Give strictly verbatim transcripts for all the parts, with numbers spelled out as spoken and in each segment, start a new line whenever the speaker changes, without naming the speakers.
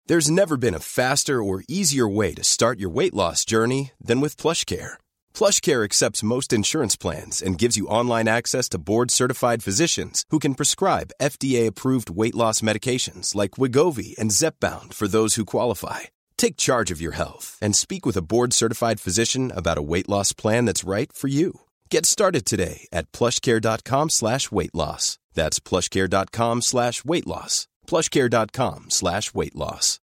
There's never been a faster or easier way to start your weight loss journey than with PlushCare. PlushCare accepts most insurance plans and gives you online access to board-certified physicians who can prescribe F D A-approved weight loss medications like Wegovy and Zepbound for those who qualify. Take charge of your health and speak with a board-certified physician about a weight loss plan that's right for you. Get started today at plushcare.com slash weight loss. That's plushcare.com slash weight loss. plushcare.com slash weight loss.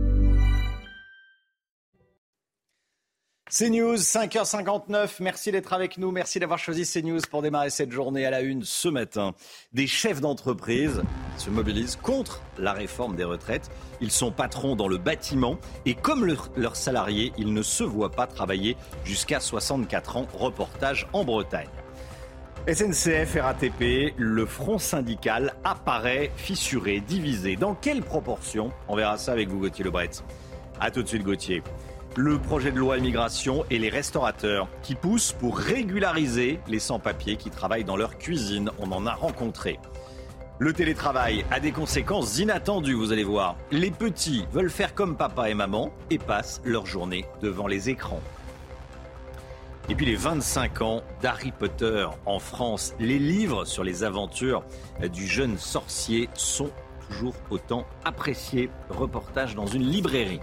CNews, cinq heures cinquante-neuf, merci d'être avec nous, merci d'avoir choisi CNews pour démarrer cette journée à la une ce matin. Des chefs d'entreprise se mobilisent contre la réforme des retraites. Ils sont patrons dans le bâtiment et comme le, leurs salariés, ils ne se voient pas travailler jusqu'à soixante-quatre ans. Reportage en Bretagne. S N C F, R A T P, le front syndical apparaît fissuré, divisé. Dans quelle proportion ? On verra ça avec vous, Gauthier Lebret. A tout de suite, Gauthier. Le projet de loi immigration et les restaurateurs qui poussent pour régulariser les sans-papiers qui travaillent dans leur cuisine. On en a rencontré. Le télétravail a des conséquences inattendues, vous allez voir. Les petits veulent faire comme papa et maman et passent leur journée devant les écrans. Et puis les vingt-cinq ans d'Harry Potter en France. Les livres sur les aventures du jeune sorcier sont toujours autant appréciés. Reportage dans une librairie.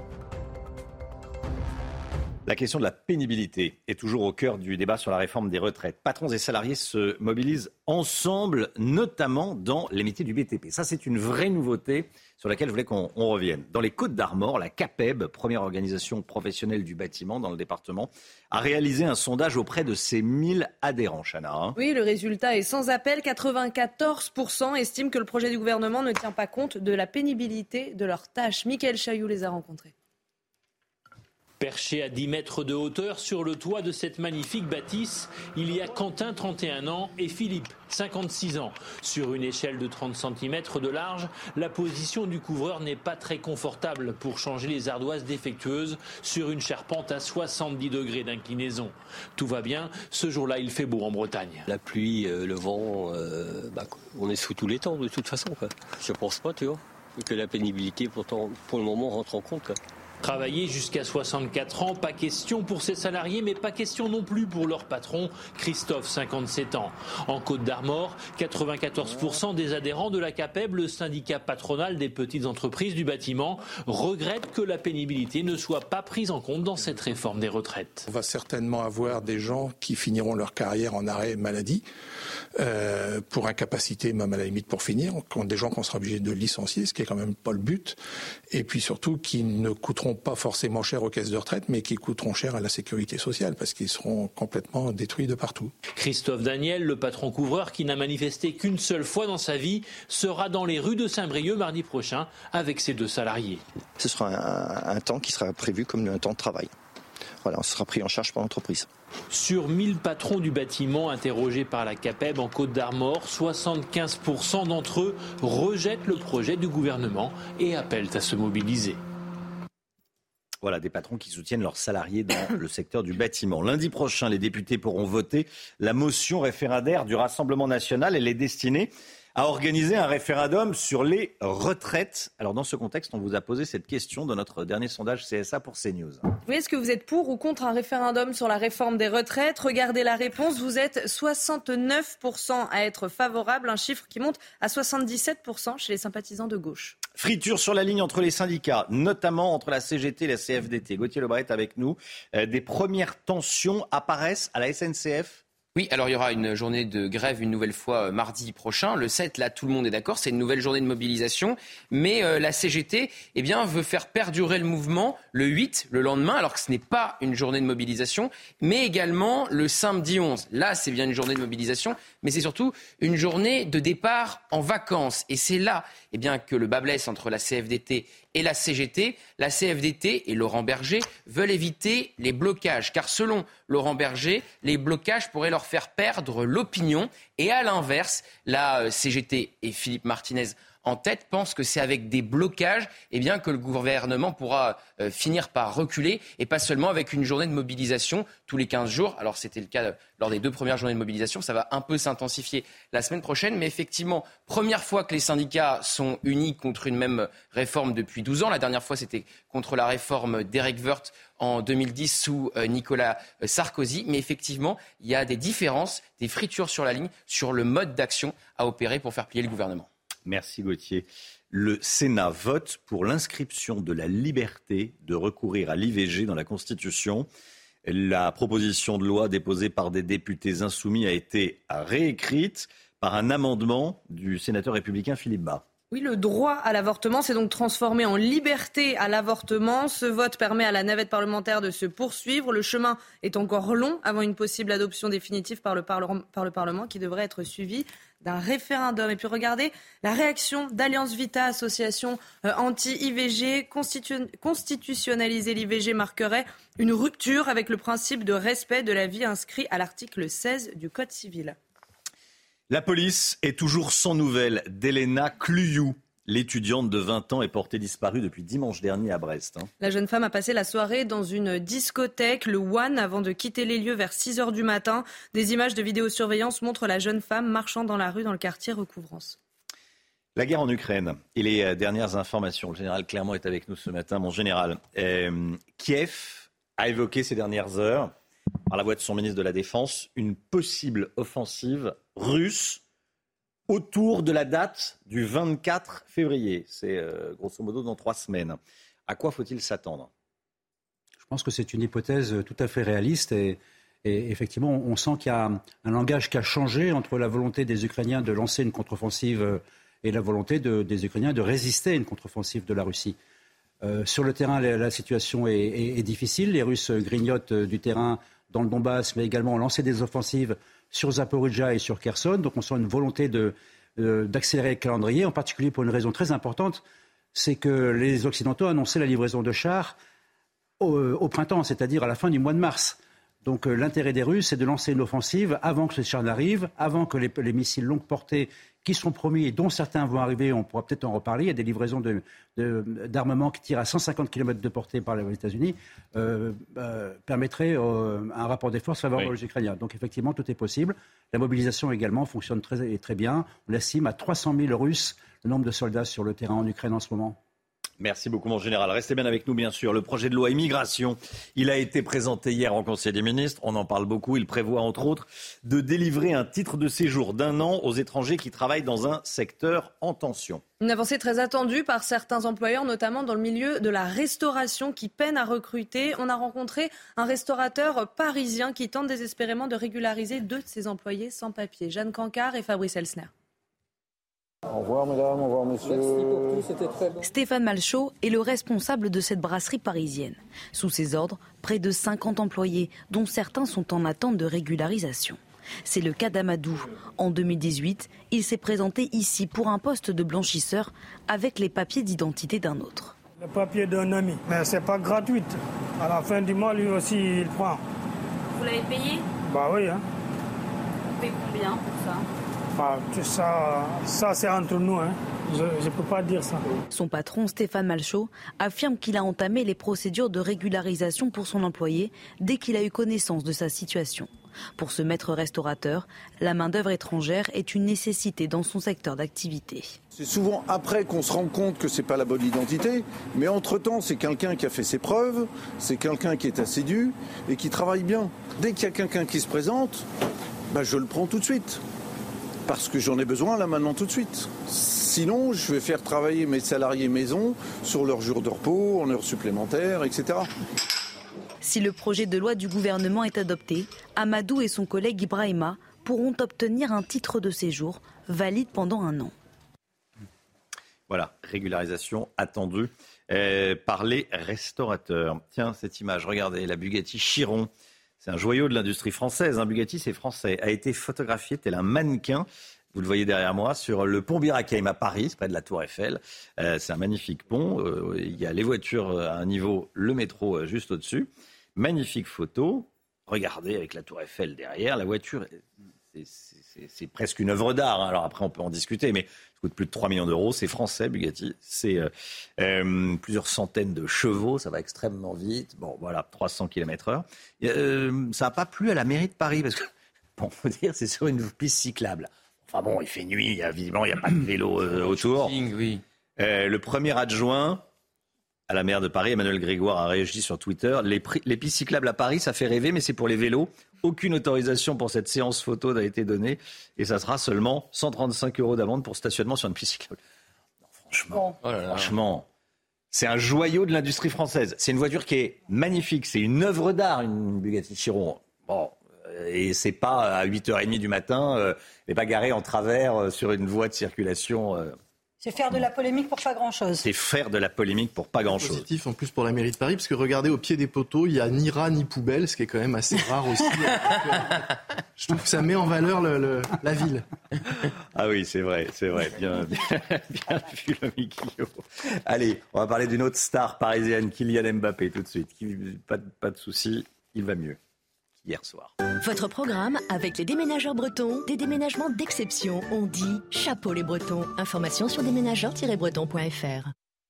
La question de la pénibilité est toujours au cœur du débat sur la réforme des retraites. Patrons et salariés se mobilisent ensemble, notamment dans les métiers du B T P. Ça, c'est une vraie nouveauté sur laquelle je voulais qu'on on revienne. Dans les Côtes-d'Armor, la CAPEB, première organisation professionnelle du bâtiment dans le département, a réalisé un sondage auprès de ses mille adhérents, Chana. Hein.
Oui, le résultat est sans appel. quatre-vingt-quatorze pour cent estiment que le projet du gouvernement ne tient pas compte de la pénibilité de leurs tâches. Mickaël Chailloux les a rencontrés.
Perché à dix mètres de hauteur sur le toit de cette magnifique bâtisse, il y a Quentin, trente et un ans, et Philippe, cinquante-six ans. Sur une échelle de trente centimètres de large, la position du couvreur n'est pas très confortable pour changer les ardoises défectueuses sur une charpente à soixante-dix degrés d'inclinaison. Tout va bien, ce jour-là il fait beau en Bretagne.
La pluie, euh, le vent, euh, bah, on est sous tous les temps de toute façon. Quoi. Je pense pas, tu vois, que la pénibilité pourtant, pour le moment rentre en compte. Quoi.
Travailler jusqu'à soixante-quatre ans, pas question pour ses salariés, mais pas question non plus pour leur patron, Christophe, cinquante-sept ans. En Côtes-d'Armor, quatre-vingt-quatorze pour cent des adhérents de la CAPEB, le syndicat patronal des petites entreprises du bâtiment, regrettent que la pénibilité ne soit pas prise en compte dans cette réforme des retraites.
On va certainement avoir des gens qui finiront leur carrière en arrêt maladie, euh, pour incapacité, même à la limite pour finir, des gens qu'on sera obligé de licencier, ce qui est quand même pas le but, et puis surtout qui ne coûteront pas forcément cher aux caisses de retraite, mais qui coûteront cher à la sécurité sociale, parce qu'ils seront complètement détruits de partout.
Christophe Daniel, le patron couvreur qui n'a manifesté qu'une seule fois dans sa vie, sera dans les rues de Saint-Brieuc mardi prochain avec ses deux salariés.
Ce sera un, un temps qui sera prévu comme un temps de travail. Voilà, ce sera pris en charge par l'entreprise.
Sur mille patrons du bâtiment interrogés par la CAPEB en Côtes-d'Armor, soixante-quinze pour cent d'entre eux rejettent le projet du gouvernement et appellent à se mobiliser.
Voilà, des patrons qui soutiennent leurs salariés dans le secteur du bâtiment. Lundi prochain, les députés pourront voter la motion référendaire du Rassemblement national. Elle est destinée à organiser un référendum sur les retraites. Alors dans ce contexte, on vous a posé cette question dans notre dernier sondage C S A pour CNews.
Oui, est-ce que vous êtes pour ou contre un référendum sur la réforme des retraites ? Regardez la réponse, vous êtes soixante-neuf pour cent à être favorable, un chiffre qui monte à soixante-dix-sept pour cent chez les sympathisants de gauche.
Friture sur la ligne entre les syndicats, notamment entre la C G T et la C F D T. Gauthier Lebret avec nous. Euh, des premières tensions apparaissent à la S N C F ?
Oui, alors il y aura une journée de grève une nouvelle fois euh, mardi prochain. Le sept, là, tout le monde est d'accord, c'est une nouvelle journée de mobilisation. Mais euh, la C G T eh bien, veut faire perdurer le mouvement le huit, le lendemain, alors que ce n'est pas une journée de mobilisation, mais également le samedi onze. Là, c'est bien une journée de mobilisation, mais c'est surtout une journée de départ en vacances. Et c'est là eh bien, que le bât blesse entre la C F D T et la C G T. La C F D T et Laurent Berger veulent éviter les blocages, car selon Laurent Berger, les blocages pourraient leur faire perdre l'opinion. Et à l'inverse, la C G T et Philippe Martinez en tête, pense que c'est avec des blocages eh bien, que le gouvernement pourra euh, finir par reculer et pas seulement avec une journée de mobilisation tous les quinze jours. Alors c'était le cas lors des deux premières journées de mobilisation, ça va un peu s'intensifier la semaine prochaine, mais effectivement, première fois que les syndicats sont unis contre une même réforme depuis douze ans. La dernière fois, c'était contre la réforme d'Éric Woerth en deux mille dix sous euh, Nicolas Sarkozy. Mais effectivement, il y a des différences, des fritures sur la ligne, sur le mode d'action à opérer pour faire plier le gouvernement.
Merci Gauthier. Le Sénat vote pour l'inscription de la liberté de recourir à l'I V G dans la Constitution. La proposition de loi déposée par des députés insoumis a été réécrite par un amendement du sénateur républicain Philippe Bas.
Oui, le droit à l'avortement s'est donc transformé en liberté à l'avortement. Ce vote permet à la navette parlementaire de se poursuivre. Le chemin est encore long avant une possible adoption définitive par le, parle- par le Parlement qui devrait être suivie d'un référendum. Et puis regardez la réaction d'Alliance Vita, association euh, anti-I V G. Constitu- constitutionnaliser l'I V G marquerait une rupture avec le principe de respect de la vie inscrit à l'article seize du Code civil.
La police est toujours sans nouvelles d'Elena Cluyou. L'étudiante de vingt ans est portée disparue depuis dimanche dernier à Brest. Hein.
La jeune femme a passé la soirée dans une discothèque, le One, avant de quitter les lieux vers six heures du matin. Des images de vidéosurveillance montrent la jeune femme marchant dans la rue dans le quartier Recouvrance. La guerre en Ukraine et les dernières informations. Le général Clermont est avec nous ce matin. Mon général, euh, Kiev a évoqué ces dernières heures, par la voix de son ministre de la Défense, une possible offensive russe autour de la date du vingt-quatre février. C'est euh, grosso modo dans trois semaines. À quoi faut-il s'attendre ?
Je pense que c'est une hypothèse tout à fait réaliste et, et effectivement on sent qu'il y a un, un langage qui a changé entre la volonté des Ukrainiens de lancer une contre-offensive et la volonté de, des Ukrainiens de résister à une contre-offensive de la Russie. Euh, sur le terrain, la, la situation est, est, est difficile. Les Russes grignotent du terrain dans le Donbass, mais également ont lancé des offensives sur Zaporijjia et sur Kherson. Donc on sent une volonté de, euh, d'accélérer le calendrier, en particulier pour une raison très importante, c'est que les Occidentaux annonçaient la livraison de chars au, au printemps, c'est-à-dire à la fin du mois de mars. Donc euh, l'intérêt des Russes, c'est de lancer une offensive avant que ces chars n'arrivent, avant que les, les missiles longue portée qui sont promis et dont certains vont arriver, on pourra peut-être en reparler, il y a des livraisons de, de, d'armements qui tirent à cent cinquante kilomètres de portée par les États-Unis, euh, euh, permettraient euh, un rapport des forces favorable oui. aux Ukrainiens. Donc effectivement, tout est possible. La mobilisation également fonctionne très, très bien. On estime à trois cent mille Russes le nombre de soldats sur le terrain en Ukraine en ce moment.
Merci beaucoup, mon général. Restez bien avec nous, bien sûr. Le projet de loi immigration, il a été présenté hier en Conseil des ministres. On en parle beaucoup. Il prévoit, entre autres, de délivrer un titre de séjour d'un an aux étrangers qui travaillent dans un secteur en tension.
Une avancée très attendue par certains employeurs, notamment dans le milieu de la restauration, qui peine à recruter. On a rencontré un restaurateur parisien qui tente désespérément de régulariser deux de ses employés sans papier. Jeanne Cancard et Fabrice Elsner.
Au revoir mesdames, au revoir monsieur. Merci pour tout, c'était très bon.
Stéphane Malchaud est le responsable de cette brasserie parisienne. Sous ses ordres, près de cinquante employés, dont certains sont en attente de régularisation. C'est le cas d'Amadou. En deux mille dix-huit, il s'est présenté ici pour un poste de blanchisseur avec les papiers d'identité d'un autre.
Le papier d'un ami, mais c'est pas gratuit. À la fin du mois, lui aussi, il prend.
Vous l'avez payé ?
Bah oui. Hein.
Vous payez combien pour ça ?
Ah, ça, ça c'est entre nous, hein. je ne peux pas dire ça.
Son patron, Stéphane Malchaud, affirme qu'il a entamé les procédures de régularisation pour son employé dès qu'il a eu connaissance de sa situation. Pour ce maître restaurateur, la main-d'œuvre étrangère est une nécessité dans son secteur d'activité.
C'est souvent après qu'on se rend compte que ce n'est pas la bonne identité, mais entre-temps, c'est quelqu'un qui a fait ses preuves, c'est quelqu'un qui est assidu et qui travaille bien. Dès qu'il y a quelqu'un qui se présente, bah, je le prends tout de suite. Parce que j'en ai besoin là maintenant tout de suite. Sinon, je vais faire travailler mes salariés maison sur leurs jours de repos, en heures supplémentaires, et cetera.
Si le projet de loi du gouvernement est adopté, Amadou et son collègue Ibrahima pourront obtenir un titre de séjour valide pendant un an.
Voilà, régularisation attendue euh, par les restaurateurs. Tiens, cette image, regardez, la Bugatti Chiron. C'est un joyau de l'industrie française. Un Bugatti, c'est français. A été photographié tel un mannequin. Vous le voyez derrière moi sur le pont Bir Hakeim à Paris, près de la Tour Eiffel. Euh, c'est un magnifique pont. Euh, il y a les voitures à un niveau, le métro juste au-dessus. Magnifique photo. Regardez avec la Tour Eiffel derrière. La voiture, c'est, c'est, c'est, c'est presque une œuvre d'art. Hein. Alors après, on peut en discuter. Mais coûte plus de trois millions d'euros. C'est français, Bugatti. C'est euh, euh, plusieurs centaines de chevaux. Ça va extrêmement vite. Bon, voilà, trois cents kilomètres heure. Euh, ça n'a pas plu à la mairie de Paris parce que, bon, faut dire, c'est sur une piste cyclable. Enfin bon, il fait nuit. Il y a, visiblement, il n'y a pas de vélo euh, autour.
Oui.
Euh, le premier adjoint à la maire de Paris, Emmanuel Grégoire, a réagi sur Twitter. Les, prix, les pistes cyclables à Paris, ça fait rêver, mais c'est pour les vélos. Aucune autorisation pour cette séance photo n'a été donnée. Et ça sera seulement cent trente-cinq euros d'amende pour stationnement sur une piste cyclable. Non, franchement, oh là là. franchement, c'est un joyau de l'industrie française. C'est une voiture qui est magnifique. C'est une œuvre d'art, une Bugatti Chiron. Bon, et c'est pas à huit heures trente du matin, euh, et pas garé en travers euh, sur une voie de circulation. Euh,
C'est faire de la polémique pour pas grand-chose.
C'est faire de la polémique pour pas grand-chose.
Positif en plus pour la mairie de Paris, parce que regardez, au pied des poteaux, il n'y a ni rat ni poubelle, ce qui est quand même assez rare aussi. Je trouve que ça met en valeur le, le, la ville.
Ah oui, c'est vrai, c'est vrai. Bien, bien, bien vu le Mikio. Allez, on va parler d'une autre star parisienne, Kylian Mbappé, tout de suite. Pas de, pas de souci, il va mieux. Hier soir.
Votre programme avec les déménageurs bretons, des déménagements d'exception. On dit chapeau les bretons. Information sur déménageurs tiret bretons point f r.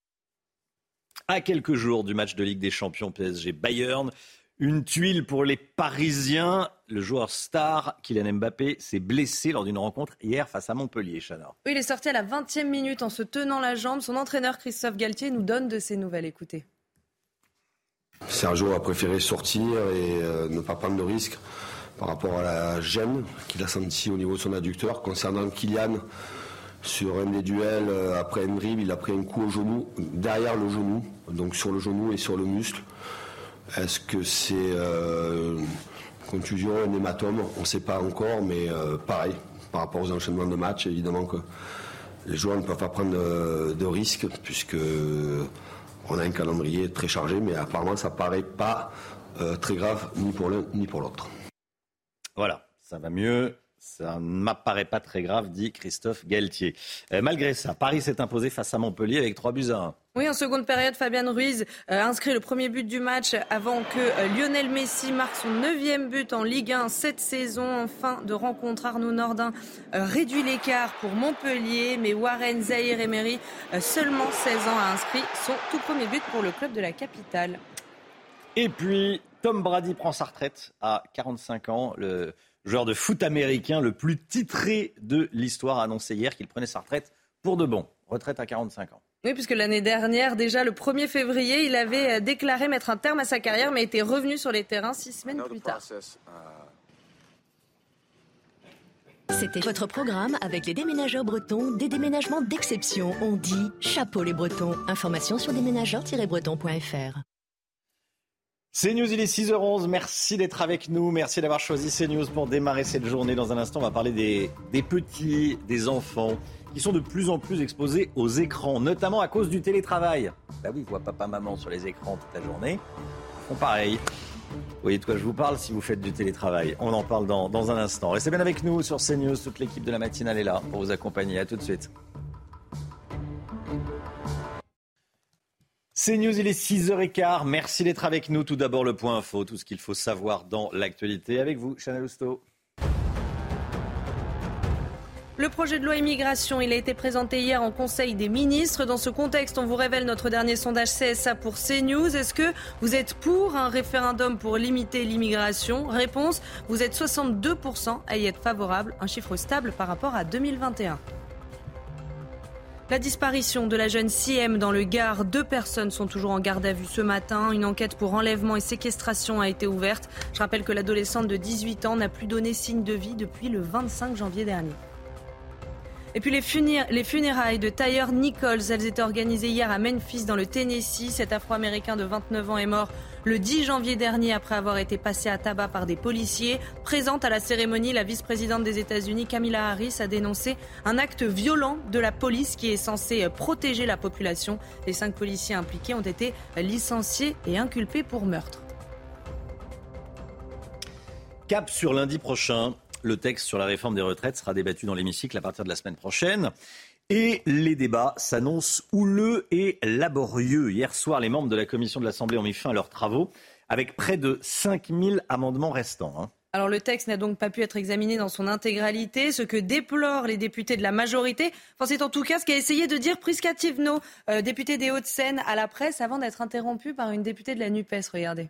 À quelques jours du match de Ligue des Champions P S G Bayern, une tuile pour les Parisiens. Le joueur star Kylian Mbappé s'est blessé lors d'une rencontre hier face à Montpellier, Chana.
Oui, il est sorti à la vingtième minute en se tenant la jambe. Son entraîneur Christophe Galtier nous donne de ses nouvelles. Écoutez.
Sergio a préféré sortir et euh, ne pas prendre de risque par rapport à la gêne qu'il a sentie au niveau de son adducteur. Concernant Kylian, sur un des duels, euh, après un dribble, il a pris un coup au genou, derrière le genou, donc sur le genou et sur le muscle. Est-ce que c'est euh, contusion, un hématome ? On ne sait pas encore, mais euh, pareil, par rapport aux enchaînements de matchs, évidemment que les joueurs ne peuvent pas prendre de, de risques, puisque... On a un calendrier très chargé, mais apparemment, ça ne paraît pas euh, très grave, ni pour l'un, ni pour l'autre.
Voilà, ça va mieux. Ça ne m'apparaît pas très grave, dit Christophe Galtier. Euh, malgré ça, Paris s'est imposé face à Montpellier avec trois buts à un.
Oui, en seconde période, Fabian Ruiz euh, inscrit le premier but du match avant que euh, Lionel Messi marque son neuvième but en Ligue un cette saison. En fin de rencontre, Arnaud Nordin euh, réduit l'écart pour Montpellier, mais Warren Zaïre-Emery, euh, seulement seize ans, a inscrit son tout premier but pour le club de la capitale.
Et puis, Tom Brady prend sa retraite à quarante-cinq ans. Le joueur de foot américain le plus titré de l'histoire a annoncé hier qu'il prenait sa retraite pour de bon. Retraite à quarante-cinq ans.
Oui, puisque l'année dernière, déjà le premier février, il avait déclaré mettre un terme à sa carrière, mais était revenu sur les terrains six semaines plus tard.
C'était votre programme avec les déménageurs bretons, des déménagements d'exception. On dit chapeau les bretons. Information sur déménageurs tiret bretons point f r.
CNews, il est six heures onze. Merci d'être avec nous. Merci d'avoir choisi CNews pour démarrer cette journée. Dans un instant, on va parler des, des petits, des enfants qui sont de plus en plus exposés aux écrans, notamment à cause du télétravail. Bah oui, ils voient papa, maman sur les écrans toute la journée. Ils font pareil. Vous voyez de quoi je vous parle si vous faites du télétravail. On en parle dans, dans un instant. Restez bien avec nous sur CNews. Toute l'équipe de la matinale est là pour vous accompagner. À tout de suite. CNews, il est six heures quinze. Merci d'être avec nous. Tout d'abord, le point info, tout ce qu'il faut savoir dans l'actualité. Avec vous, Chana Lousteau.
Le projet de loi immigration, il a été présenté hier en Conseil des ministres. Dans ce contexte, on vous révèle notre dernier sondage C S A pour CNews. Est-ce que vous êtes pour un référendum pour limiter l'immigration ? Réponse, vous êtes soixante-deux pour cent à y être favorable, un chiffre stable par rapport à deux mille vingt et un. La disparition de la jeune Siem dans le Gard. Deux personnes sont toujours en garde à vue ce matin. Une enquête pour enlèvement et séquestration a été ouverte. Je rappelle que l'adolescente de dix-huit ans n'a plus donné signe de vie depuis le vingt-cinq janvier dernier. Et puis les, funéra- les funérailles de Tyre Nichols, elles étaient organisées hier à Memphis dans le Tennessee. Cet Afro-Américain de vingt-neuf ans est mort le dix janvier dernier après avoir été passé à tabac par des policiers. Présente à la cérémonie, la vice-présidente des États-Unis, Kamala Harris, a dénoncé un acte violent de la police qui est censé protéger la population. Les cinq policiers impliqués ont été licenciés et inculpés pour meurtre.
Cap sur lundi prochain. Le texte sur la réforme des retraites sera débattu dans l'hémicycle à partir de la semaine prochaine. Et les débats s'annoncent houleux et laborieux. Hier soir, les membres de la commission de l'Assemblée ont mis fin à leurs travaux avec près de cinq mille amendements restants. Hein.
Alors le texte n'a donc pas pu être examiné dans son intégralité, ce que déplorent les députés de la majorité. Enfin, c'est en tout cas ce qu'a essayé de dire Prisca Thévenot, euh, députée des Hauts-de-Seine, à la presse avant d'être interrompue par une députée de la NUPES. Regardez.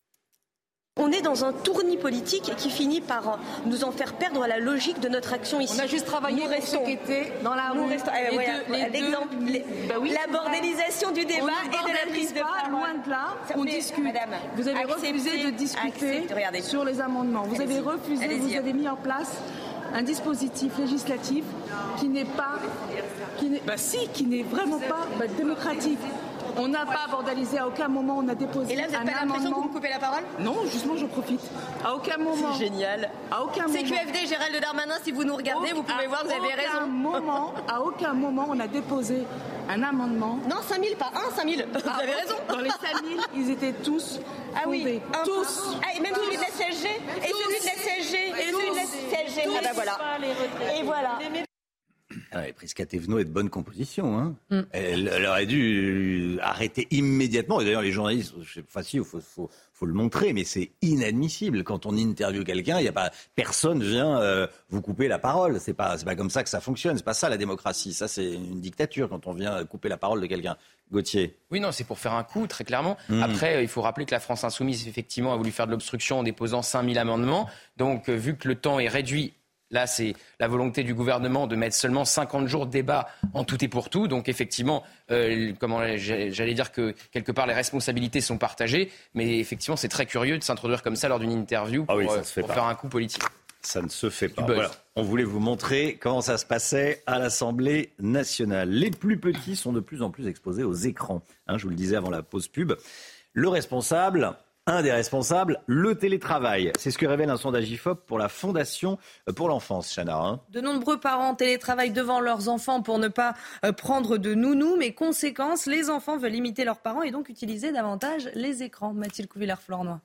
On est dans un tournis politique qui finit par nous en faire perdre la logique de notre action ici.
On a juste travaillé
nous
restons, qui était dans la rue.
Restons, eh, voilà, deux, voilà, l'exemple, les, bah oui, la bordélisation du débat et de la prise de parole.
Loin de là, on mais, discute. Madame, vous avez acceptez, refusé de discuter sur les amendements. Vous avez refusé, Allez-y. vous avez mis en place un dispositif législatif qui n'est pas, qui n'est, bah si, qui n'est vraiment pas bah, démocratique. On n'a pas bordalisé, à aucun moment on a déposé un amendement.
Et là, vous n'avez pas l'impression que vous me coupez la parole ?
Non, justement, je profite. À aucun moment.
C'est génial.
À aucun
C'est
moment.
Q F D, Gérald Darmanin, si vous nous regardez, vous pouvez voir, vous avez raison.
Moment, à aucun moment on a déposé un amendement.
Non, cinq mille, pas un, cinq mille. Vous ah, avez raison.
Dans les cinq mille, ils étaient tous
Ah oui,
fondés.
un,
tous.
Ah, et même tous. celui de la C S G. Et tous. celui de la C S G. Et tous. celui de la C S G. Tous. Ah bah voilà. Et voilà.
Ah ouais, Prisca Thévenot est de bonne composition. Hein.
Mm.
Elle, elle aurait dû arrêter immédiatement. Et d'ailleurs, les journalistes, enfin, si, il faut, faut, faut le montrer, mais c'est inadmissible. Quand on interviewe quelqu'un, il y a pas personne vient euh, vous couper la parole. C'est pas, c'est pas comme ça que ça fonctionne. C'est pas ça la démocratie. Ça, c'est une dictature quand on vient couper la parole de quelqu'un. Gauthier.
Oui, non, c'est pour faire un coup, très clairement. Mmh. Après, il faut rappeler que la France Insoumise, effectivement, a voulu faire de l'obstruction en déposant cinq mille amendements. Donc, euh, vu que le temps est réduit. Là, c'est la volonté du gouvernement de mettre seulement cinquante jours de débat en tout et pour tout. Donc, effectivement, euh, comment, j'allais dire que quelque part, les responsabilités sont partagées. Mais effectivement, c'est très curieux de s'introduire comme ça lors d'une interview pour, ah oui, euh, pour faire un coup politique.
Ça ne se fait pas. Voilà. On voulait vous montrer comment ça se passait à l'Assemblée nationale. Les plus petits sont de plus en plus exposés aux écrans. Hein, je vous le disais avant la pause pub. Le responsable... Un des responsables, le télétravail. C'est ce que révèle un sondage I F O P pour la Fondation pour l'enfance, Chana. Hein.
De nombreux parents télétravaillent devant leurs enfants pour ne pas euh, prendre de nounou, mais conséquence, les enfants veulent imiter leurs parents et donc utiliser davantage les écrans. Mathilde Couvillard-Flornois.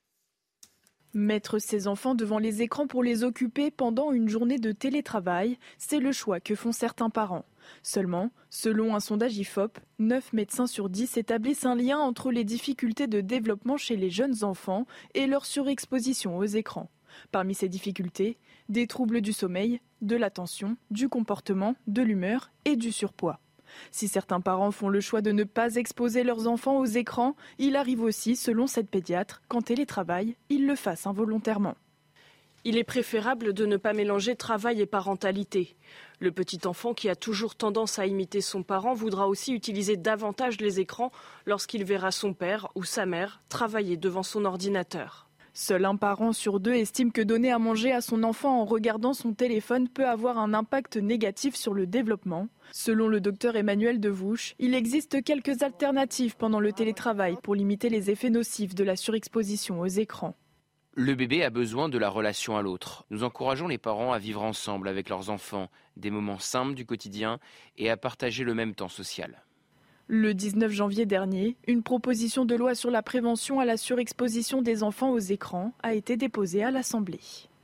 Mettre ses enfants devant les écrans pour les occuper pendant une journée de télétravail, c'est le choix que font certains parents. Seulement, selon un sondage I F O P, neuf médecins sur dix établissent un lien entre les difficultés de développement chez les jeunes enfants et leur surexposition aux écrans. Parmi ces difficultés, des troubles du sommeil, de l'attention, du comportement, de l'humeur et du surpoids. Si certains parents font le choix de ne pas exposer leurs enfants aux écrans, il arrive aussi, selon cette pédiatre, qu'en télétravail, ils le fassent involontairement.
Il est préférable de ne pas mélanger travail et parentalité. Le petit enfant qui a toujours tendance à imiter son parent voudra aussi utiliser davantage les écrans lorsqu'il verra son père ou sa mère travailler devant son ordinateur.
Seul un parent sur deux estime que donner à manger à son enfant en regardant son téléphone peut avoir un impact négatif sur le développement. Selon le docteur Emmanuel Devouche, il existe quelques alternatives pendant le télétravail pour limiter les effets nocifs de la surexposition aux écrans.
Le bébé a besoin de la relation à l'autre. Nous encourageons les parents à vivre ensemble avec leurs enfants, des moments simples du quotidien et à partager le même temps social.
Le dix-neuf janvier dernier, une proposition de loi sur la prévention à la surexposition des enfants aux écrans a été déposée à l'Assemblée.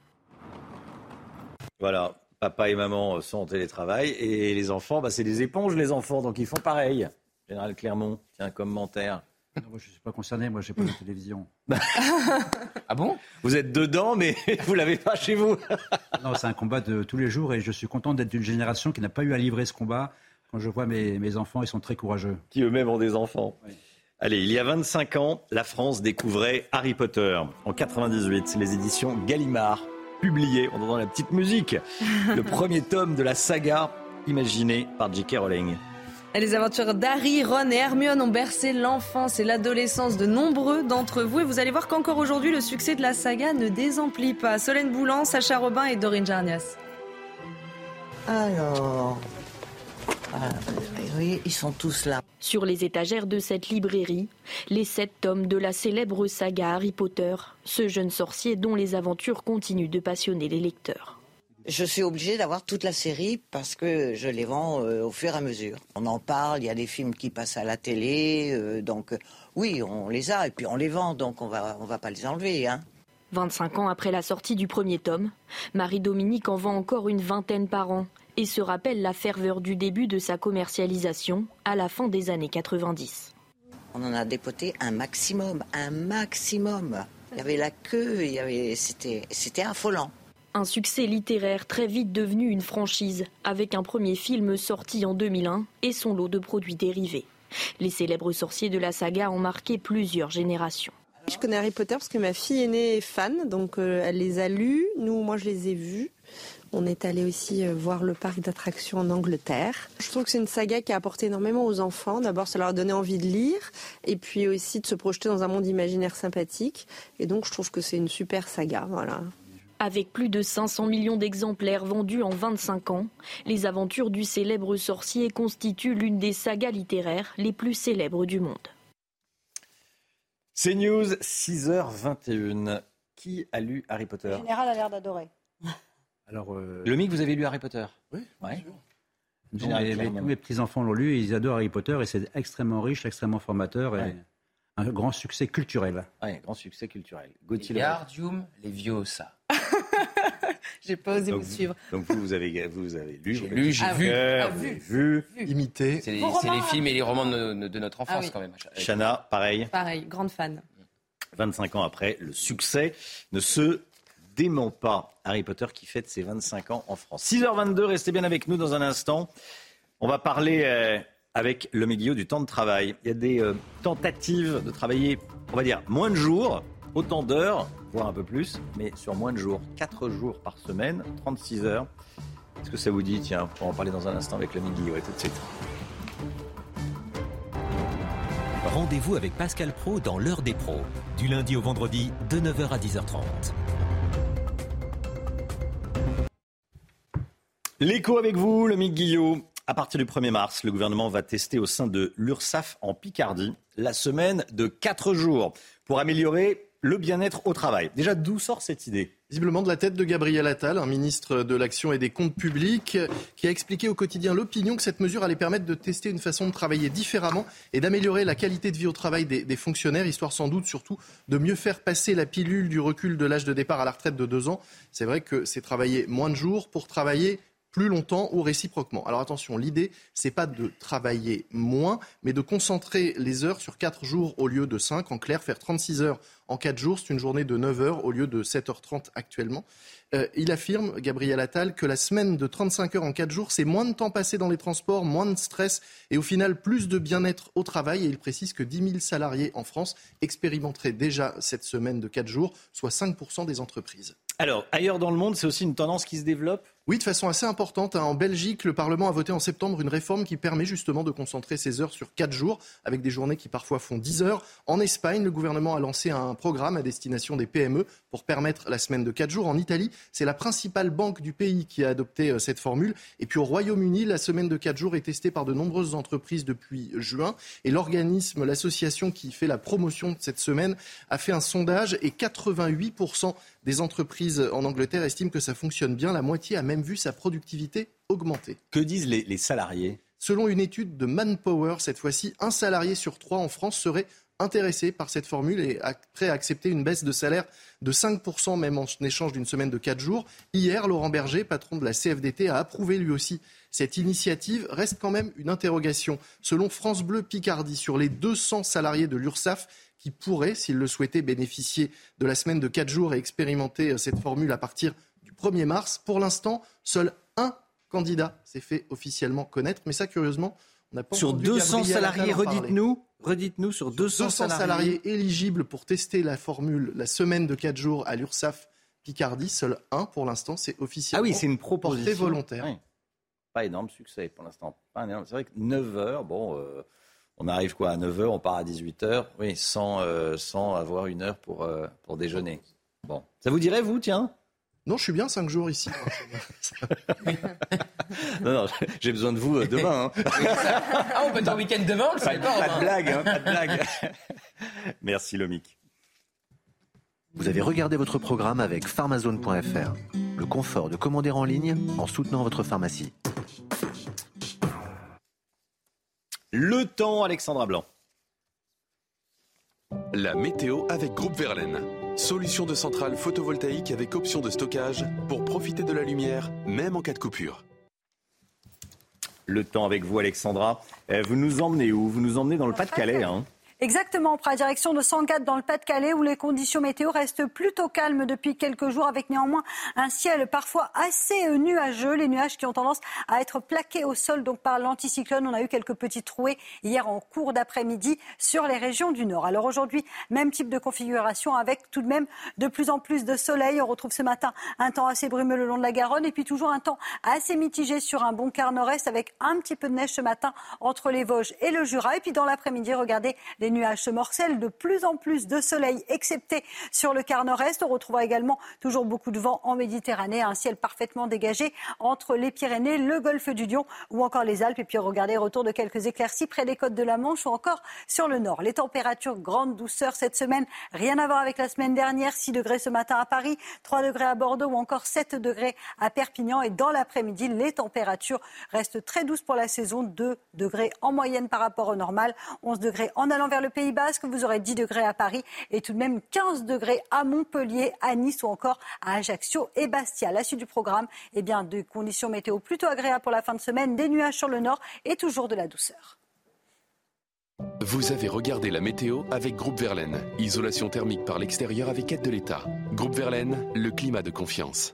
Voilà, papa et maman sont en télétravail et les enfants, bah, c'est des éponges les enfants, donc ils font pareil. Général Clermont, tiens, un commentaire.
Non, moi, je ne suis pas concerné, moi, je n'ai pas de télévision.
Ah bon ?
Vous êtes dedans, mais vous ne l'avez pas chez vous.
Non, c'est un combat de tous les jours et je suis content d'être d'une génération qui n'a pas eu à livrer ce combat. Quand je vois mes, mes enfants, ils sont très courageux.
Qui eux-mêmes ont des enfants. Oui. Allez, il y a vingt-cinq ans, la France découvrait Harry Potter. En quatre-vingt-dix-huit, les éditions Gallimard publiaient, on entend la petite musique, le premier tome de la saga imaginée par J K Rowling.
Les aventures d'Harry, Ron et Hermione ont bercé l'enfance et l'adolescence de nombreux d'entre vous. Et vous allez voir qu'encore aujourd'hui, le succès de la saga ne désemplit pas. Solène Boulan, Sacha Robin et Dorine Jarnias.
Alors, ah, oui, ils sont tous là.
Sur les étagères de cette librairie, les sept tomes de la célèbre saga Harry Potter, ce jeune sorcier dont les aventures continuent de passionner les lecteurs.
Je suis obligée d'avoir toute la série parce que je les vends euh, au fur et à mesure. On en parle, il y a des films qui passent à la télé, euh, donc euh, oui, on les a et puis on les vend, donc on va, on va pas les enlever. Hein.
vingt-cinq ans après la sortie du premier tome, Marie-Dominique en vend encore une vingtaine par an et se rappelle la ferveur du début de sa commercialisation à la fin des années quatre-vingt-dix.
On en a dépoté un maximum, un maximum. Il y avait la queue, il y avait, c'était, c'était affolant.
Un succès littéraire très vite devenu une franchise, avec un premier film sorti en deux mille un et son lot de produits dérivés. Les célèbres sorciers de la saga ont marqué plusieurs générations.
Je connais Harry Potter parce que ma fille aînée est fan, donc euh, elle les a lus. Nous, moi, je les ai vus. On est allé aussi euh, voir le parc d'attractions en Angleterre. Je trouve que c'est une saga qui a apporté énormément aux enfants. D'abord, ça leur a donné envie de lire, et puis aussi de se projeter dans un monde imaginaire sympathique. Et donc, je trouve que c'est une super saga, voilà.
Avec plus de cinq cents millions d'exemplaires vendus en vingt-cinq ans, les aventures du célèbre sorcier constituent l'une des sagas littéraires les plus célèbres du monde.
C'est News, six heures vingt et une. Qui a lu Harry Potter ?
Le général a l'air d'adorer.
Alors, euh...
Le Mick, vous avez lu Harry Potter ?
Oui,
ouais.
Tous mes, mes, mes petits-enfants l'ont lu et ils adorent Harry Potter et c'est extrêmement riche, extrêmement formateur et ouais. un grand succès culturel.
Oui, grand succès culturel.
Gauthier Gardium Leviosa.
J'ai pas osé
donc,
vous suivre.
Donc vous, vous avez, vous avez lu,
j'ai lu, j'ai
ah,
vu,
ah,
vu,
vu,
vu,
imité.
C'est les, c'est les films et les romans de, de notre enfance ah, oui. quand même.
Chana, pareil.
Pareil, grande fan.
vingt-cinq ans après, le succès ne se dément pas. Harry Potter qui fête ses vingt-cinq ans en France. six heures vingt-deux, restez bien avec nous dans un instant. On va parler euh, avec le Guillot du temps de travail. Il y a des euh, tentatives de travailler, on va dire, moins de jours, autant d'heures, voire un peu plus, mais sur moins de jours. quatre jours par semaine, trente-six heures. Est-ce que ça vous dit ? Tiens, on va en parler dans un instant avec le Guillot. Ouais, tout de suite.
Rendez-vous avec Pascal Praud dans l'heure des pros, du lundi au vendredi de neuf heures à dix heures trente.
L'écho avec vous, le Mick Guillot. À partir du premier mars, le gouvernement va tester au sein de l'URSSAF en Picardie la semaine de quatre jours pour améliorer le bien-être au travail. Déjà, d'où sort cette idée ?
Visiblement de la tête de Gabriel Attal, un ministre de l'Action et des Comptes Publics, qui a expliqué au quotidien L'Opinion que cette mesure allait permettre de tester une façon de travailler différemment et d'améliorer la qualité de vie au travail des, des fonctionnaires, histoire sans doute surtout de mieux faire passer la pilule du recul de l'âge de départ à la retraite de deux ans. C'est vrai que c'est travailler moins de jours pour travailler plus longtemps ou réciproquement. Alors attention, l'idée, c'est pas de travailler moins, mais de concentrer les heures sur quatre jours au lieu de cinq. En clair, faire trente-six heures en quatre jours, c'est une journée de neuf heures au lieu de sept heures trente actuellement. Euh, il affirme, Gabriel Attal, que la semaine de trente-cinq heures en quatre jours, c'est moins de temps passé dans les transports, moins de stress et au final plus de bien-être au travail. Et il précise que dix mille salariés en France expérimenteraient déjà cette semaine de quatre jours, soit cinq pour cent des entreprises.
Alors, ailleurs dans le monde, c'est aussi une tendance qui se développe ?
Oui, de façon assez importante. En Belgique, le Parlement a voté en septembre une réforme qui permet justement de concentrer ces heures sur quatre jours, avec des journées qui parfois font dix heures. En Espagne, le gouvernement a lancé un programme à destination des P M E pour permettre la semaine de quatre jours. En Italie, c'est la principale banque du pays qui a adopté cette formule. Et puis au Royaume-Uni, la semaine de quatre jours est testée par de nombreuses entreprises depuis juin. Et l'organisme, l'association qui fait la promotion de cette semaine, a fait un sondage et quatre-vingt-huit pour cent des entreprises en Angleterre estiment que ça fonctionne bien. La moitié a même vu sa productivité augmenter.
Que disent les, les salariés ?
Selon une étude de Manpower, cette fois-ci, un salarié sur trois en France serait intéressé par cette formule et prêt à accepter une baisse de salaire de cinq pour cent même en échange d'une semaine de quatre jours. Hier, Laurent Berger, patron de la C F D T, a approuvé lui aussi cette initiative. Reste quand même une interrogation. Selon France Bleu Picardie, sur les deux cents salariés de l'URSSAF qui pourraient, s'ils le souhaitaient, bénéficier de la semaine de quatre jours et expérimenter cette formule à partir du premier mars, pour l'instant, seul un candidat s'est fait officiellement connaître. Mais ça, curieusement, on n'a pas
sur
entendu
deux cents
Gabriel
salariés,
Attal en parler.
redites-nous, redites-nous sur deux cents,
deux cents salariés. salariés éligibles pour tester la formule, la semaine de quatre jours à l'URSSAF Picardie. Seul un, pour l'instant, c'est officiellement
ah oui, c'est une proposition
porté volontaire.
Oui. Pas énorme succès pour l'instant. Pas énorme. C'est vrai que neuf heures, bon, euh, on arrive quoi à neuf heures, on part à dix-huit heures, oui, sans, euh, sans avoir une heure pour, euh, pour déjeuner. Bon, ça vous dirait, vous, tiens ?
Non, je suis bien cinq jours ici.
non, non, j'ai besoin de vous euh, demain. Hein.
Ah, on peut être en week-end demain, on le sait pas.
Pas de blague, hein, pas de blague. Merci, Lomic.
Vous avez regardé votre programme avec pharmazone point f r. Le confort de commander en ligne en soutenant votre pharmacie.
Le temps, Alexandra Blanc.
La météo avec Groupe Verlaine. Solution de centrale photovoltaïque avec option de stockage pour profiter de la lumière, même en cas de coupure.
Le temps avec vous, Alexandra. Vous nous emmenez où ? Vous nous emmenez dans le Pas-de-Calais, hein ?
Exactement, on prend la direction de Sangatte dans le Pas-de-Calais où les conditions météo restent plutôt calmes depuis quelques jours avec néanmoins un ciel parfois assez nuageux. Les nuages qui ont tendance à être plaqués au sol donc par l'anticyclone. On a eu quelques petites trouées hier en cours d'après-midi sur les régions du Nord. Alors aujourd'hui, même type de configuration avec tout de même de plus en plus de soleil. On retrouve ce matin un temps assez brumeux le long de la Garonne et puis toujours un temps assez mitigé sur un bon quart nord-est avec un petit peu de neige ce matin entre les Vosges et le Jura. Et puis dans l'après-midi, regardez, les nuages se morcellent, de plus en plus de soleil, excepté sur le quart nord-est. On retrouvera également toujours beaucoup de vent en Méditerranée, un ciel parfaitement dégagé entre les Pyrénées, le golfe du Lion ou encore les Alpes. Et puis regardez, retour de quelques éclaircies près des côtes de la Manche ou encore sur le nord. Les températures, grande douceur cette semaine, rien à voir avec la semaine dernière. six degrés ce matin à Paris, trois degrés à Bordeaux ou encore sept degrés à Perpignan. Et dans l'après-midi, les températures restent très douces pour la saison, deux degrés en moyenne par rapport au normal, onze degrés en allant vers le Pays Basque, vous aurez dix degrés à Paris et tout de même quinze degrés à Montpellier, à Nice ou encore à Ajaccio et Bastia. À la suite du programme, eh bien, des conditions météo plutôt agréables pour la fin de semaine, des nuages sur le nord et toujours de la douceur.
Vous avez regardé la météo avec Groupe Verlaine. Isolation thermique par l'extérieur avec aide de l'État. Groupe Verlaine, le climat de confiance.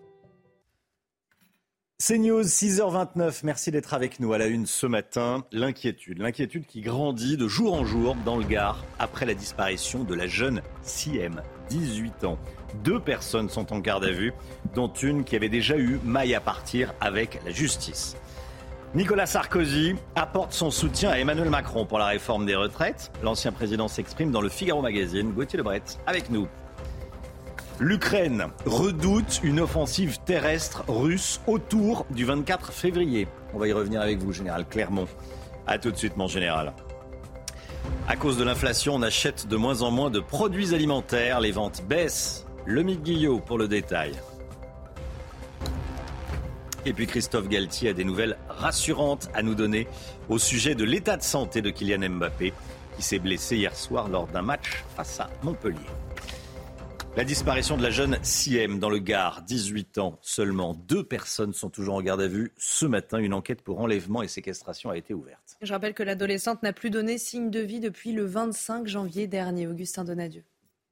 CNews, six heures vingt-neuf, merci d'être avec nous à la une ce matin. L'inquiétude, l'inquiétude qui grandit de jour en jour dans le Gard après la disparition de la jeune Siem, dix-huit ans. Deux personnes sont en garde à vue, dont une qui avait déjà eu maille à partir avec la justice. Nicolas Sarkozy apporte son soutien à Emmanuel Macron pour la réforme des retraites. L'ancien président s'exprime dans le Figaro Magazine. Gauthier Lebret avec nous. L'Ukraine redoute une offensive terrestre russe autour du vingt-quatre février. On va y revenir avec vous, Général Clermont. A tout de suite, mon général. À cause de l'inflation, on achète de moins en moins de produits alimentaires. Les ventes baissent. Lomique Guillot pour le détail. Et puis Christophe Galtier a des nouvelles rassurantes à nous donner au sujet de l'état de santé de Kylian Mbappé, qui s'est blessé hier soir lors d'un match face à Montpellier. La disparition de la jeune Siem dans le Gard, dix-huit ans seulement. Deux personnes sont toujours en garde à vue. Ce matin, une enquête pour enlèvement et séquestration a été ouverte.
Je rappelle que l'adolescente n'a plus donné signe de vie depuis le vingt-cinq janvier dernier. Augustin Donadieu.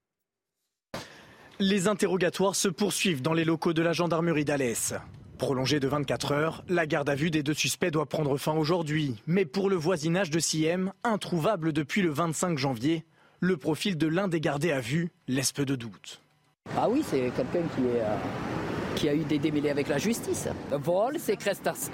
Les interrogatoires se poursuivent dans les locaux de la gendarmerie d'Alès. Prolongée de vingt-quatre heures, la garde à vue des deux suspects doit prendre fin aujourd'hui. Mais pour le voisinage de Siem, introuvable depuis le vingt-cinq janvier, le profil de l'un des gardés à vue laisse peu de doute.
Ah oui, c'est quelqu'un qui, est, euh, qui a eu des démêlés avec la justice. Vol, séquestration,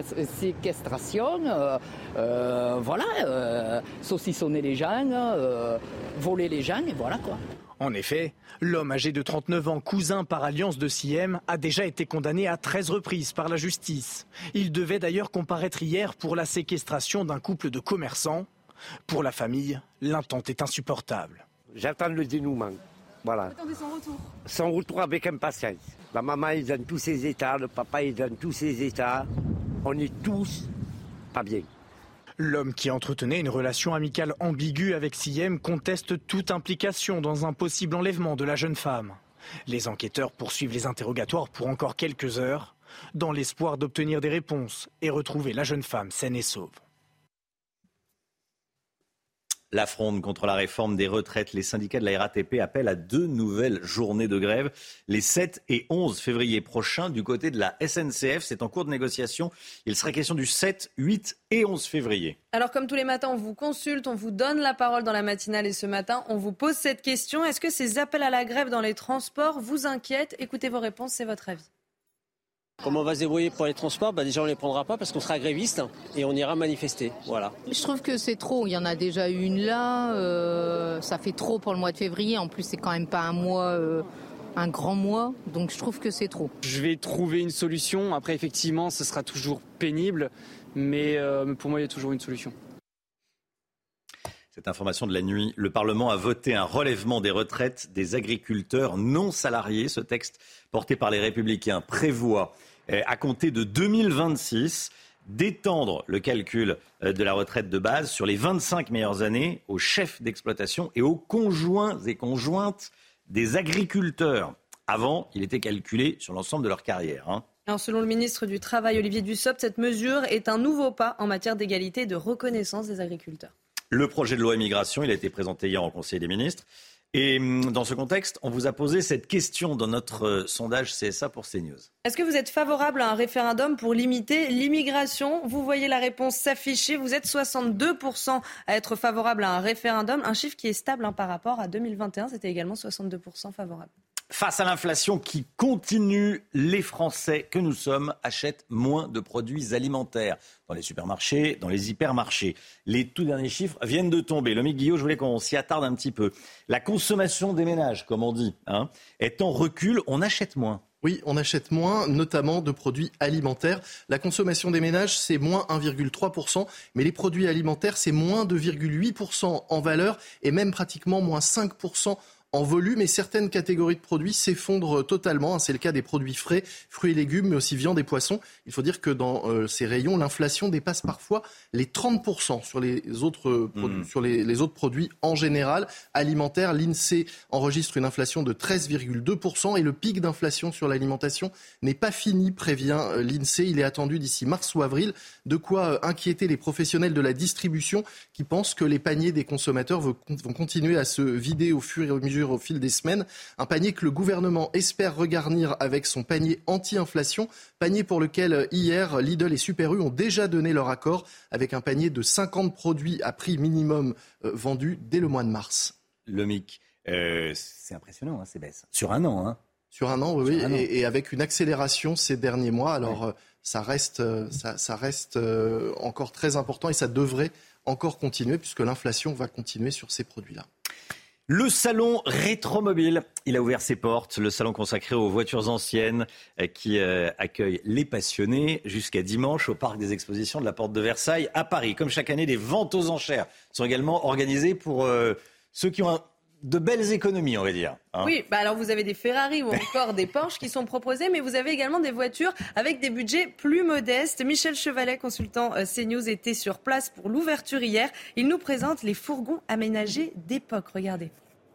euh, euh, voilà, euh, saucissonner les gens, euh, voler les gens, et voilà quoi.
En effet, l'homme âgé de trente-neuf ans, cousin par alliance de Siem, a déjà été condamné à treize reprises par la justice. Il devait d'ailleurs comparaître hier pour la séquestration d'un couple de commerçants. Pour la famille, l'attente est insupportable.
J'attends le dénouement. Voilà.
Vous attendez son retour ?
Son retour avec impatience. La maman est dans tous ses états, le papa est dans tous ses états. On est tous pas bien.
L'homme qui entretenait une relation amicale ambiguë avec Siem conteste toute implication dans un possible enlèvement de la jeune femme. Les enquêteurs poursuivent les interrogatoires pour encore quelques heures, dans l'espoir d'obtenir des réponses et retrouver la jeune femme saine et sauve.
La fronde contre la réforme des retraites. Les syndicats de la R A T P appellent à deux nouvelles journées de grève les sept et onze février prochains. Du côté de la S N C F, c'est en cours de négociation. Il sera question du sept, huit et onze février.
Alors comme tous les matins, on vous consulte, on vous donne la parole dans la matinale et ce matin, on vous pose cette question. Est-ce que ces appels à la grève dans les transports vous inquiètent ? Écoutez vos réponses, c'est votre avis.
Comment on va se débrouiller pour les transports ? Bah déjà on ne les prendra pas parce qu'on sera gréviste et on ira manifester. Voilà.
Je trouve que c'est trop. Il y en a déjà eu une là. Euh, ça fait trop pour le mois de février. En plus c'est quand même pas un mois, euh, un grand mois. Donc je trouve que c'est trop.
Je vais trouver une solution. Après effectivement ce sera toujours pénible. Mais euh, pour moi il y a toujours une solution.
Cette information de la nuit, le Parlement a voté un relèvement des retraites des agriculteurs non salariés. Ce texte porté par les Républicains prévoit à compter de deux mille vingt-six, d'étendre le calcul de la retraite de base sur les vingt-cinq meilleures années aux chefs d'exploitation et aux conjoints et conjointes des agriculteurs. Avant, il était calculé sur l'ensemble de leur carrière. Hein.
Alors, selon le ministre du Travail, Olivier Dussopt, cette mesure est un nouveau pas en matière d'égalité et de reconnaissance des agriculteurs.
le projet de loi immigration. Il a été présenté hier au Conseil des ministres. Et dans ce contexte, on vous a posé cette question dans notre sondage C S A pour CNews.
Est-ce que vous êtes favorable à un référendum pour limiter l'immigration ? Vous voyez la réponse s'afficher. Vous êtes soixante-deux pour cent à être favorable à un référendum. Un chiffre qui est stable hein, par rapport à deux mille vingt et un. C'était également soixante-deux pour cent favorable.
Face à l'inflation qui continue, les Français que nous sommes achètent moins de produits alimentaires dans les supermarchés, dans les hypermarchés. Les tout derniers chiffres viennent de tomber. Lomique Guillot, je voulais qu'on s'y attarde un petit peu. La consommation des ménages, comme on dit, hein, est en recul. On achète moins.
Oui, on achète moins, notamment de produits alimentaires. La consommation des ménages, c'est moins un virgule trois pour cent, mais les produits alimentaires, c'est moins deux virgule huit pour cent en valeur et même pratiquement moins cinq pour cent en volume, et certaines catégories de produits s'effondrent totalement. C'est le cas des produits frais, fruits et légumes, mais aussi viande et poissons. Il faut dire que dans euh, ces rayons, l'inflation dépasse parfois les trente pour cent sur les autres, euh, mmh. produits, sur les, les autres produits en général. Alimentaire, l'INSEE enregistre une inflation de treize virgule deux pour cent et le pic d'inflation sur l'alimentation n'est pas fini, prévient euh, l'INSEE. Il est attendu d'ici mars ou avril. De quoi euh, inquiéter les professionnels de la distribution qui pensent que les paniers des consommateurs vont, vont continuer à se vider au fur et à mesure au fil des semaines. Un panier que le gouvernement espère regarnir avec son panier anti-inflation. Panier pour lequel hier, Lidl et Super U ont déjà donné leur accord avec un panier de cinquante produits à prix minimum euh, vendus dès le mois de mars.
Lomique, euh, c'est impressionnant hein, ces baisses. Sur un an. Hein.
Sur un an, oui, Sur un an. Et, et avec une accélération ces derniers mois. Alors, ouais. euh, ça reste, ça, ça reste euh, encore très important et ça devrait encore continuer puisque l'inflation va continuer sur ces produits-là.
Le salon Rétromobile, il a ouvert ses portes. Le salon consacré aux voitures anciennes qui euh, accueille les passionnés jusqu'à dimanche au parc des expositions de la Porte de Versailles à Paris. Comme chaque année, des ventes aux enchères sont également organisées pour euh, ceux qui ont un, de belles économies, on va dire. Hein.
Oui, bah alors vous avez des Ferrari ou encore des Porsche qui sont proposés, mais vous avez également des voitures avec des budgets plus modestes. Michel Chevalet, consultant CNews, était sur place pour l'ouverture hier. Il nous présente les fourgons aménagés d'époque. Regardez.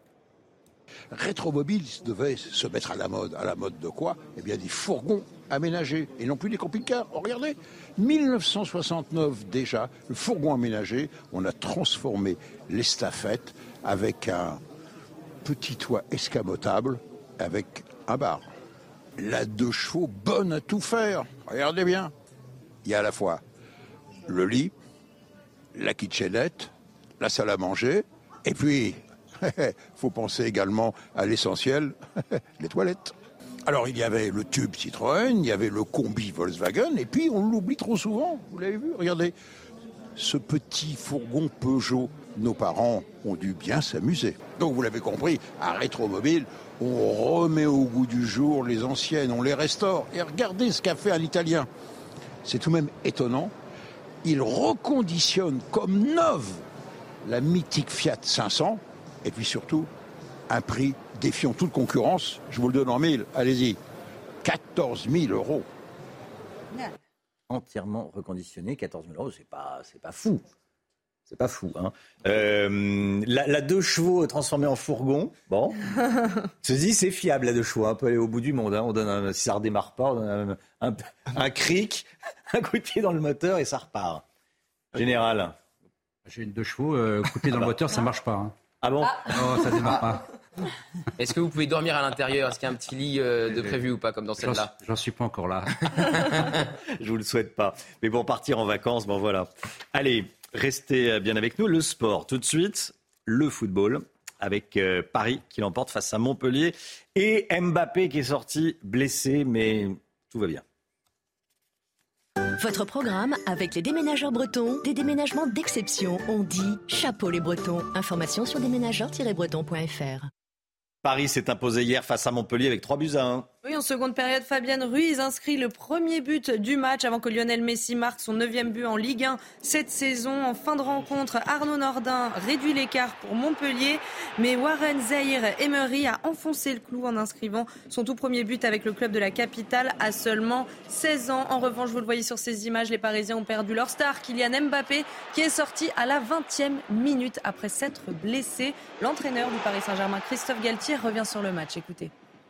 Rétromobile devait se mettre à la mode. À la mode de quoi ? Eh bien des fourgons aménagés et non plus des camping-cars. Oh, regardez, dix-neuf cent soixante-neuf déjà, le fourgon aménagé, on a transformé l'estafette avec un petit toit escamotable avec un bar. La deux chevaux bonne à tout faire. Regardez bien. Il y a à la fois le lit, la kitchenette, la salle à manger, et puis, il faut penser également à l'essentiel, les toilettes. Alors il y avait le tube Citroën, il y avait le combi Volkswagen, et puis on l'oublie trop souvent, vous l'avez vu, regardez, ce petit fourgon Peugeot. Nos parents ont dû bien s'amuser. Donc vous l'avez compris, à Rétromobile, on remet au goût du jour les anciennes, on les restaure. Et regardez ce qu'a fait un Italien. C'est tout de même étonnant. Il reconditionne comme neuve la mythique Fiat cinq cents. Et puis surtout, un prix défiant toute concurrence. Je vous le donne en mille. Allez-y. quatorze mille euros.
Entièrement reconditionné, quatorze mille euros, c'est pas, c'est pas fou. C'est pas fou, hein. Euh, la, la deux chevaux transformée en fourgon, bon. Se dit, c'est fiable, la deux chevaux. On peut aller au bout du monde, hein. On donne un, si ça redémarre pas, on donne un, un, un cric, un coup de pied dans le moteur et ça repart. Général.
J'ai une deux chevaux, euh, coup de pied dans le moteur, ça marche pas. Hein.
Ah bon?
Non, ça démarre pas.
Est-ce que vous pouvez dormir à l'intérieur? Est-ce qu'il y a un petit lit euh, de prévu ou pas, comme dans celle-là?
J'en, j'en suis pas encore là.
Je vous le souhaite pas. Mais pour partir en vacances, bon voilà. Allez, restez bien avec nous. Le sport, tout de suite, le football, avec euh, Paris qui l'emporte face à Montpellier et Mbappé qui est sorti blessé, mais tout va bien.
Votre programme avec les déménageurs bretons, des déménagements d'exception. On dit chapeau les Bretons. Information sur déménageurs tiret bretons point f r.
Paris s'est imposé hier face à Montpellier avec trois buts à un.
Oui, en seconde période, Fabienne Ruiz inscrit le premier but du match avant que Lionel Messi marque son neuvième but en Ligue un cette saison. En fin de rencontre, Arnaud Nordin réduit l'écart pour Montpellier, mais Warren Zaïre-Emery a enfoncé le clou en inscrivant son tout premier but avec le club de la capitale à seulement seize ans. En revanche, vous le voyez sur ces images, les Parisiens ont perdu leur star, Kylian Mbappé, qui est sorti à la vingtième minute après s'être blessé. L'entraîneur du Paris Saint-Germain, Christophe Galtier, revient sur le match. Écoutez.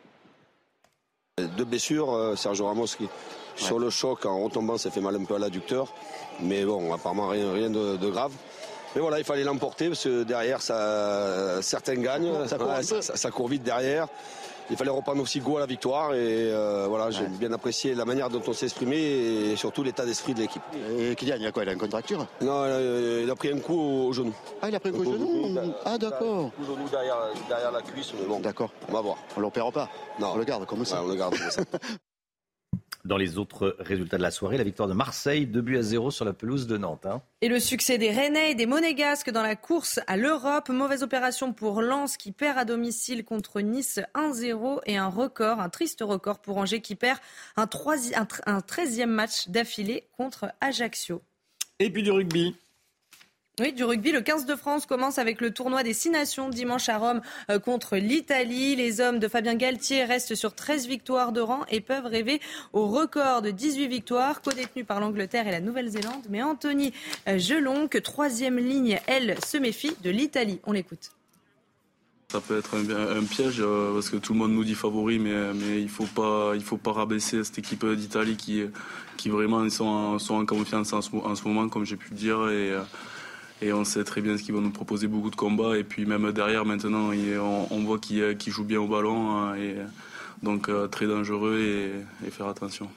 Deux blessures, Sergio Ramos qui, ouais. sur le choc, en retombant, s'est fait mal un peu à l'adducteur. Mais bon, apparemment rien, rien de, de grave. Mais voilà, il fallait l'emporter parce que derrière, ça, certains gagnent. Ça court, ouais, ça, ça, ça court vite derrière. Il fallait reprendre aussi goût à la victoire et euh, voilà, j'ai ouais. bien apprécié la manière dont on s'est exprimé et surtout l'état d'esprit de l'équipe.
Et Kylian, il a quoi? Il a une contracture?
Non, il a pris un coup au, au genou.
Ah, il a pris un coup au genou? genou Ah, d'accord.
Un coup au genou derrière, derrière la cuisse, mais bon.
D'accord.
On va voir.
On l'opère pas?
Non.
On le garde comme ça?
Ouais, on le garde comme ça.
Dans les autres résultats de la soirée, la victoire de Marseille, deux buts à zéro sur la pelouse de Nantes. Hein.
Et le succès des Rennais et des Monégasques dans la course à l'Europe. Mauvaise opération pour Lens qui perd à domicile contre Nice un zéro et un record, un triste record pour Angers qui perd un, troisi- un, un treizième match d'affilée contre Ajaccio.
Et puis du rugby.
Oui, du rugby, le quinze de France commence avec le tournoi des Six Nations dimanche à Rome euh, contre l'Italie. Les hommes de Fabien Galtier restent sur treize victoires de rang et peuvent rêver au record de dix-huit victoires, co-détenu par l'Angleterre et la Nouvelle-Zélande. Mais Anthony euh, Gelonque, troisième ligne, elle, se méfie de l'Italie. On l'écoute.
Ça peut être un, un piège euh, parce que tout le monde nous dit favori, mais, mais il ne faut pas, il faut pas rabaisser cette équipe d'Italie qui, qui vraiment sont en, sont en confiance en ce, en ce moment, comme j'ai pu le dire. Et, euh, Et on sait très bien ce qu'ils vont nous proposer, beaucoup de combats. Et puis même derrière, maintenant, on, on voit qu'ils, qu'ils jouent bien au ballon. Et donc très dangereux et, et faire attention.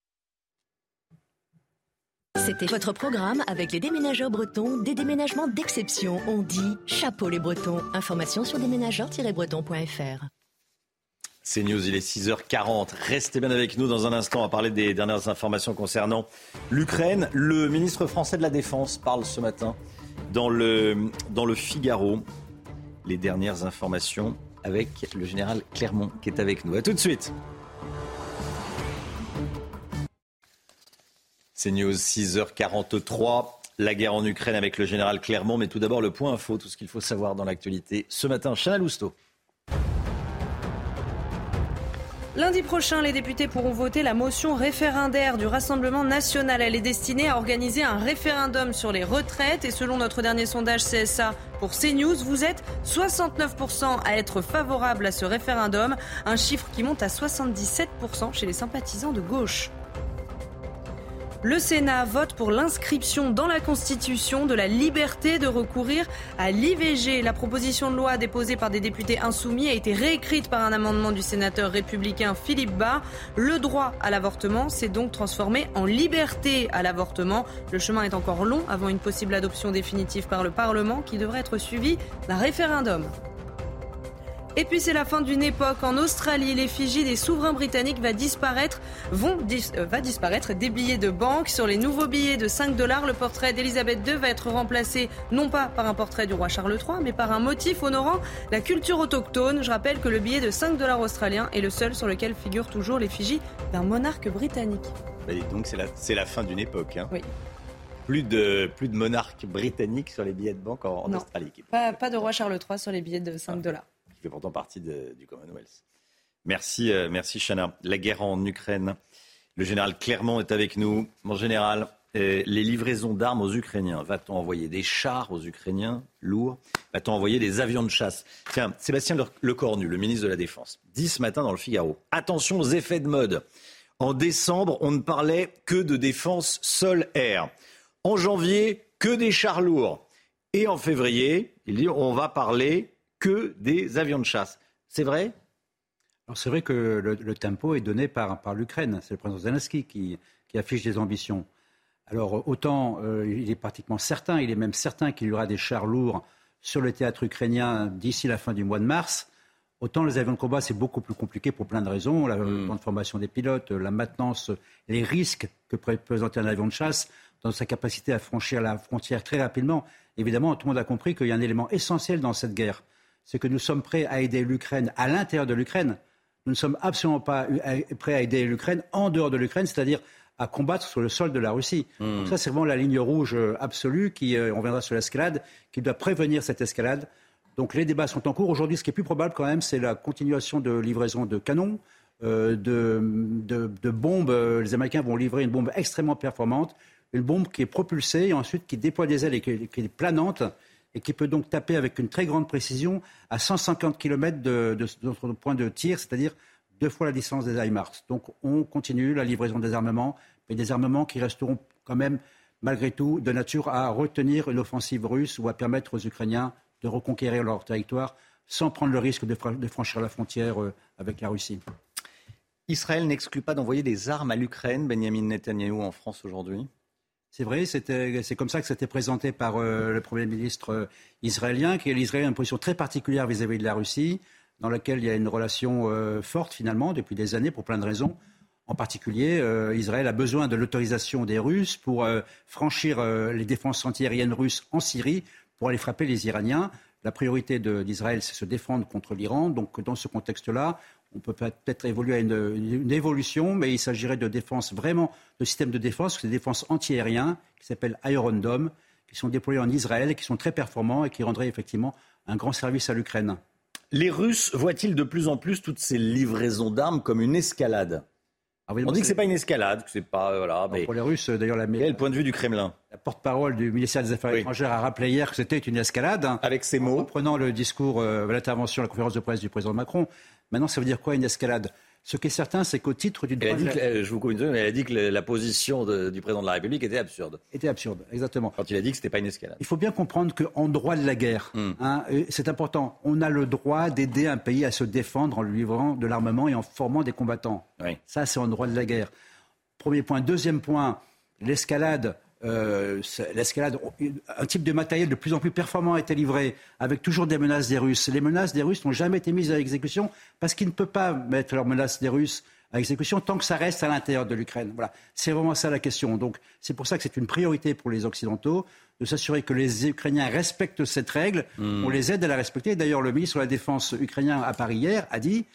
C'était votre programme avec les déménageurs bretons, des déménagements d'exception. On dit chapeau les Bretons. Information sur déménageurs tiret bretons point f r.
C'est News, il est six heures quarante. Restez bien avec nous dans un instant. On va parler des dernières informations concernant l'Ukraine. Le ministre français de la Défense parle ce matin dans le, dans le Figaro. Les dernières informations avec le général Clermont qui est avec nous. A tout de suite. C'est News, six heures quarante-trois. La guerre en Ukraine avec le général Clermont. Mais tout d'abord, le point info, tout ce qu'il faut savoir dans l'actualité. Ce matin, Chana Lousteau.
Lundi prochain, les députés pourront voter la motion référendaire du Rassemblement national. Elle est destinée à organiser un référendum sur les retraites. Et selon notre dernier sondage C S A pour CNews, vous êtes soixante-neuf pour cent à être favorable à ce référendum. Un chiffre qui monte à soixante-dix-sept pour cent chez les sympathisants de gauche. Le Sénat vote pour l'inscription dans la Constitution de la liberté de recourir à l'I V G. La proposition de loi déposée par des députés insoumis a été réécrite par un amendement du sénateur républicain Philippe Bas. Le droit à l'avortement s'est donc transformé en liberté à l'avortement. Le chemin est encore long avant une possible adoption définitive par le Parlement qui devrait être suivie d'un référendum. Et puis c'est la fin d'une époque. En Australie, l'effigie des souverains britanniques va disparaître, vont dis, euh, va disparaître des billets de banque. Sur les nouveaux billets de cinq dollars, le portrait d'Elisabeth deux va être remplacé non pas par un portrait du roi Charles trois, mais par un motif honorant la culture autochtone. Je rappelle que le billet de cinq dollars australiens est le seul sur lequel figure toujours l'effigie d'un monarque britannique.
Bah, donc c'est la, c'est la fin d'une époque. Hein.
Oui.
Plus de, plus de monarques britanniques sur les billets de banque en, en
non,
Australie.
Pas, pas de roi Charles trois sur les billets de cinq dollars. Ah.
Fait pourtant partie de, du Commonwealth. Merci, euh, merci Chana. La guerre en Ukraine. Le général Clermont est avec nous. Mon général, euh, les livraisons d'armes aux Ukrainiens. Va-t-on envoyer des chars aux Ukrainiens lourds? Va-t-on envoyer des avions de chasse? Tiens, Sébastien Lecornu, le ministre de la Défense, dit ce matin dans le Figaro. Attention aux effets de mode. En décembre, on ne parlait que de défense sol-air. En janvier, que des chars lourds. Et en février, il dit on va parler que des avions de chasse. C'est vrai ?
Alors c'est vrai que le, le tempo est donné par, par l'Ukraine. C'est le président Zelensky qui, qui affiche des ambitions. Alors autant euh, il est pratiquement certain, il est même certain qu'il y aura des chars lourds sur le théâtre ukrainien d'ici la fin du mois de mars. Autant les avions de combat, c'est beaucoup plus compliqué pour plein de raisons. La, mmh. Le temps de formation des pilotes, la maintenance, les risques que peut présenter un avion de chasse dans sa capacité à franchir la frontière très rapidement. Évidemment, tout le monde a compris qu'il y a un élément essentiel dans cette guerre. C'est que nous sommes prêts à aider l'Ukraine à l'intérieur de l'Ukraine. Nous ne sommes absolument pas prêts à aider l'Ukraine en dehors de l'Ukraine, c'est-à-dire à combattre sur le sol de la Russie. Mmh. Donc ça, c'est vraiment la ligne rouge absolue, qui, euh, on viendra sur l'escalade, qui doit prévenir cette escalade. Donc les débats sont en cours. Aujourd'hui, ce qui est plus probable quand même, c'est la continuation de livraison de canons, euh, de, de, de bombes. Les Américains vont livrer une bombe extrêmement performante, une bombe qui est propulsée et ensuite qui déploie des ailes et qui, qui est planante, et qui peut donc taper avec une très grande précision à cent cinquante kilomètres de, de, de notre point de tir, c'est-à-dire deux fois la distance des HIMARS. Donc on continue la livraison des armements, mais des armements qui resteront quand même malgré tout, de nature à retenir une offensive russe ou à permettre aux Ukrainiens de reconquérir leur territoire sans prendre le risque de, fra- de franchir la frontière euh, avec la Russie.
Israël n'exclut pas d'envoyer des armes à l'Ukraine, Benyamin Netanyahou, en France aujourd'hui.
C'est vrai, c'était, c'est comme ça que c'était présenté par euh, le Premier ministre euh, israélien, qui est l'Israël a une position très particulière vis-à-vis de la Russie, dans laquelle il y a une relation euh, forte finalement depuis des années pour plein de raisons. En particulier, euh, Israël a besoin de l'autorisation des Russes pour euh, franchir euh, les défenses antiaériennes russes en Syrie pour aller frapper les Iraniens. La priorité de, d'Israël, c'est se défendre contre l'Iran. Donc dans ce contexte-là, on peut peut-être évoluer à une, une, une évolution, mais il s'agirait de défense vraiment, de systèmes de défense, c'est des défenses antiaériens qui s'appellent Iron Dome, qui sont déployés en Israël et qui sont très performants et qui rendraient effectivement un grand service à l'Ukraine.
Les Russes voient-ils de plus en plus toutes ces livraisons d'armes comme une escalade ?
Ah oui,
On dit que c'est pas une escalade, que c'est pas voilà. Mais
pour les Russes, d'ailleurs, la,
quel est le point de vue du Kremlin ?
La porte-parole du ministère des Affaires
oui.
étrangères a rappelé hier que c'était une escalade. Hein,
avec ces mots,
en reprenant le discours, euh, l'intervention, la conférence de presse du président Macron. Maintenant, ça veut dire quoi une escalade ? Ce qui est certain, c'est qu'au titre du droit...
Elle a dit que, je vous coupe une seconde, elle a dit que la position de, du président de la République était absurde.
Était absurde, exactement.
Quand il a dit que ce n'était pas une escalade.
Il faut bien comprendre qu'en droit de la guerre, mm. hein, c'est important, on a le droit d'aider un pays à se défendre en lui livrant de l'armement et en formant des combattants.
Oui.
Ça, c'est en droit de la guerre. Premier point. Deuxième point, l'escalade... Euh, l'escalade, un type de matériel de plus en plus performant a été livré, avec toujours des menaces des Russes. Les menaces des Russes n'ont jamais été mises à exécution parce qu'ils ne peuvent pas mettre leurs menaces des Russes à exécution tant que ça reste à l'intérieur de l'Ukraine. Voilà. C'est vraiment ça la question. Donc, c'est pour ça que c'est une priorité pour les Occidentaux de s'assurer que les Ukrainiens respectent cette règle. Mmh. On les aide à la respecter. D'ailleurs, le ministre de la Défense ukrainien à Paris hier a dit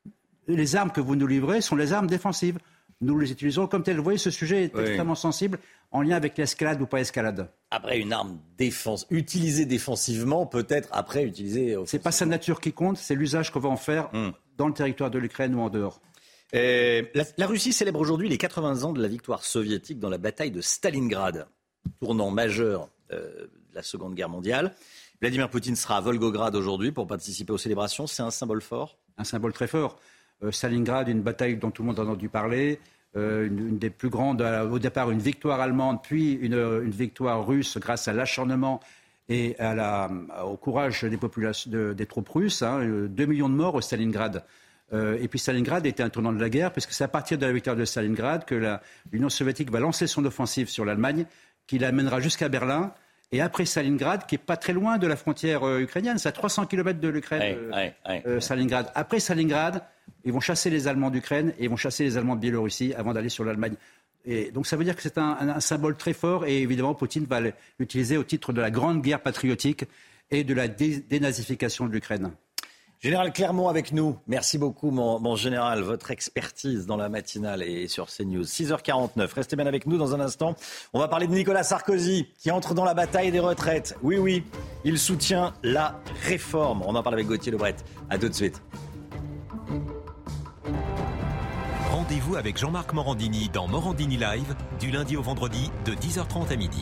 « Les armes que vous nous livrez sont les armes défensives. Nous les utilisons comme telles. » Vous voyez, ce sujet est oui. extrêmement sensible en lien avec l'escalade ou pas escalade.
Après, une arme défense, utilisée défensivement, peut-être après utilisée...
C'est pas sa nature qui compte, c'est l'usage qu'on va en faire mmh. dans le territoire de l'Ukraine ou en dehors.
Euh, la, la Russie célèbre aujourd'hui les quatre-vingts ans de la victoire soviétique dans la bataille de Stalingrad, tournant majeur euh, de la Seconde Guerre mondiale. Vladimir Poutine sera à Volgograd aujourd'hui pour participer aux célébrations. C'est un symbole fort ?
Un symbole très fort. Euh, Stalingrad, une bataille dont tout le monde a entendu parler... Euh, une, une des plus grandes, euh, au départ une victoire allemande, puis une, une victoire russe grâce à l'acharnement et à la, au courage des, populations, de, des troupes russes. Hein, deux millions de morts au Stalingrad. Euh, et puis Stalingrad était un tournant de la guerre, puisque c'est à partir de la victoire de Stalingrad que la, l'Union soviétique va lancer son offensive sur l'Allemagne, qui l'amènera jusqu'à Berlin. Et après Stalingrad, qui n'est pas très loin de la frontière euh, ukrainienne, c'est à trois cents kilomètres de l'Ukraine,
ouais,
euh,
ouais, ouais,
euh, Stalingrad. Après Stalingrad, ils vont chasser les Allemands d'Ukraine et ils vont chasser les Allemands de Biélorussie avant d'aller sur l'Allemagne. Et donc ça veut dire que c'est un, un, un symbole très fort et évidemment Poutine va l'utiliser au titre de la grande guerre patriotique et de la dé- dénazification de l'Ukraine.
Général Clermont avec nous. Merci beaucoup, mon, mon général. Votre expertise dans la matinale et sur CNews. six heures quarante-neuf. Restez bien avec nous dans un instant. On va parler de Nicolas Sarkozy qui entre dans la bataille des retraites. Oui, oui, il soutient la réforme. On en parle avec Gauthier Lebret. À tout de suite.
Rendez-vous avec Jean-Marc Morandini dans Morandini Live, du lundi au vendredi, de dix heures trente à midi.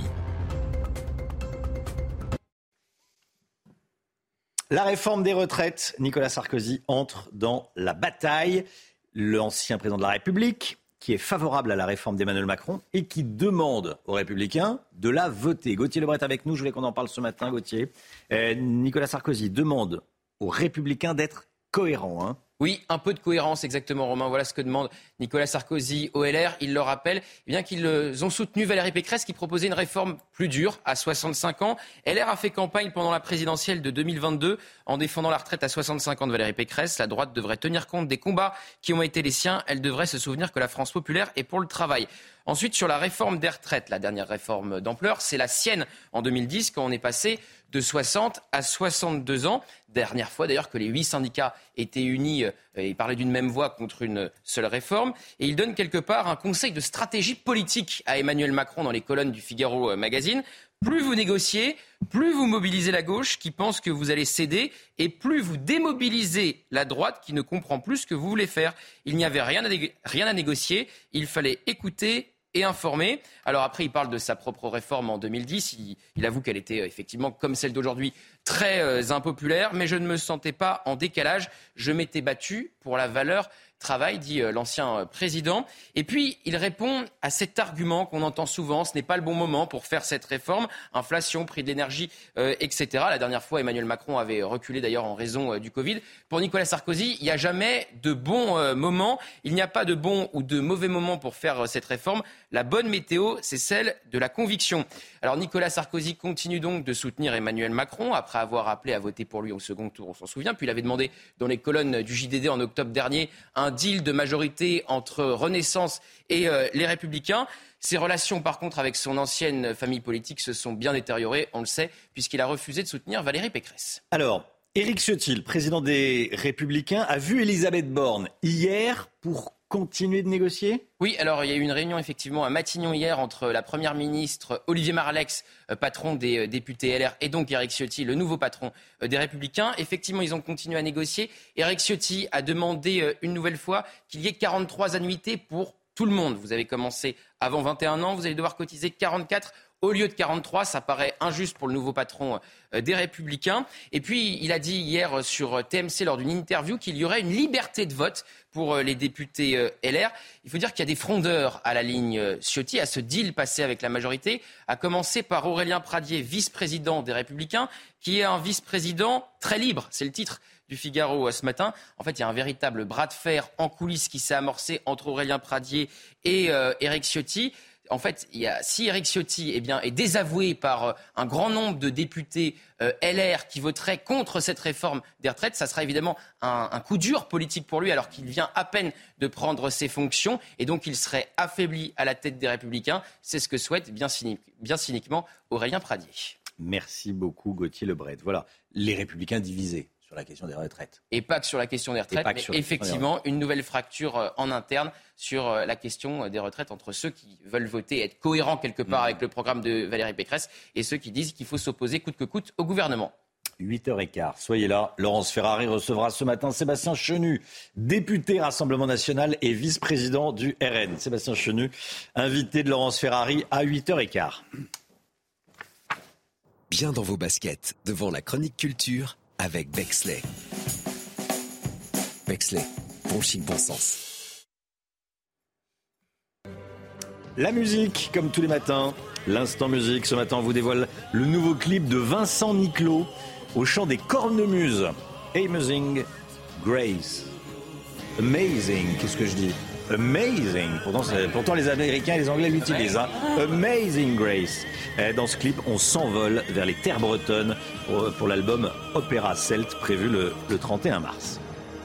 La réforme des retraites, Nicolas Sarkozy entre dans la bataille. L'ancien président de la République, qui est favorable à la réforme d'Emmanuel Macron et qui demande aux Républicains de la voter. Gauthier Lebret avec nous, je voulais qu'on en parle ce matin, Gauthier. Euh, Nicolas Sarkozy demande aux Républicains d'être cohérents, hein.
Oui, un peu de cohérence, exactement, Romain. Voilà ce que demande Nicolas Sarkozy au L R. Il le rappelle, eh bien qu'ils ont soutenu Valérie Pécresse qui proposait une réforme plus dure à soixante-cinq ans. L R a fait campagne pendant la présidentielle de deux mille vingt-deux en défendant la retraite à soixante-cinq ans de Valérie Pécresse. La droite devrait tenir compte des combats qui ont été les siens. Elle devrait se souvenir que la France populaire est pour le travail. Ensuite, sur la réforme des retraites, la dernière réforme d'ampleur, c'est la sienne en deux mille dix quand on est passé de soixante à soixante-deux ans. Dernière fois d'ailleurs que les huit syndicats étaient unis et parlaient d'une même voix contre une seule réforme. Et il donne quelque part un conseil de stratégie politique à Emmanuel Macron dans les colonnes du Figaro Magazine. Plus vous négociez, plus vous mobilisez la gauche qui pense que vous allez céder et plus vous démobilisez la droite qui ne comprend plus ce que vous voulez faire. Il n'y avait rien à, né- rien à négocier, il fallait écouter et informé. Alors après, il parle de sa propre réforme en deux mille dix. Il, il avoue qu'elle était effectivement, comme celle d'aujourd'hui, très euh, impopulaire, mais je ne me sentais pas en décalage. Je m'étais battu pour la valeur travail, dit euh, l'ancien euh, président. Et puis, il répond à cet argument qu'on entend souvent, ce n'est pas le bon moment pour faire cette réforme. Inflation, prix de l'énergie, euh, et cetera. La dernière fois, Emmanuel Macron avait reculé d'ailleurs en raison euh, du Covid. Pour Nicolas Sarkozy, il n'y a jamais de bon euh, moment. Il n'y a pas de bon ou de mauvais moment pour faire euh, cette réforme. La bonne météo, c'est celle de la conviction. Alors Nicolas Sarkozy continue donc de soutenir Emmanuel Macron après avoir appelé à voter pour lui au second tour, on s'en souvient. Puis il avait demandé dans les colonnes du J D D en octobre dernier un deal de majorité entre Renaissance et euh, les Républicains. Ses relations, par contre, avec son ancienne famille politique se sont bien détériorées, on le sait, puisqu'il a refusé de soutenir Valérie Pécresse.
Alors, Éric Ciotti, le président des Républicains, a vu Elisabeth Borne hier pour continuer de négocier ?
Oui, alors il y a eu une réunion effectivement à Matignon hier entre la Première ministre Olivier Marleix, patron des députés L R, et donc Éric Ciotti, le nouveau patron des Républicains. Effectivement, ils ont continué à négocier. Éric Ciotti a demandé une nouvelle fois qu'il y ait quarante-trois annuités pour tout le monde. Vous avez commencé avant vingt et un ans, vous allez devoir cotiser quarante-quatre au lieu de quarante-trois. Ça paraît injuste pour le nouveau patron des Républicains. Et puis, il a dit hier sur T M C lors d'une interview qu'il y aurait une liberté de vote pour les députés L R. Il faut dire qu'il y a des frondeurs à la ligne Ciotti, à ce deal passé avec la majorité, à commencer par Aurélien Pradié, vice-président des Républicains, qui est un vice-président très libre. C'est le titre du Figaro ce matin. En fait, il y a un véritable bras de fer en coulisses qui s'est amorcé entre Aurélien Pradié et euh, Éric Ciotti. En fait, il y a, si Éric Ciotti eh bien, est désavoué par euh, un grand nombre de députés euh, L R qui voteraient contre cette réforme des retraites, ça sera évidemment un, un coup dur politique pour lui alors qu'il vient à peine de prendre ses fonctions et donc il serait affaibli à la tête des Républicains. C'est ce que souhaite bien, cynique, bien cyniquement Aurélien Pradié.
Merci beaucoup Gauthier Lebret. Voilà, les Républicains divisés sur la question des retraites.
Et pas que sur la question des retraites, mais effectivement une nouvelle fracture en interne sur la question des retraites entre ceux qui veulent voter, être cohérents quelque part mmh. avec le programme de Valérie Pécresse et ceux qui disent qu'il faut s'opposer coûte que coûte au gouvernement.
huit heures quinze, soyez là. Laurence Ferrari recevra ce matin Sébastien Chenu, député Rassemblement National et vice-président du R N. Sébastien Chenu, invité de Laurence Ferrari à huit heures quinze.
Bien dans vos baskets, devant la chronique culture avec Bexley. Bexley, bon chic, bon sens.
La musique, comme tous les matins, l'instant musique. Ce matin, on vous dévoile le nouveau clip de Vincent Niclot au chant des cornemuses. Amazing Grace. Amazing, qu'est-ce que je dis ? Amazing. Pourtant, pourtant, les Américains et les Anglais l'utilisent. Hein. Amazing Grace. Et dans ce clip, on s'envole vers les terres bretonnes pour, pour l'album Opéra Celte prévu le, le trente et un mars.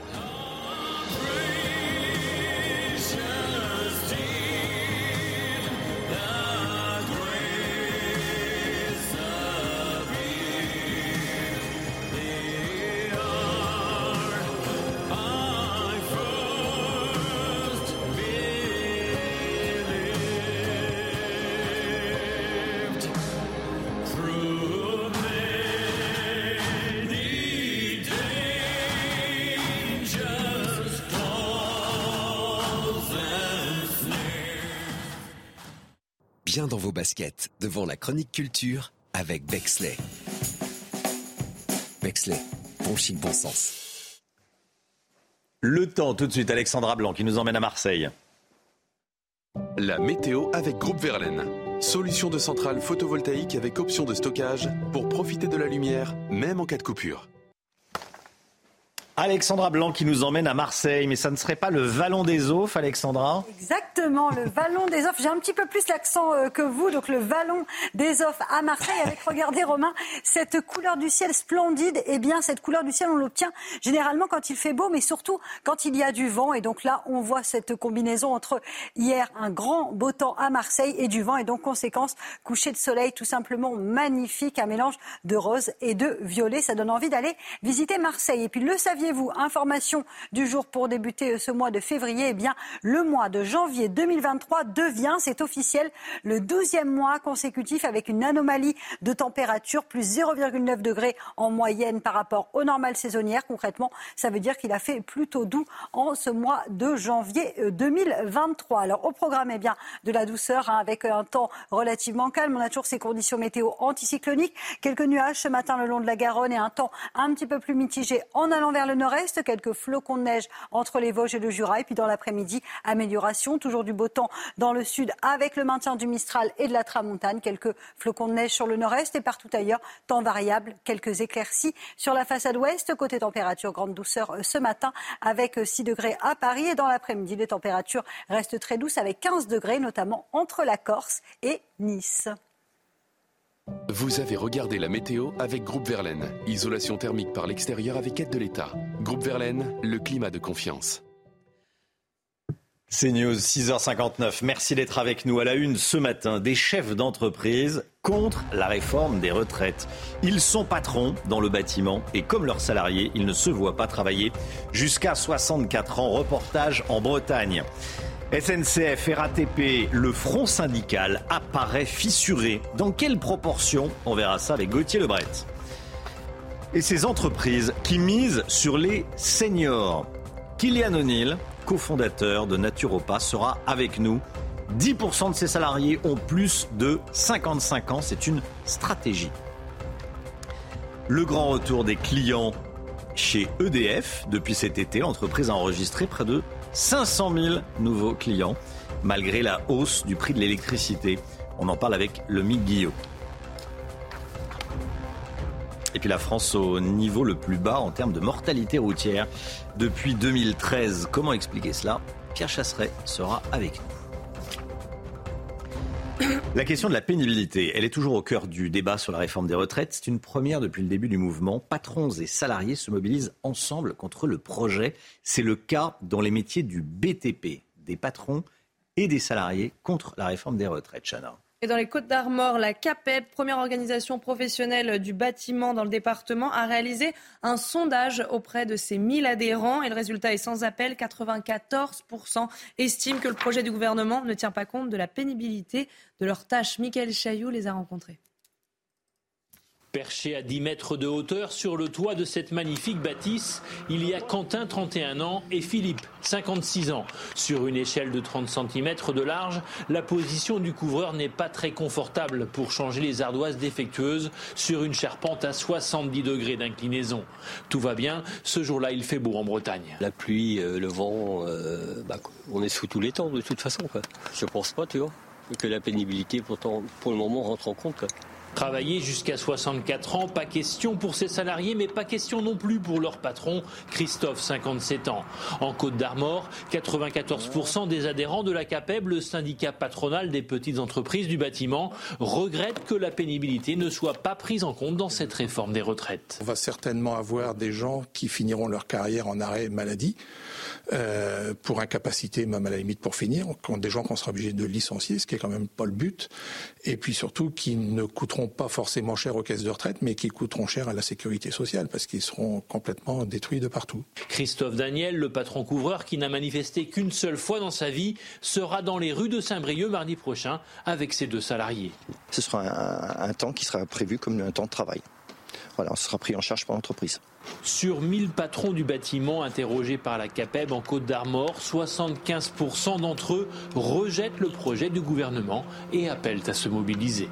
Bien dans vos baskets, devant la chronique culture avec Bexley. Bexley, bon chic, bon sens.
Le temps, tout de suite, Alexandra Blanc qui nous emmène à Marseille.
La météo avec Groupe Verlaine. Solution de centrale photovoltaïque avec option de stockage pour profiter de la lumière, même en cas de coupure.
Alexandra Blanc qui nous emmène à Marseille, mais ça ne serait pas le Vallon des Offres, Alexandra ?
Exactement, le Vallon des Offres. J'ai un petit peu plus l'accent euh, que vous, donc le Vallon des Offres à Marseille avec, regardez Romain, cette couleur du ciel splendide. Eh bien, cette couleur du ciel, on l'obtient généralement quand il fait beau, mais surtout quand il y a du vent. Et donc là, on voit cette combinaison entre hier, un grand beau temps à Marseille et du vent. Et donc, conséquence, coucher de soleil tout simplement magnifique, un mélange de rose et de violet. Ça donne envie d'aller visiter Marseille. Et puis, le saviez saviez-vous, information du jour pour débuter ce mois de février, eh bien, le mois de janvier deux mille vingt-trois devient, c'est officiel, le douzième mois consécutif avec une anomalie de température, plus zéro virgule neuf degrés en moyenne par rapport aux normales saisonnières. Concrètement, ça veut dire qu'il a fait plutôt doux en ce mois de janvier deux mille vingt-trois. Alors, au programme, eh bien, de la douceur, hein, avec un temps relativement calme. On a toujours ces conditions météo anticycloniques. Quelques nuages ce matin le long de la Garonne et un temps un petit peu plus mitigé en allant vers le nord-est. Quelques flocons de neige entre les Vosges et le Jura. Et puis dans l'après-midi, amélioration. Toujours du beau temps dans le sud avec le maintien du Mistral et de la Tramontane. Quelques flocons de neige sur le nord-est et partout ailleurs. Temps variable, quelques éclaircies sur la façade ouest. Côté température, grande douceur ce matin avec six degrés à Paris. Et dans l'après-midi, les températures restent très douces avec quinze degrés, notamment entre la Corse et Nice.
Vous avez regardé la météo avec Groupe Verlaine. Isolation thermique par l'extérieur avec aide de l'État. Groupe Verlaine, le climat de confiance.
C'est News, six heures cinquante-neuf. Merci d'être avec nous à la une ce matin. Des chefs d'entreprise contre la réforme des retraites. Ils sont patrons dans le bâtiment et comme leurs salariés, ils ne se voient pas travailler jusqu'à soixante-quatre ans. Reportage en Bretagne. S N C F, R A T P, le front syndical apparaît fissuré. Dans quelle proportion ? On verra ça avec Gauthier Lebret. Et ces entreprises qui misent sur les seniors. Kylian O'Neill, cofondateur de Naturopa, sera avec nous. dix pour cent de ses salariés ont plus de cinquante-cinq ans. C'est une stratégie. Le grand retour des clients chez E D F. Depuis cet été, l'entreprise a enregistré près de cinq cent mille nouveaux clients, malgré la hausse du prix de l'électricité. On en parle avec Lomique Guillot. Et puis la France au niveau le plus bas en termes de mortalité routière depuis deux mille treize. Comment expliquer cela ? Pierre Chasseret sera avec nous. La question de la pénibilité, elle est toujours au cœur du débat sur la réforme des retraites. C'est une première depuis le début du mouvement. Patrons et salariés se mobilisent ensemble contre le projet. C'est le cas dans les métiers du B T P, des patrons et des salariés contre la réforme des retraites. Chana.
Et dans les Côtes-d'Armor, la CAPEB, première organisation professionnelle du bâtiment dans le département, a réalisé un sondage auprès de ses mille adhérents. Et le résultat est sans appel. quatre-vingt-quatorze pour cent estiment que le projet du gouvernement ne tient pas compte de la pénibilité de leurs tâches. Mickaël Chailloux les a rencontrés.
Perché à dix mètres de hauteur sur le toit de cette magnifique bâtisse, il y a Quentin, trente et un ans, et Philippe, cinquante-six ans. Sur une échelle de trente centimètres de large, la position du couvreur n'est pas très confortable pour changer les ardoises défectueuses sur une charpente à soixante-dix degrés d'inclinaison. Tout va bien, ce jour-là il fait beau en Bretagne.
La pluie, euh, le vent, euh, bah, on est sous tous les temps de toute façon, quoi. Je pense pas, tu vois, que la pénibilité pourtant, pour le moment rentre en compte, quoi.
Travailler jusqu'à soixante-quatre ans, pas question pour ses salariés, mais pas question non plus pour leur patron, Christophe, cinquante-sept ans. En Côtes-d'Armor, quatre-vingt-quatorze pour cent des adhérents de la CAPEB, le syndicat patronal des petites entreprises du bâtiment, regrettent que la pénibilité ne soit pas prise en compte dans cette réforme des retraites.
On va certainement avoir des gens qui finiront leur carrière en arrêt maladie, euh, pour incapacité, même à la limite pour finir, des gens qu'on sera obligé de licencier, ce qui est quand même pas le but, et puis surtout qui ne coûteront pas forcément cher aux caisses de retraite, mais qui coûteront cher à la sécurité sociale, parce qu'ils seront complètement détruits de partout.
Christophe Daniel, le patron couvreur qui n'a manifesté qu'une seule fois dans sa vie, sera dans les rues de Saint-Brieuc mardi prochain avec ses deux salariés.
Ce sera un, un temps qui sera prévu comme un temps de travail. Voilà, ce sera pris en charge par l'entreprise.
Sur mille patrons du bâtiment interrogés par la CAPEB en Côtes-d'Armor, soixante-quinze pour cent d'entre eux rejettent le projet du gouvernement et appellent à se mobiliser.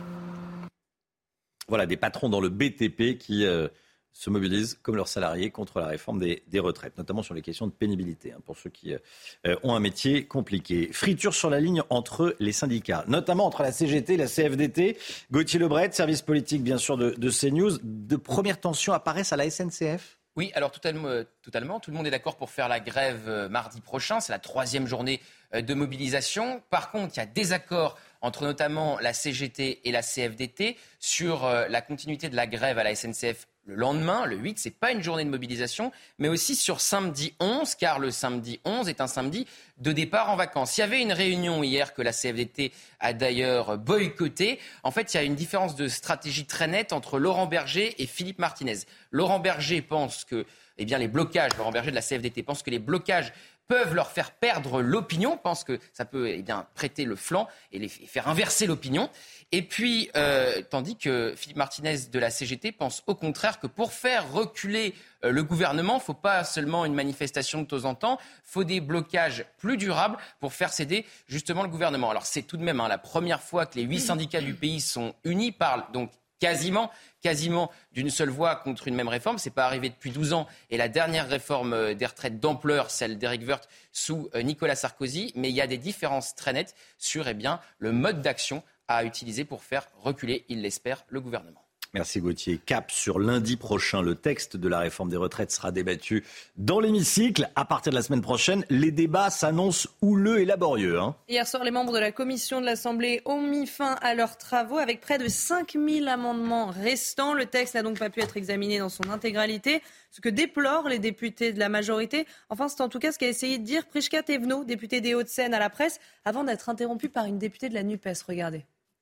Voilà, des patrons dans le B T P qui euh, se mobilisent comme leurs salariés contre la réforme des, des retraites, notamment sur les questions de pénibilité, hein, pour ceux qui euh, ont un métier compliqué. Friture sur la ligne entre les syndicats, notamment entre la C G T et la C F D T. Gauthier Lebret, service politique bien sûr de, de CNews. De premières tensions apparaissent à la S N C F ?
Oui, alors totalement, totalement. Tout le monde est d'accord pour faire la grève mardi prochain. C'est la troisième journée de mobilisation. Par contre, il y a des accords entre notamment la C G T et la C F D T sur la continuité de la grève à la S N C F le lendemain, le huit. C'est pas une journée de mobilisation, mais aussi sur samedi onze, car le samedi onze est un samedi de départ en vacances. Il y avait une réunion hier que la C F D T a d'ailleurs boycottée. En fait, il y a une différence de stratégie très nette entre Laurent Berger et Philippe Martinez. Laurent Berger pense que eh bien, les blocages, Laurent Berger de la C F D T pense que les blocages peuvent leur faire perdre l'opinion, pense que ça peut eh bien, prêter le flanc et les faire inverser l'opinion. Et puis, euh, tandis que Philippe Martinez de la C G T pense au contraire que pour faire reculer euh, le gouvernement, il ne faut pas seulement une manifestation de temps en temps, il faut des blocages plus durables pour faire céder justement le gouvernement. Alors c'est tout de même hein, la première fois que les huit syndicats du pays sont unis, parlent donc quasiment, quasiment d'une seule voix contre une même réforme. Ce n'est pas arrivé depuis douze ans. Et la dernière réforme des retraites d'ampleur, celle d'Éric Woerth sous Nicolas Sarkozy. Mais il y a des différences très nettes sur eh bien, le mode d'action à utiliser pour faire reculer, il l'espère, le gouvernement.
Merci Gauthier. Cap sur lundi prochain. Le texte de la réforme des retraites sera débattu dans l'hémicycle. À partir de la semaine prochaine, les débats s'annoncent houleux et laborieux. Hein.
Hier soir, les membres de la commission de l'Assemblée ont mis fin à leurs travaux avec près de cinq mille amendements restants. Le texte n'a donc pas pu être examiné dans son intégralité, ce que déplorent les députés de la majorité. Enfin, c'est en tout cas ce qu'a essayé de dire Priska Thévenot, député des Hauts-de-Seine à la presse, avant d'être interrompu par une députée de la NUPES. Regardez.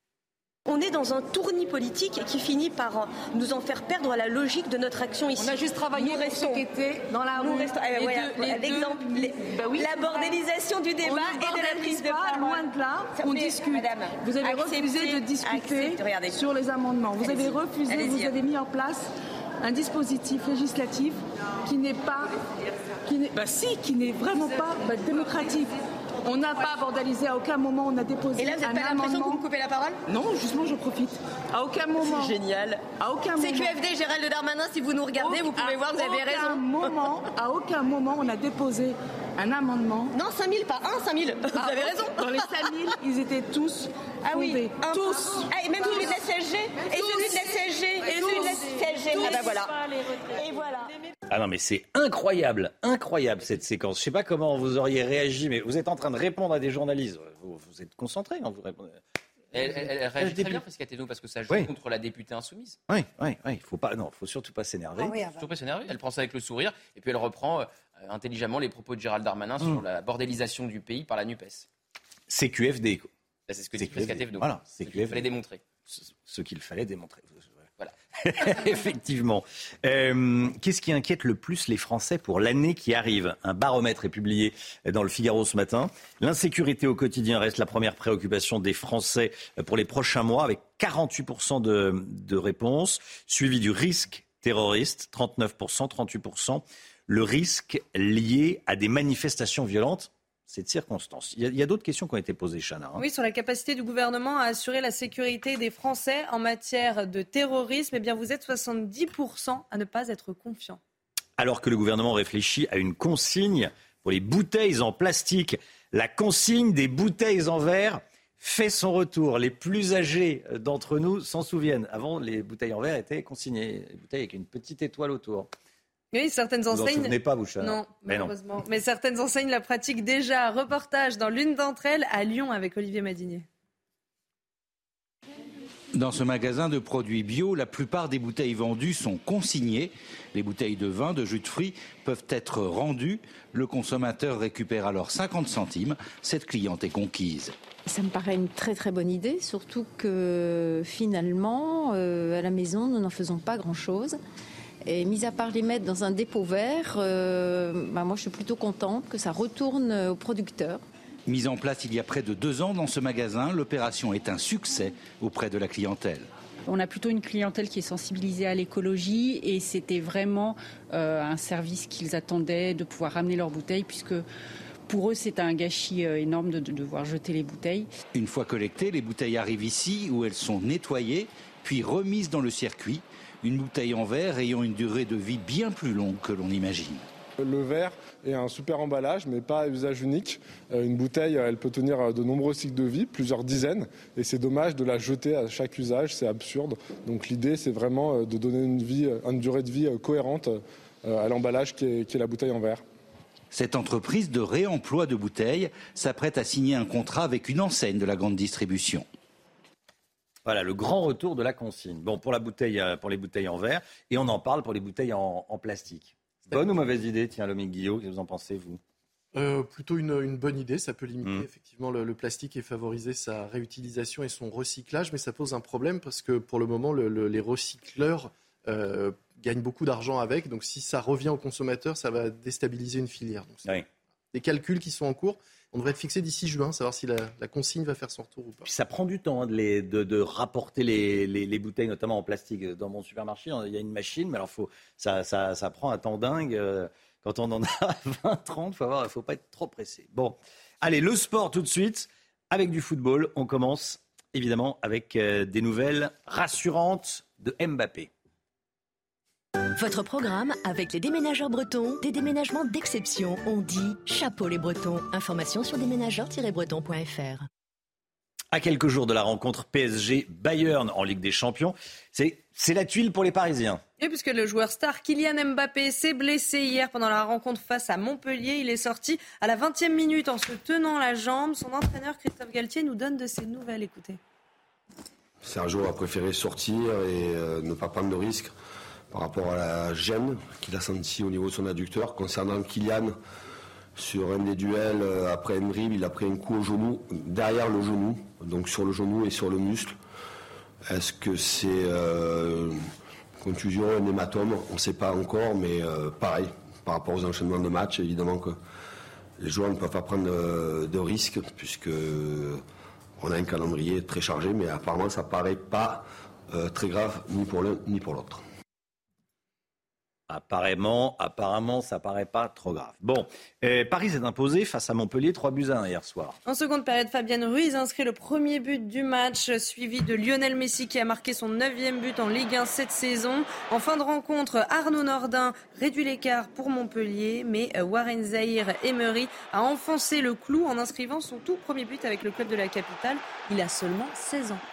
On est dans un tournis politique qui finit par nous en faire perdre la logique de notre action ici.
On a juste travaillé
nous restons,
cet été dans la rue.
Restons, eh, voilà,
deux,
l'exemple,
deux,
les,
bah oui,
la bordélisation du débat et de la prise de parole.
Loin de là, on
mais, discute. Madame,
vous avez
acceptez,
refusé de discuter
acceptez,
sur les amendements. Vous avez refusé,
allez-y.
Vous avez mis en place un dispositif législatif qui n'est pas, qui n'est, bah si, qui n'est vraiment pas bah, démocratique. On n'a pas bordalisé, à aucun moment on a déposé un amendement.
Et là, vous n'avez pas l'impression que vous me coupez la parole ?
Non, justement, je profite. À aucun moment.
C'est génial.
À aucun
C'est
moment.
Q F D, Gérald Darmanin, si vous nous regardez, vous pouvez voir, vous avez raison.
Moment, à aucun moment on a déposé un amendement.
Non, cinq mille, pas un, cinq mille. Vous
ah,
avez raison.
Dans les cinq mille, ils étaient tous
Ah oui,
fondés.
un,
tous.
Ah, et même
tous.
celui de la C S G. Et
tous.
celui de la C S G. Et
tous.
celui de la C S G.
Tous.
Ah bah voilà. Et voilà.
Ah non mais c'est incroyable, incroyable cette séquence. Je ne sais pas comment vous auriez réagi, mais vous êtes en train de répondre à des journalistes. Vous, vous êtes concentré quand vous répondez.
Elle, elle, elle réagit très bien, Priska Thévenot, parce que ça joue oui. contre la députée insoumise.
Oui, oui, oui. Faut pas, non, faut surtout pas s'énerver.
Ah oui, ah bah. Surtout pas s'énerver. Elle prend ça avec le sourire et puis elle reprend euh, intelligemment les propos de Gérald Darmanin mmh. sur la bordélisation du pays par la NUPES.
C'est Q F D.
Là, c'est ce que dit Priska Thévenot.
Voilà,
c'est ce qu'il fallait démontrer.
Ce qu'il fallait démontrer.
Voilà.
Effectivement. Euh, qu'est-ce qui inquiète le plus les Français pour l'année qui arrive ? Un baromètre est publié dans le Figaro ce matin. L'insécurité au quotidien reste la première préoccupation des Français pour les prochains mois, avec quarante-huit pour cent de, de réponses, suivi du risque terroriste, trente-neuf pour cent, trente-huit pour cent, le risque lié à des manifestations violentes. Cette circonstance. Il y a, il y a d'autres questions qui ont été posées, Chana. Hein.
Oui, sur la capacité du gouvernement à assurer la sécurité des Français en matière de terrorisme. Eh bien, vous êtes soixante-dix pour cent à ne pas être confiant.
Alors que le gouvernement réfléchit à une consigne pour les bouteilles en plastique, la consigne des bouteilles en verre fait son retour. Les plus âgés d'entre nous s'en souviennent. Avant, les bouteilles en verre étaient consignées. Les bouteilles avec une petite étoile autour.
Oui, certaines enseignes.
Vous n'en souvenez pas, vous, Chana ?
Non,
mais
malheureusement.
Non.
Mais certaines enseignes la pratiquent déjà. Reportage dans l'une d'entre elles à Lyon avec Olivier Madinier.
Dans ce magasin de produits bio, la plupart des bouteilles vendues sont consignées. Les bouteilles de vin, de jus de fruits peuvent être rendues. Le consommateur récupère alors cinquante centimes. Cette cliente est conquise.
Ça me paraît une très très bonne idée, surtout que finalement, euh, à la maison, nous n'en faisons pas grand-chose. Et mis à part les mettre dans un dépôt vert, euh, bah moi je suis plutôt contente que ça retourne aux producteurs.
Mise en place il y a près de deux ans dans ce magasin, l'opération est un succès auprès de la clientèle.
On a plutôt une clientèle qui est sensibilisée à l'écologie et c'était vraiment euh, un service qu'ils attendaient de pouvoir ramener leurs bouteilles puisque pour eux c'est un gâchis énorme de, de devoir jeter les bouteilles.
Une fois collectées, les bouteilles arrivent ici où elles sont nettoyées puis remises dans le circuit. Une bouteille en verre ayant une durée de vie bien plus longue que l'on imagine.
Le verre est un super emballage, mais pas à usage unique. Une bouteille, elle peut tenir de nombreux cycles de vie, plusieurs dizaines, et c'est dommage de la jeter à chaque usage, c'est absurde. Donc l'idée, c'est vraiment de donner une, vie, une durée de vie cohérente à l'emballage qui est, qui est la bouteille en verre.
Cette entreprise de réemploi de bouteilles s'apprête à signer un contrat avec une enseigne de la grande distribution.
Voilà, le grand retour de la consigne. Bon, pour, la bouteille, pour les bouteilles en verre, et on en parle pour les bouteilles en, en plastique. Bonne ou mauvaise idée, tiens, Lomique Guillot, que vous en pensez, vous ?
Euh, plutôt une, une bonne idée, ça peut limiter mmh. effectivement le, le plastique et favoriser sa réutilisation et son recyclage, mais ça pose un problème parce que pour le moment, le, le, les recycleurs euh, gagnent beaucoup d'argent avec. Donc si ça revient aux consommateurs, ça va déstabiliser une filière. Donc, c'est oui. des calculs qui sont en cours. On devrait être fixé d'ici juin, savoir si la, la consigne va faire son retour ou pas.
Puis ça prend du temps hein, de, les, de, de rapporter les, les, les bouteilles, notamment en plastique. Dans mon supermarché, il y a une machine, mais alors faut, ça, ça, ça prend un temps dingue. Quand on en a vingt, trente, il faut avoir, faut pas être trop pressé. Bon, allez, le sport tout de suite, avec du football. On commence évidemment avec euh, des nouvelles rassurantes de Mbappé.
Votre programme avec les déménageurs bretons, des déménagements d'exception. On dit chapeau les bretons. Information sur déménageurs tiret breton point f r.
À quelques jours de la rencontre P S G-Bayern en Ligue des Champions, c'est, c'est la tuile pour les Parisiens.
Et puisque le joueur star Kylian Mbappé s'est blessé hier pendant la rencontre face à Montpellier, il est sorti à la vingtième minute en se tenant la jambe. Son entraîneur Christophe Galtier nous donne de ses nouvelles. Écoutez.
Sergio a préféré sortir et euh, ne pas prendre de risques par rapport à la gêne qu'il a sentie au niveau de son adducteur. Concernant Kylian, sur un des duels, euh, après un dribble, il a pris un coup au genou, derrière le genou, donc sur le genou et sur le muscle. Est-ce que c'est euh, une contusion, un hématome ? On ne sait pas encore, mais euh, pareil, par rapport aux enchaînements de matchs, évidemment que les joueurs ne peuvent pas prendre de, de risques, puisque on a un calendrier très chargé, mais apparemment ça ne paraît pas euh, très grave, ni pour l'un ni pour l'autre.
Apparemment, apparemment, ça paraît pas trop grave. Bon, euh, Paris s'est imposé face à Montpellier, trois buts à un hier soir.
En seconde période, Fabienne Ruiz inscrit le premier but du match, suivi de Lionel Messi qui a marqué son neuvième but en Ligue un cette saison. En fin de rencontre, Arnaud Nordin réduit l'écart pour Montpellier, mais Warren Zahir Emery a enfoncé le clou en inscrivant son tout premier but avec le club de la capitale. Il a seulement seize ans.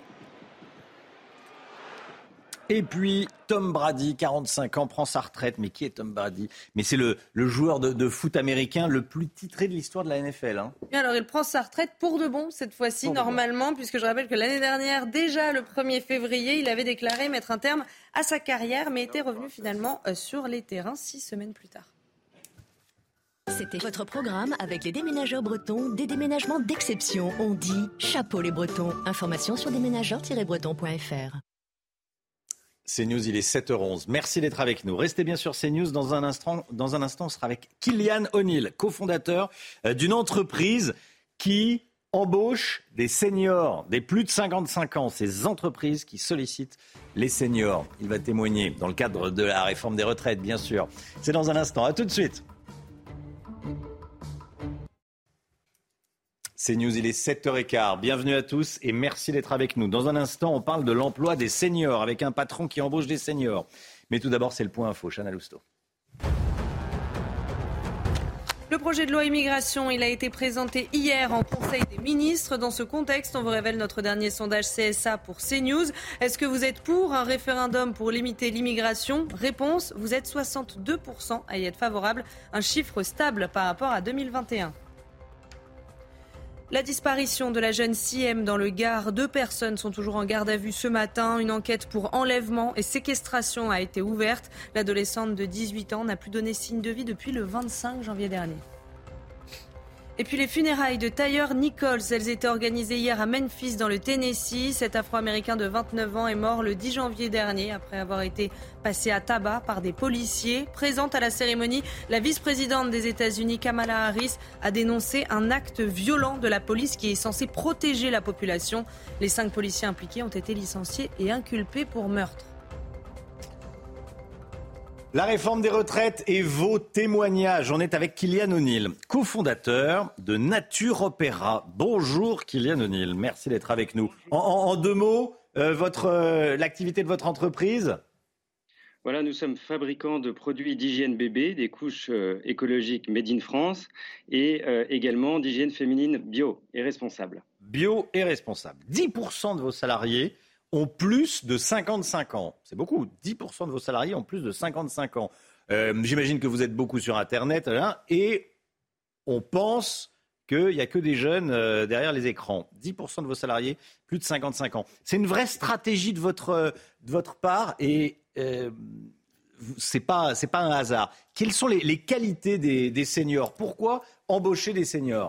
Et puis, Tom Brady, quarante-cinq ans, prend sa retraite. Mais qui est Tom Brady ? Mais c'est le, le joueur de, de foot américain le plus titré de l'histoire de la N F L. Hein.
Bien, alors, il prend sa retraite pour de bon, cette fois-ci, pour normalement, puisque je rappelle que l'année dernière, déjà le premier février, il avait déclaré mettre un terme à sa carrière, mais était revenu finalement sur les terrains six semaines plus tard.
C'était votre programme avec les déménageurs bretons, des déménagements d'exception. On dit chapeau les bretons. Information sur déménageurs tiret breton point f r.
CNews, il est sept heures onze. Merci d'être avec nous. Restez bien sur CNews. Dans un instant, dans un instant, on sera avec Kylian O'Neill, cofondateur d'une entreprise qui embauche des seniors, des plus de cinquante-cinq ans. Ces entreprises qui sollicitent les seniors. Il va témoigner dans le cadre de la réforme des retraites, bien sûr. C'est dans un instant. À tout de suite. CNews, il est sept heures quinze. Bienvenue à tous et merci d'être avec nous. Dans un instant, on parle de l'emploi des seniors avec un patron qui embauche des seniors. Mais tout d'abord, c'est le point info. Chana Lousteau.
Le projet de loi immigration, il a été présenté hier en Conseil des ministres. Dans ce contexte, on vous révèle notre dernier sondage C S A pour CNews. Est-ce que vous êtes pour un référendum pour limiter l'immigration ? Réponse, vous êtes soixante-deux pour cent à y être favorable, un chiffre stable par rapport à deux mille vingt et un. La disparition de la jeune Siem dans le Gard. Deux personnes sont toujours en garde à vue ce matin. Une enquête pour enlèvement et séquestration a été ouverte. L'adolescente de dix-huit ans n'a plus donné signe de vie depuis le vingt-cinq janvier dernier. Et puis les funérailles de Tyre Nichols, elles étaient organisées hier à Memphis dans le Tennessee. Cet Afro-Américain de vingt-neuf ans est mort le dix janvier dernier après avoir été passé à tabac par des policiers. Présente à la cérémonie, la vice-présidente des États-Unis, Kamala Harris, a dénoncé un acte violent de la police qui est censé protéger la population. Les cinq policiers impliqués ont été licenciés et inculpés pour meurtre.
La réforme des retraites et vos témoignages. On est avec Kylian O'Neill, cofondateur de Nature Opéra. Bonjour Kylian O'Neill, merci d'être avec nous. En, en, en deux mots, euh, votre, euh, l'activité de votre entreprise ?
Voilà, nous sommes fabricants de produits d'hygiène bébé, des couches euh, écologiques made in France et euh, également d'hygiène féminine bio et responsable.
Bio et responsable. dix pour cent de vos salariés ont plus de cinquante-cinq ans. C'est beaucoup. dix pour cent de vos salariés ont plus de cinquante-cinq ans. Euh, j'imagine que vous êtes beaucoup sur Internet hein, et on pense qu'il n'y a que des jeunes euh, derrière les écrans. dix pour cent de vos salariés, plus de cinquante-cinq ans. C'est une vraie stratégie de votre, de votre part et euh, ce n'est pas, c'est pas un hasard. Quelles sont les, les qualités des, des seniors ? Pourquoi embaucher des seniors ?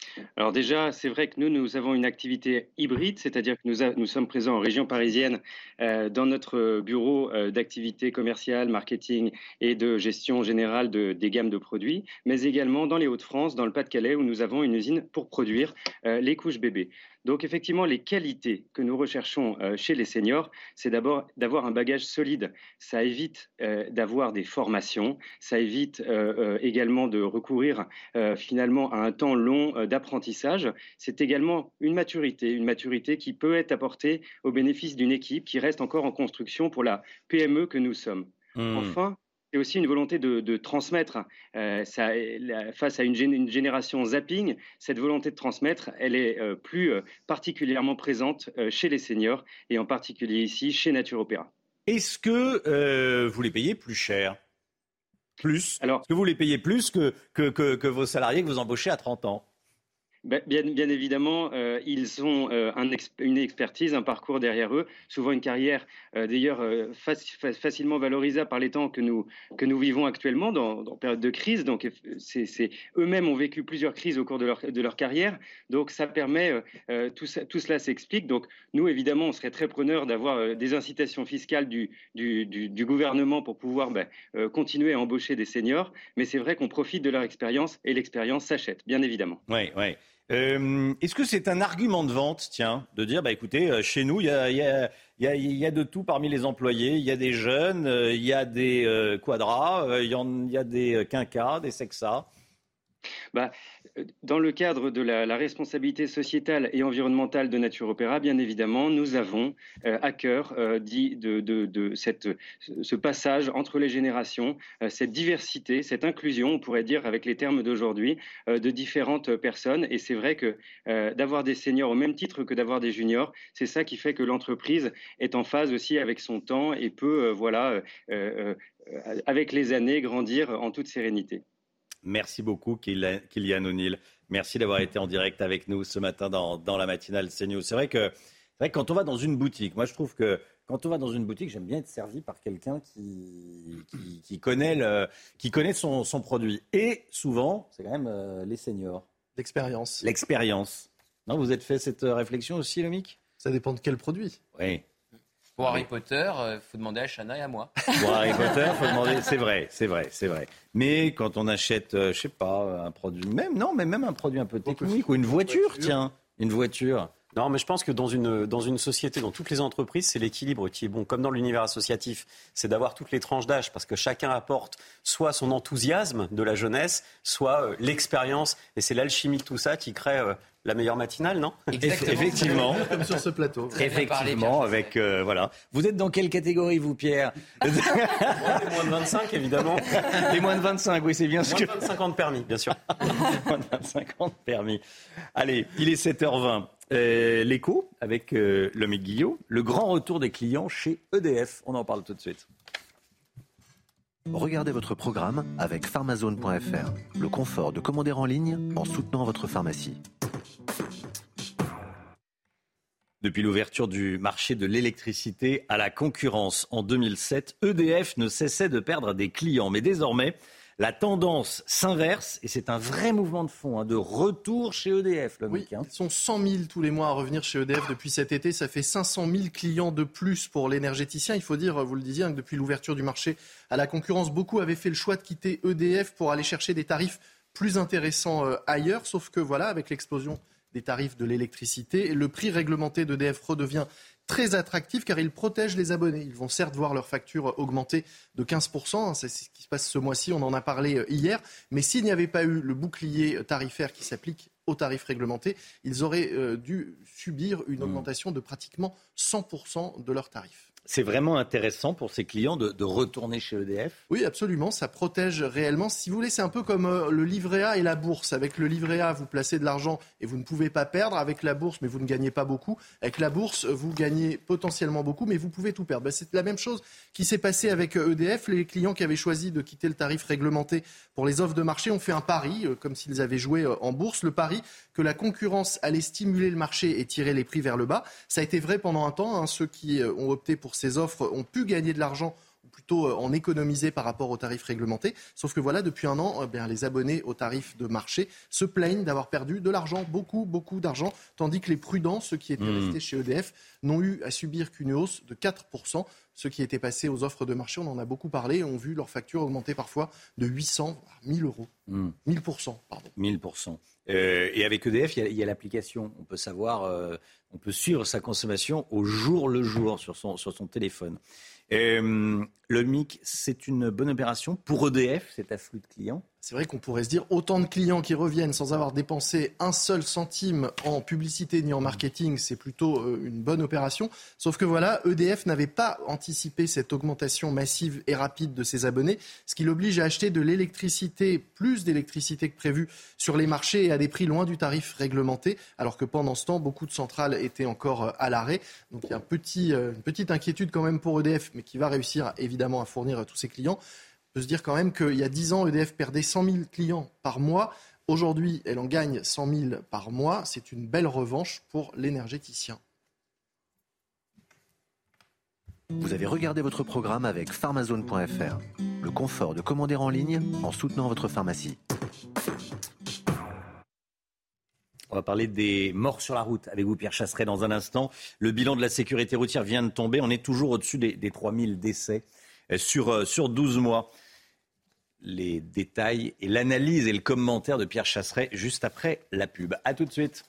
Alors déjà, c'est vrai que nous, nous avons une activité hybride, c'est-à-dire que nous, a, nous sommes présents en région parisienne euh, dans notre bureau euh, d'activité commerciale, marketing et de gestion générale de, des gammes de produits, mais également dans les Hauts-de-France, dans le Pas-de-Calais, où nous avons une usine pour produire euh, les couches bébés. Donc effectivement, les qualités que nous recherchons euh, chez les seniors, c'est d'abord d'avoir un bagage solide. Ça évite euh, d'avoir des formations, ça évite euh, euh, également de recourir euh, finalement à un temps long euh, d'apprentissage. C'est également une maturité, une maturité qui peut être apportée au bénéfice d'une équipe qui reste encore en construction pour la P M E que nous sommes. Mmh. Enfin, c'est aussi une volonté de, de transmettre. Euh, ça, la, face à une, gén- une génération zapping, cette volonté de transmettre, elle est euh, plus euh, particulièrement présente euh, chez les seniors et en particulier ici chez Nature Opéra.
Est-ce que euh, vous les payez plus cher ? Plus ? Alors, est-ce que vous les payez plus que, que, que, que vos salariés que vous embauchez à trente ans ?
Bien, bien évidemment, euh, ils ont euh, un ex- une expertise, un parcours derrière eux, souvent une carrière euh, d'ailleurs euh, faci- facilement valorisable par les temps que nous, que nous vivons actuellement dans, dans période de crise. Donc, c'est, c'est, eux-mêmes ont vécu plusieurs crises au cours de leur, de leur carrière. Donc, ça permet, euh, tout, ça, tout cela s'explique. Donc, nous, évidemment, on serait très preneurs d'avoir euh, des incitations fiscales du, du, du, du gouvernement pour pouvoir ben, euh, continuer à embaucher des seniors. Mais c'est vrai qu'on profite de leur expérience et l'expérience s'achète, bien évidemment.
Oui, oui. Euh, est-ce que c'est un argument de vente, tiens, de dire, bah écoutez, euh, chez nous, il y a, y, a, y, a, y a de tout parmi les employés, il y a des jeunes, il euh, y a des euh, quadras, il euh, y, y a des quinquas, des sexas.
Bah, dans le cadre de la, la responsabilité sociétale et environnementale de Nature Opéra, bien évidemment, nous avons euh, à cœur euh, dit de, de, de cette, ce passage entre les générations, euh, cette diversité, cette inclusion, on pourrait dire avec les termes d'aujourd'hui, euh, de différentes personnes. Et c'est vrai que euh, d'avoir des seniors au même titre que d'avoir des juniors, c'est ça qui fait que l'entreprise est en phase aussi avec son temps et peut, euh, voilà, euh, euh, avec les années, grandir en toute sérénité.
Merci beaucoup, Kylian O'Neill. Merci d'avoir été en direct avec nous ce matin dans, dans la matinale CNews. C'est vrai que, c'est vrai que quand on va dans une boutique, moi je trouve que quand on va dans une boutique, j'aime bien être servi par quelqu'un qui, qui, qui connaît, le, qui connaît son, son produit. Et souvent, c'est quand même euh, les seniors.
L'expérience.
L'expérience. Non, vous êtes fait cette réflexion aussi, Lomic ?
Ça dépend de quel produit.
Oui.
Pour Harry Potter, il euh, faut demander à Chana et à moi.
Pour Harry Potter, il faut demander. C'est vrai, c'est vrai, c'est vrai. Mais quand on achète, euh, je sais pas, un produit, même non, mais même un produit un peu technique ou une voiture, voiture. tiens, une voiture.
Non, mais je pense que dans une, dans une société, dans toutes les entreprises, c'est l'équilibre qui est bon. Comme dans l'univers associatif, c'est d'avoir toutes les tranches d'âge parce que chacun apporte soit son enthousiasme de la jeunesse, soit euh, l'expérience. Et c'est l'alchimie de tout ça qui crée euh, la meilleure matinale, non ?
Exactement. Effectivement.
Comme sur ce plateau.
Effectivement, avec, euh, voilà. Vous êtes dans quelle catégorie, vous, Pierre ?
Les moins de vingt-cinq, évidemment.
Les moins de vingt-cinq, oui, c'est bien sûr.
Moins de vingt-cinq ans de permis, bien sûr.
Moins de vingt-cinq ans de permis. Allez, il est sept heures vingt. Euh, L'écho avec euh, Lomic Guillot, le grand retour des clients chez E D F. On en parle tout de suite.
Regardez votre programme avec pharmazone point f r. Le confort de commander en ligne en soutenant votre pharmacie.
Depuis l'ouverture du marché de l'électricité à la concurrence en deux mille sept, E D F ne cessait de perdre des clients. Mais désormais, la tendance s'inverse et c'est un vrai mouvement de fond, hein, de retour chez E D F. Le
oui,
mec, hein.
Ils sont cent mille tous les mois à revenir chez E D F depuis cet été. Ça fait cinq cent mille clients de plus pour l'énergéticien. Il faut dire, vous le disiez, hein, que depuis l'ouverture du marché à la concurrence, beaucoup avaient fait le choix de quitter E D F pour aller chercher des tarifs plus intéressants euh, ailleurs. Sauf que voilà, avec l'explosion des tarifs de l'électricité, le prix réglementé d'E D F redevient très attractif car ils protègent les abonnés. Ils vont certes voir leur facture augmenter de quinze pour cent, c'est ce qui se passe ce mois-ci, on en a parlé hier, mais s'il n'y avait pas eu le bouclier tarifaire qui s'applique aux tarifs réglementés, ils auraient euh, dû subir une augmentation de pratiquement cent pour cent de leurs tarifs.
C'est vraiment intéressant pour ces clients de, de retourner chez E D F ?
Oui, absolument, ça protège réellement. Si vous voulez, c'est un peu comme euh, le livret A et la bourse. Avec le livret A, vous placez de l'argent et vous ne pouvez pas perdre. Avec la bourse, mais vous ne gagnez pas beaucoup. Avec la bourse, vous gagnez potentiellement beaucoup, mais vous pouvez tout perdre. Ben, c'est la même chose qui s'est passé avec E D F. Les clients qui avaient choisi de quitter le tarif réglementé pour les offres de marché ont fait un pari, euh, comme s'ils avaient joué euh, en bourse. Le pari que la concurrence allait stimuler le marché et tirer les prix vers le bas. Ça a été vrai pendant un temps. Hein. Ceux qui euh, ont opté pour ces offres ont pu gagner de l'argent, plutôt en économiser par rapport aux tarifs réglementés. Sauf que voilà, depuis un an, eh bien, les abonnés aux tarifs de marché se plaignent d'avoir perdu de l'argent, beaucoup, beaucoup d'argent, tandis que les prudents, ceux qui étaient mmh. restés chez E D F, n'ont eu à subir qu'une hausse de quatre pour cent. Ceux qui étaient passés aux offres de marché, on en a beaucoup parlé, ont vu leurs factures augmenter parfois de huit cents à mille euros. Mmh. mille pour cent, pardon.
mille pour cent. Euh, et avec E D F, il y a, il y a l'application. On peut savoir, euh, on peut suivre sa consommation au jour le jour sur son, sur son téléphone. Euh, le M I C, c'est une bonne opération pour E D F, cet afflux de clients.
C'est vrai qu'on pourrait se dire autant de clients qui reviennent sans avoir dépensé un seul centime en publicité ni en marketing, c'est plutôt une bonne opération. Sauf que voilà, E D F n'avait pas anticipé cette augmentation massive et rapide de ses abonnés, ce qui l'oblige à acheter de l'électricité, plus d'électricité que prévu sur les marchés et à des prix loin du tarif réglementé, alors que pendant ce temps, beaucoup de centrales étaient encore à l'arrêt. Donc il y a un petit, une petite inquiétude quand même pour E D F, mais qui va réussir évidemment à fournir à tous ses clients. On peut se dire quand même qu'il y a dix ans, E D F perdait cent mille clients par mois. Aujourd'hui, elle en gagne cent mille par mois. C'est une belle revanche pour l'énergéticien.
Vous avez regardé votre programme avec pharmazone point f r. Le confort de commander en ligne en soutenant votre pharmacie.
On va parler des morts sur la route avec vous, Pierre Chasseret, dans un instant. Le bilan de la sécurité routière vient de tomber. On est toujours au-dessus des, des trois mille décès sur, sur douze mois. Les détails et l'analyse et le commentaire de Pierre Chasseret juste après la pub. A tout de suite.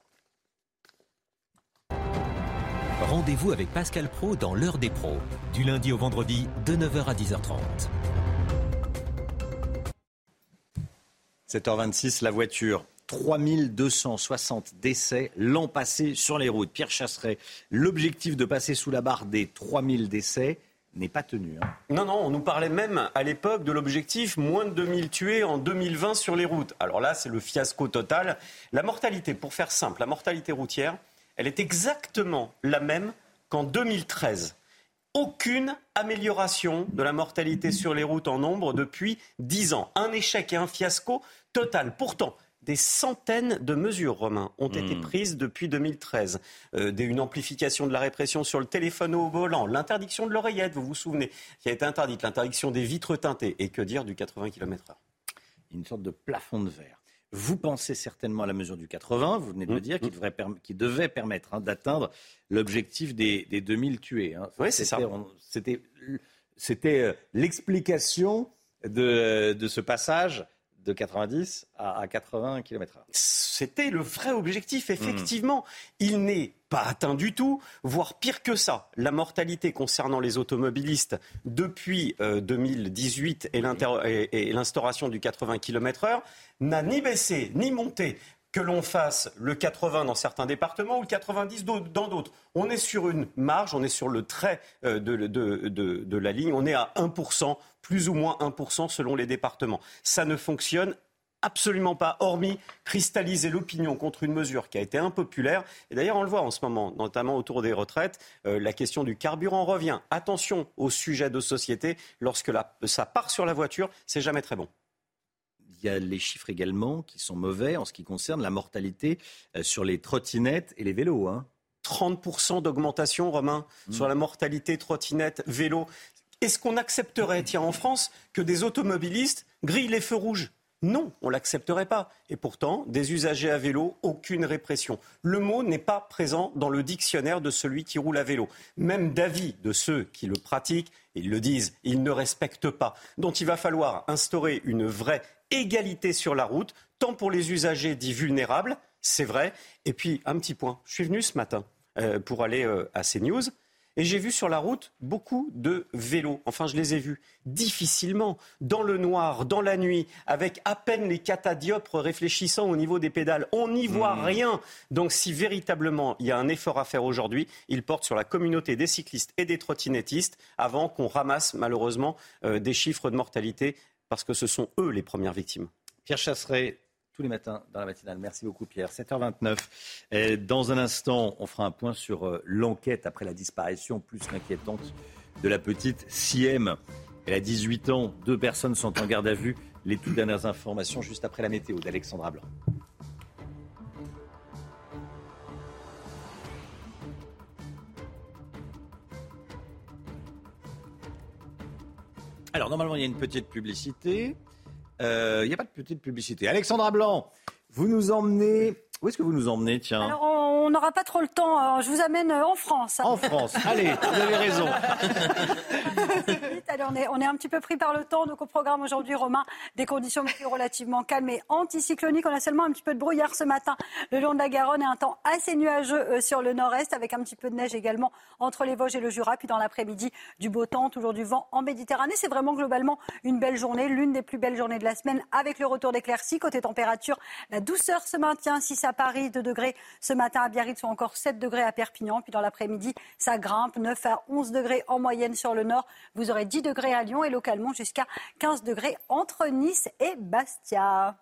Rendez-vous avec Pascal Praud dans l'heure des pros, du lundi au vendredi de neuf heures à dix heures trente.
sept heures vingt-six, la voiture. trois mille deux cent soixante décès l'an passé sur les routes. Pierre Chasseret, l'objectif de passer sous la barre des trois mille décès n'est pas tenu. Hein.
Non, non, on nous parlait même à l'époque de l'objectif moins de deux mille tués en deux mille vingt sur les routes. Alors là, c'est le fiasco total. La mortalité, pour faire simple, la mortalité routière, elle est exactement la même qu'en deux mille treize. Aucune amélioration de la mortalité sur les routes en nombre depuis dix ans. Un échec et un fiasco total. Pourtant, des centaines de mesures, Romain, ont mmh. été prises depuis deux mille treize. Euh, une amplification de la répression sur le téléphone au volant, l'interdiction de l'oreillette, vous vous souvenez, qui a été interdite, l'interdiction des vitres teintées, et que dire du quatre-vingts kilomètres heure.
Une sorte de plafond de verre. Vous pensez certainement à la mesure du quatre-vingts, vous venez de le dire, qui, devrait, qui devait permettre hein, d'atteindre l'objectif des, des deux mille tués. Hein.
Oui, c'est ça.
On, c'était c'était euh, l'explication de, de ce passage de quatre-vingt-dix à quatre-vingts kilomètres heure.
C'était le vrai objectif, effectivement. Mmh. Il n'est pas atteint du tout, voire pire que ça. La mortalité concernant les automobilistes depuis euh, deux mille dix-huit et, et, et l'instauration du quatre-vingts kilomètres heure n'a ni baissé ni monté. Que l'on fasse le quatre-vingts dans certains départements ou le quatre-vingt-dix dans d'autres. On est sur une marge, on est sur le trait de, de, de, de la ligne, on est à un pour cent, plus ou moins un pour cent selon les départements. Ça ne fonctionne absolument pas, hormis cristalliser l'opinion contre une mesure qui a été impopulaire. Et d'ailleurs, on le voit en ce moment, notamment autour des retraites, euh, la question du carburant revient. Attention au sujet de société, lorsque la, ça part sur la voiture, c'est jamais très bon.
Il y a les chiffres également qui sont mauvais en ce qui concerne la mortalité sur les trottinettes et les vélos. Hein.
trente pour cent d'augmentation, Romain, mmh. sur la mortalité trottinette, vélo. Est-ce qu'on accepterait, tiens, en France, que des automobilistes grillent les feux rouges ? Non, on ne l'accepterait pas. Et pourtant, des usagers à vélo, aucune répression. Le mot n'est pas présent dans le dictionnaire de celui qui roule à vélo. Même d'avis de ceux qui le pratiquent, ils le disent, ils ne respectent pas. Donc il va falloir instaurer une vraie égalité sur la route, tant pour les usagers dits vulnérables, c'est vrai. Et puis, un petit point, je suis venu ce matin euh, pour aller euh, à CNews. Et j'ai vu sur la route beaucoup de vélos. Enfin, je les ai vus difficilement, dans le noir, dans la nuit, avec à peine les catadioptres réfléchissant au niveau des pédales. On n'y voit mmh. rien. Donc, si véritablement il y a un effort à faire aujourd'hui, il porte sur la communauté des cyclistes et des trottinettistes avant qu'on ramasse malheureusement euh, des chiffres de mortalité parce que ce sont eux les premières victimes.
Pierre Chasseret, tous les matins dans la matinale. Merci beaucoup Pierre. sept heures vingt-neuf. Et dans un instant, on fera un point sur l'enquête après la disparition plus qu'inquiétante de la petite Siem. Elle a dix-huit ans. Deux personnes sont en garde à vue. Les toutes dernières informations juste après la météo d'Alexandra Blanc. Alors, normalement, il y a une petite publicité. Euh, il n'y a pas de petite publicité. Alexandra Blanc, vous nous emmenez... Où est-ce que vous nous emmenez, tiens ?
Alors, on n'aura pas trop le temps. Alors, je vous amène en France.
En France. Allez, vous avez raison.
Allez, on est, on est un petit peu pris par le temps. Donc, au programme aujourd'hui, Romain, des conditions météo relativement calmes et anticycloniques. On a seulement un petit peu de brouillard ce matin le long de la Garonne et un temps assez nuageux sur le nord-est avec un petit peu de neige également entre les Vosges et le Jura. Puis dans l'après-midi, du beau temps, toujours du vent en Méditerranée. C'est vraiment globalement une belle journée, l'une des plus belles journées de la semaine avec le retour d'éclaircies. Côté température, la douceur se maintient. Si à Paris, deux degrés ce matin à Biarritz ou encore sept degrés à Perpignan. Puis dans l'après-midi, ça grimpe, neuf à onze degrés en moyenne sur le nord. Vous aurez dix degrés à Lyon et localement jusqu'à quinze degrés entre Nice et Bastia.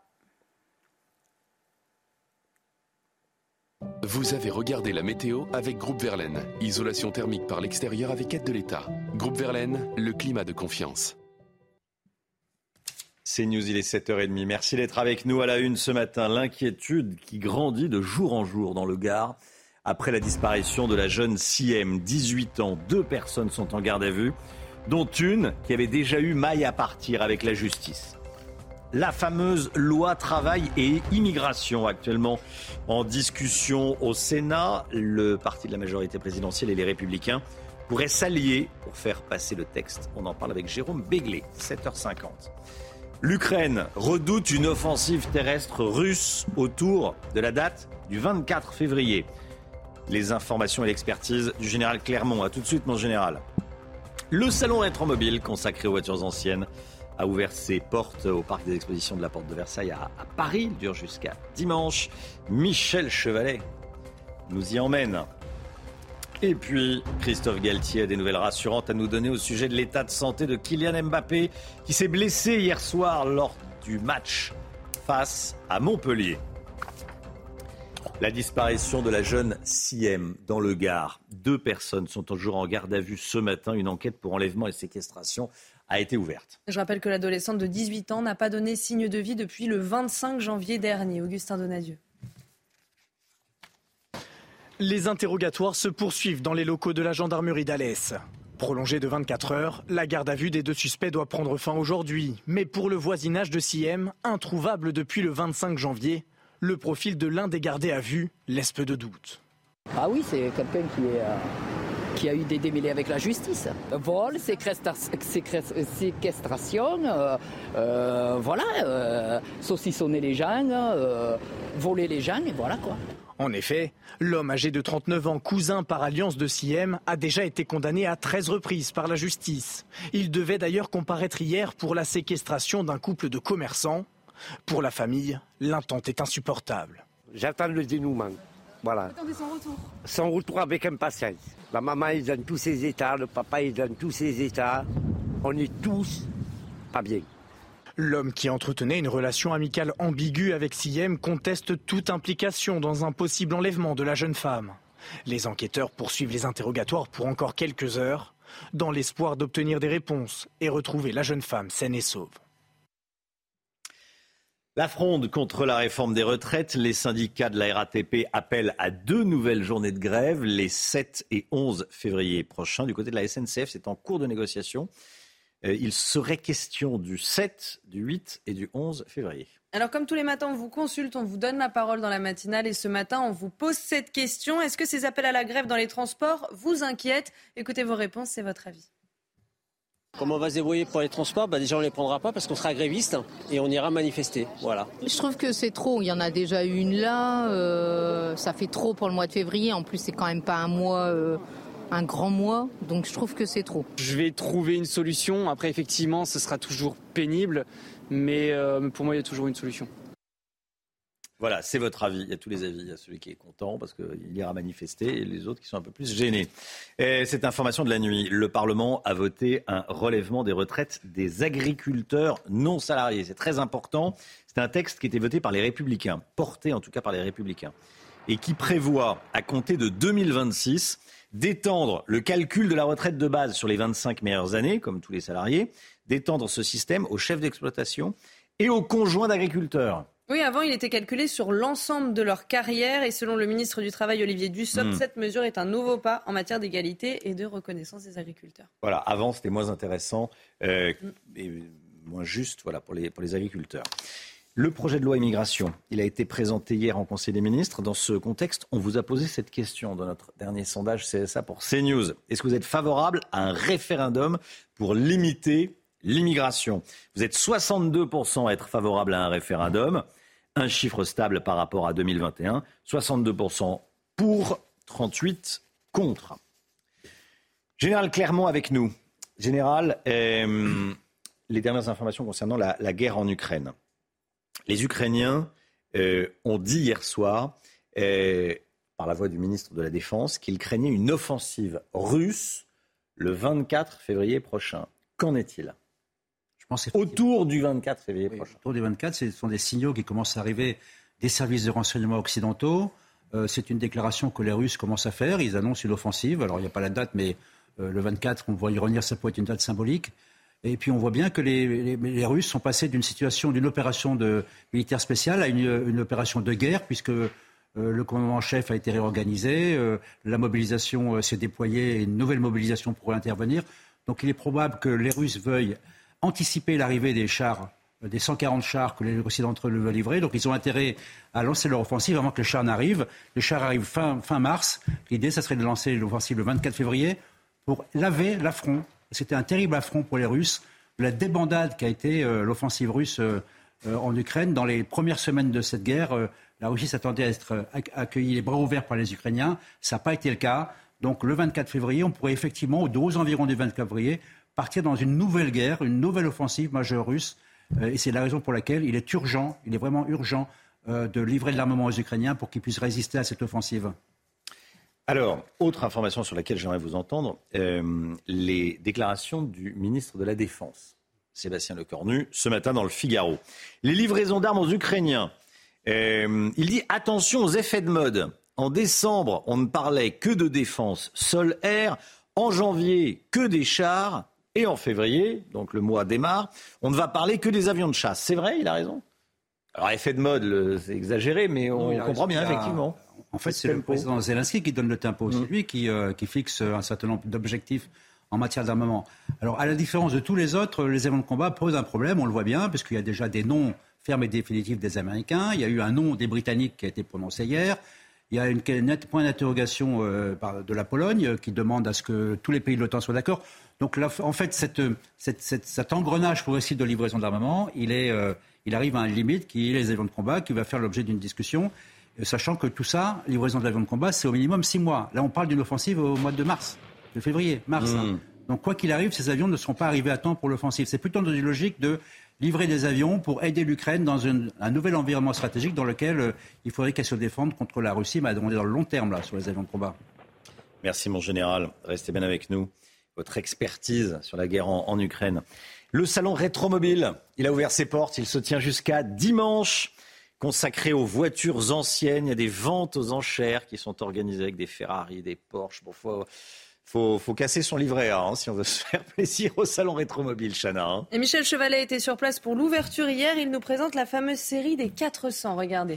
Vous avez regardé la météo avec Groupe Verlaine. Isolation thermique par l'extérieur avec aide de l'État. Groupe Verlaine, le climat de confiance.
C'est News, il est sept heures trente. Merci d'être avec nous à la une ce matin. L'inquiétude qui grandit de jour en jour dans le Gard après la disparition de la jeune Siem, dix-huit ans. Deux personnes sont en garde à vue, dont une qui avait déjà eu maille à partir avec la justice. La fameuse loi travail et immigration actuellement en discussion au Sénat. Le parti de la majorité présidentielle et les Républicains pourraient s'allier pour faire passer le texte. On en parle avec Jérôme Béglé, sept heures cinquante. L'Ukraine redoute une offensive terrestre russe autour de la date du vingt-quatre février. Les informations et l'expertise du général Clermont. A tout de suite, mon général. Le salon rétromobile consacré aux voitures anciennes a ouvert ses portes au parc des expositions de la Porte de Versailles à, à Paris. Il dure jusqu'à dimanche. Michel Chevalet nous y emmène. Et puis, Christophe Galtier a des nouvelles rassurantes à nous donner au sujet de l'état de santé de Kylian Mbappé, qui s'est blessé hier soir lors du match face à Montpellier. La disparition de la jeune Siem dans le Gard. Deux personnes sont toujours en garde à vue ce matin. Une enquête pour enlèvement et séquestration a été ouverte.
Je rappelle que l'adolescente de dix-huit ans n'a pas donné signe de vie depuis le vingt-cinq janvier dernier. Augustin Donadieu.
Les interrogatoires se poursuivent dans les locaux de la gendarmerie d'Alès. Prolongée de vingt-quatre heures, la garde à vue des deux suspects doit prendre fin aujourd'hui. Mais pour le voisinage de Siem, introuvable depuis le vingt-cinq janvier, le profil de l'un des gardés à vue laisse peu de doute.
Ah oui, c'est quelqu'un qui, est, euh, qui a eu des démêlés avec la justice. Vol, séquestra- séquestration, euh, euh, voilà, euh, saucissonner les gens, euh, voler les gens, et voilà quoi.
En effet, l'homme âgé de trente-neuf ans, cousin par alliance de Siem, a déjà été condamné à treize reprises par la justice. Il devait d'ailleurs comparaître hier pour la séquestration d'un couple de commerçants. Pour la famille, l'attente est insupportable.
J'attends le dénouement. Voilà.
Attendez son retour.
Son retour avec impatience. La maman est dans tous ses états, le papa est dans tous ses états. On est tous pas bien.
L'homme qui entretenait une relation amicale ambiguë avec Siem conteste toute implication dans un possible enlèvement de la jeune femme. Les enquêteurs poursuivent les interrogatoires pour encore quelques heures, dans l'espoir d'obtenir des réponses et retrouver la jeune femme saine et sauve.
La fronde contre la réforme des retraites, les syndicats de la R A T P appellent à deux nouvelles journées de grève les sept et onze février prochains. Du côté de la S N C F, c'est en cours de négociation. Il serait question du sept, du huit et du onze février.
Alors comme tous les matins, on vous consulte, on vous donne la parole dans la matinale et ce matin, on vous pose cette question. Est-ce que ces appels à la grève dans les transports vous inquiètent ? Écoutez vos réponses, c'est votre avis.
Comment on va se débrouiller pour les transports ? Bah déjà on ne les prendra pas parce qu'on sera gréviste et on ira manifester. Voilà.
Je trouve que c'est trop. Il y en a déjà eu une là. Euh, ça fait trop pour le mois de février. En plus c'est quand même pas un mois, euh, un grand mois. Donc je trouve que c'est trop.
Je vais trouver une solution. Après effectivement ce sera toujours pénible. Mais euh, pour moi il y a toujours une solution.
Voilà, c'est votre avis. Il y a tous les avis. Il y a celui qui est content parce qu'il ira manifester et les autres qui sont un peu plus gênés. Et cette information de la nuit, le Parlement a voté un relèvement des retraites des agriculteurs non salariés. C'est très important. C'est un texte qui a été voté par les Républicains, porté en tout cas par les Républicains, et qui prévoit, à compter de deux mille vingt-six, d'étendre le calcul de la retraite de base sur les vingt-cinq meilleures années, comme tous les salariés, d'étendre ce système aux chefs d'exploitation et aux conjoints d'agriculteurs.
Oui, avant, il était calculé sur l'ensemble de leur carrière et selon le ministre du Travail, Olivier Dussopt, mmh. cette mesure est un nouveau pas en matière d'égalité et de reconnaissance des agriculteurs.
Voilà, avant, c'était moins intéressant euh, mmh. et moins juste voilà, pour, les, pour les agriculteurs. Le projet de loi immigration, il a été présenté hier en Conseil des ministres. Dans ce contexte, on vous a posé cette question dans notre dernier sondage C S A pour CNews. Est-ce que vous êtes favorable à un référendum pour limiter l'immigration? Vous êtes soixante-deux pour cent à être favorable à un référendum, un chiffre stable par rapport à deux mille vingt et un, soixante-deux pour cent pour, trente-huit contre. Général Clermont avec nous. Général, euh, les dernières informations concernant la, la guerre en Ukraine. Les Ukrainiens euh, ont dit hier soir, euh, par la voix du ministre de la Défense, qu'ils craignaient une offensive russe le vingt-quatre février prochain. Qu'en est-il ?
Je pense
autour du vingt-quatre février oui, prochain.
Autour du vingt-quatre, ce sont des signaux qui commencent à arriver des services de renseignement occidentaux. Euh, c'est une déclaration que les Russes commencent à faire. Ils annoncent une offensive. Alors, il n'y a pas la date, mais euh, le vingt-quatre, on va y revenir, ça peut être une date symbolique. Et puis, on voit bien que les, les, les Russes sont passés d'une situation, d'une opération de militaire spéciale à une, une opération de guerre, puisque euh, le commandement en chef a été réorganisé, euh, la mobilisation euh, s'est déployée, et une nouvelle mobilisation pourrait intervenir. Donc, il est probable que les Russes veuillent anticiper l'arrivée des chars, des cent quarante chars que les Occidentaux veulent livrer. Donc ils ont intérêt à lancer leur offensive avant que les chars n'arrivent. Les chars arrivent fin, fin mars. L'idée, ça serait de lancer l'offensive le vingt-quatre février pour laver l'affront. C'était un terrible affront pour les Russes. La débandade qu'a été euh, l'offensive russe euh, euh, en Ukraine. Dans les premières semaines de cette guerre, euh, la Russie s'attendait à être accueillie les bras ouverts par les Ukrainiens. Ça n'a pas été le cas. Donc le vingt-quatre février, on pourrait effectivement, aux environs du vingt-quatre février, partir dans une nouvelle guerre, une nouvelle offensive majeure russe. Euh, et c'est la raison pour laquelle il est urgent, il est vraiment urgent euh, de livrer de l'armement aux Ukrainiens pour qu'ils puissent résister à cette offensive.
Alors, autre information sur laquelle j'aimerais vous entendre, euh, les déclarations du ministre de la Défense, Sébastien Lecornu, ce matin dans le Figaro. Les livraisons d'armes aux Ukrainiens. Euh, il dit attention aux effets de mode. En décembre, on ne parlait que de défense sol-air. En janvier, que des chars. Et en février, donc le mois démarre, on ne va parler que des avions de chasse. C'est vrai, il a raison. Alors, effet de mode, le, c'est exagéré, mais on non, comprend bien, a... effectivement.
En fait, c'est, c'est le président Zelensky qui donne le tempo. C'est mmh. lui qui, euh, qui fixe un certain nombre d'objectifs en matière d'armement. Alors, à la différence de tous les autres, les avions de combat posent un problème, on le voit bien, parce qu'il y a déjà des noms fermes et définitifs des Américains. Il y a eu un nom des Britanniques qui a été prononcé hier. Il y a une, un point d'interrogation euh, de la Pologne euh, qui demande à ce que tous les pays de l'OTAN soient d'accord. Donc là, en fait, cette, cette, cette, cet engrenage progressif de livraison d'armement, il, est, euh, il arrive à une limite qui est les avions de combat, qui va faire l'objet d'une discussion, euh, sachant que tout ça, livraison d'avions de combat, c'est au minimum six mois. Là, on parle d'une offensive au mois de mars, de février, mars. Mmh. Hein. Donc quoi qu'il arrive, ces avions ne seront pas arrivés à temps pour l'offensive. C'est plutôt dans une logique de livrer des avions pour aider l'Ukraine dans une, un nouvel environnement stratégique dans lequel euh, il faudrait qu'elle se défende contre la Russie, mais on est dans le long terme là, sur les avions de combat.
Merci mon général, restez bien avec nous. Votre expertise sur la guerre en, en Ukraine. Le salon Rétromobile, il a ouvert ses portes, il se tient jusqu'à dimanche, consacré aux voitures anciennes. Il y a des ventes aux enchères qui sont organisées avec des Ferrari, des Porsche. Bon, faut... Faut, faut casser son livret A hein, si on veut se faire plaisir au salon Rétromobile, Chana. Hein.
Et Michel Chevalet était sur place pour l'ouverture hier. Il nous présente la fameuse série des quatre cents. Regardez.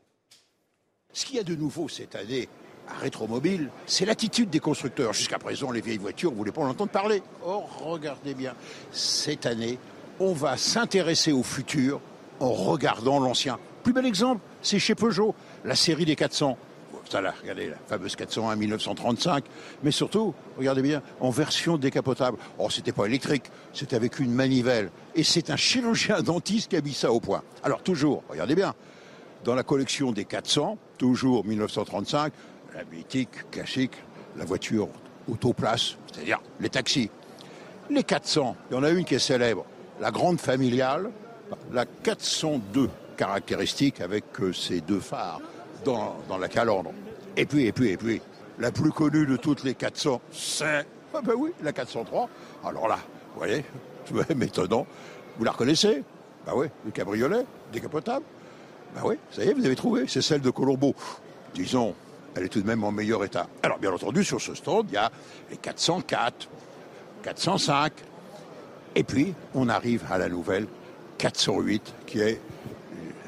Ce qu'il y a de nouveau cette année à Rétromobile, c'est l'attitude des constructeurs. Jusqu'à présent, les vieilles voitures, vous ne voulez pas en entendre parler. Or, regardez bien, cette année, on va s'intéresser au futur en regardant l'ancien. Plus bel exemple, c'est chez Peugeot, la série des quatre cents. Ça là, regardez, la fameuse quatre cent un mille neuf cent trente-cinq, mais surtout, regardez bien, en version décapotable. Oh, c'était pas électrique, c'était avec une manivelle. Et c'est un chirurgien dentiste qui a mis ça au point. Alors toujours, regardez bien, dans la collection des quatre cents, toujours mille neuf cent trente-cinq, la mythique, classique, la voiture autoplace, c'est-à-dire les taxis. Les quatre cents, il y en a une qui est célèbre, la grande familiale, la quatre cent deux, caractéristique avec euh, ses deux phares. Dans, dans la calandre. Et puis, et puis, et puis, la plus connue de toutes les quatre cents, c'est, ah ben oui, la quatre cent trois. Alors là, vous voyez, c'est même étonnant. Vous la reconnaissez? Ben oui, le cabriolet, décapotable. Ben oui, ça y est, vous avez trouvé, c'est celle de Colombo. Disons, elle est tout de même en meilleur état. Alors, bien entendu, sur ce stand, il y a les quatre cent quatre, quatre cent cinq. Et puis, on arrive à la nouvelle quatre cent huit, qui est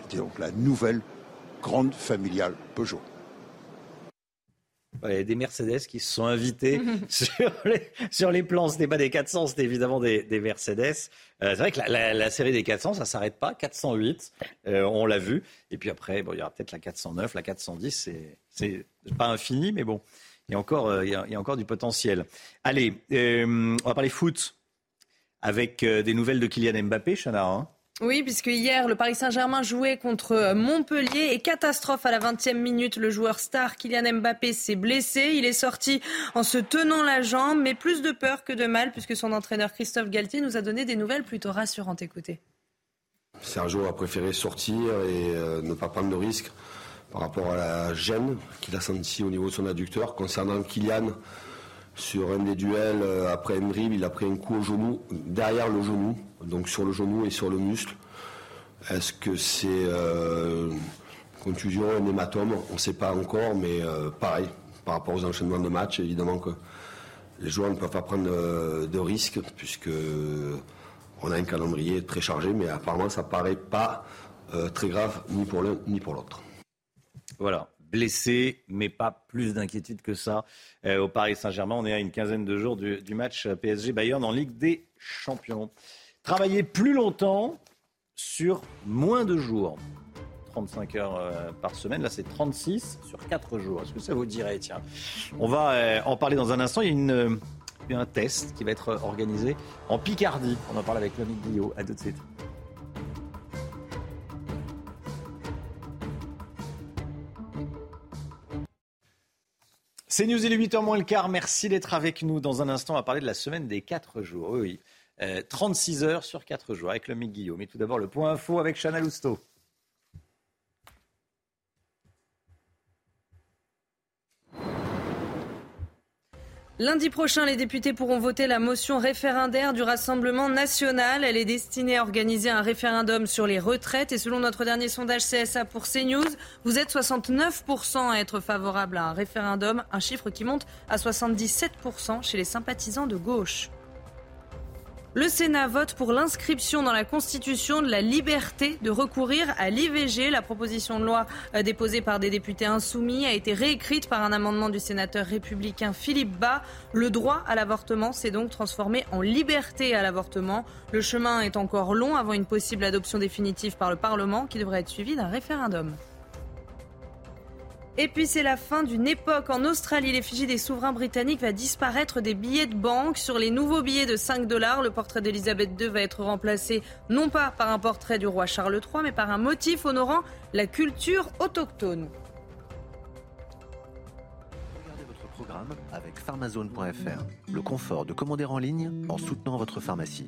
C'était donc la nouvelle grande familiale Peugeot.
Il y a des Mercedes qui se sont invités sur, les, sur les plans. Ce n'était pas des quatre cents, c'était évidemment des, des Mercedes. Euh, c'est vrai que la, la, la série des quatre cents, ça ne s'arrête pas. quatre cent huit, euh, on l'a vu. Et puis après, bon, il y aura peut-être la quatre cent neuf, la quatre cent dix. C'est, c'est pas infini, mais bon, il y a encore, euh, il y a, il y a encore du potentiel. Allez, euh, on va parler foot avec euh, des nouvelles de Kylian Mbappé, Chana. Hein.
Oui, puisque hier, le Paris Saint-Germain jouait contre Montpellier et catastrophe à la vingtième minute. Le joueur star Kylian Mbappé s'est blessé. Il est sorti en se tenant la jambe, mais plus de peur que de mal, puisque son entraîneur Christophe Galtier nous a donné des nouvelles plutôt rassurantes. Écoutez.
Sergio a préféré sortir et euh, ne pas prendre de risque par rapport à la gêne qu'il a sentie au niveau de son adducteur. Concernant Kylian, sur un des duels, euh, après un dribble, il a pris un coup au genou, derrière le genou, donc sur le genou et sur le muscle. Est-ce que c'est euh, contusion, un hématome? On ne sait pas encore, mais euh, pareil, par rapport aux enchaînements de matchs, évidemment que les joueurs ne peuvent pas prendre de, de risques, puisque on a un calendrier très chargé, mais apparemment ça ne paraît pas euh, très grave, ni pour l'un ni pour l'autre.
Voilà. Blessé, mais pas plus d'inquiétude que ça. Euh, au Paris Saint-Germain, on est à une quinzaine de jours du, du match P S G Bayern en Ligue des Champions. Travailler plus longtemps sur moins de jours. trente-cinq heures euh, par semaine, là c'est trente-six sur quatre jours. Est-ce que ça vous dirait? Tiens, on va euh, en parler dans un instant. Il y a une, euh, un test qui va être organisé en Picardie. On en parle avec Lomique Guillot. À tout de suite. C'est News, il est huit heures moins le quart. Merci d'être avec nous. Dans un instant, on va parler de la semaine des quatre jours. Oui, oui. Euh, trente-six heures sur quatre jours avec le Mick Guillaume. Mais tout d'abord, le point info avec Chana Lousteau.
Lundi prochain, les députés pourront voter la motion référendaire du Rassemblement national. Elle est destinée à organiser un référendum sur les retraites. Et selon notre dernier sondage C S A pour CNews, vous êtes soixante-neuf pour cent à être favorable à un référendum, un chiffre qui monte à soixante-dix-sept pour cent chez les sympathisants de gauche. Le Sénat vote pour l'inscription dans la Constitution de la liberté de recourir à l'I V G. La proposition de loi déposée par des députés insoumis a été réécrite par un amendement du sénateur républicain Philippe Bas. Le droit à l'avortement s'est donc transformé en liberté à l'avortement. Le chemin est encore long avant une possible adoption définitive par le Parlement qui devrait être suivie d'un référendum. Et puis c'est la fin d'une époque. En Australie, l'effigie des souverains britanniques va disparaître des billets de banque. Sur les nouveaux billets de cinq dollars, le portrait d'Elisabeth deux va être remplacé non pas par un portrait du roi Charles trois, mais par un motif honorant la culture autochtone.
Regardez votre programme avec pharmazone point f r. Le confort de commander en ligne en soutenant votre pharmacie.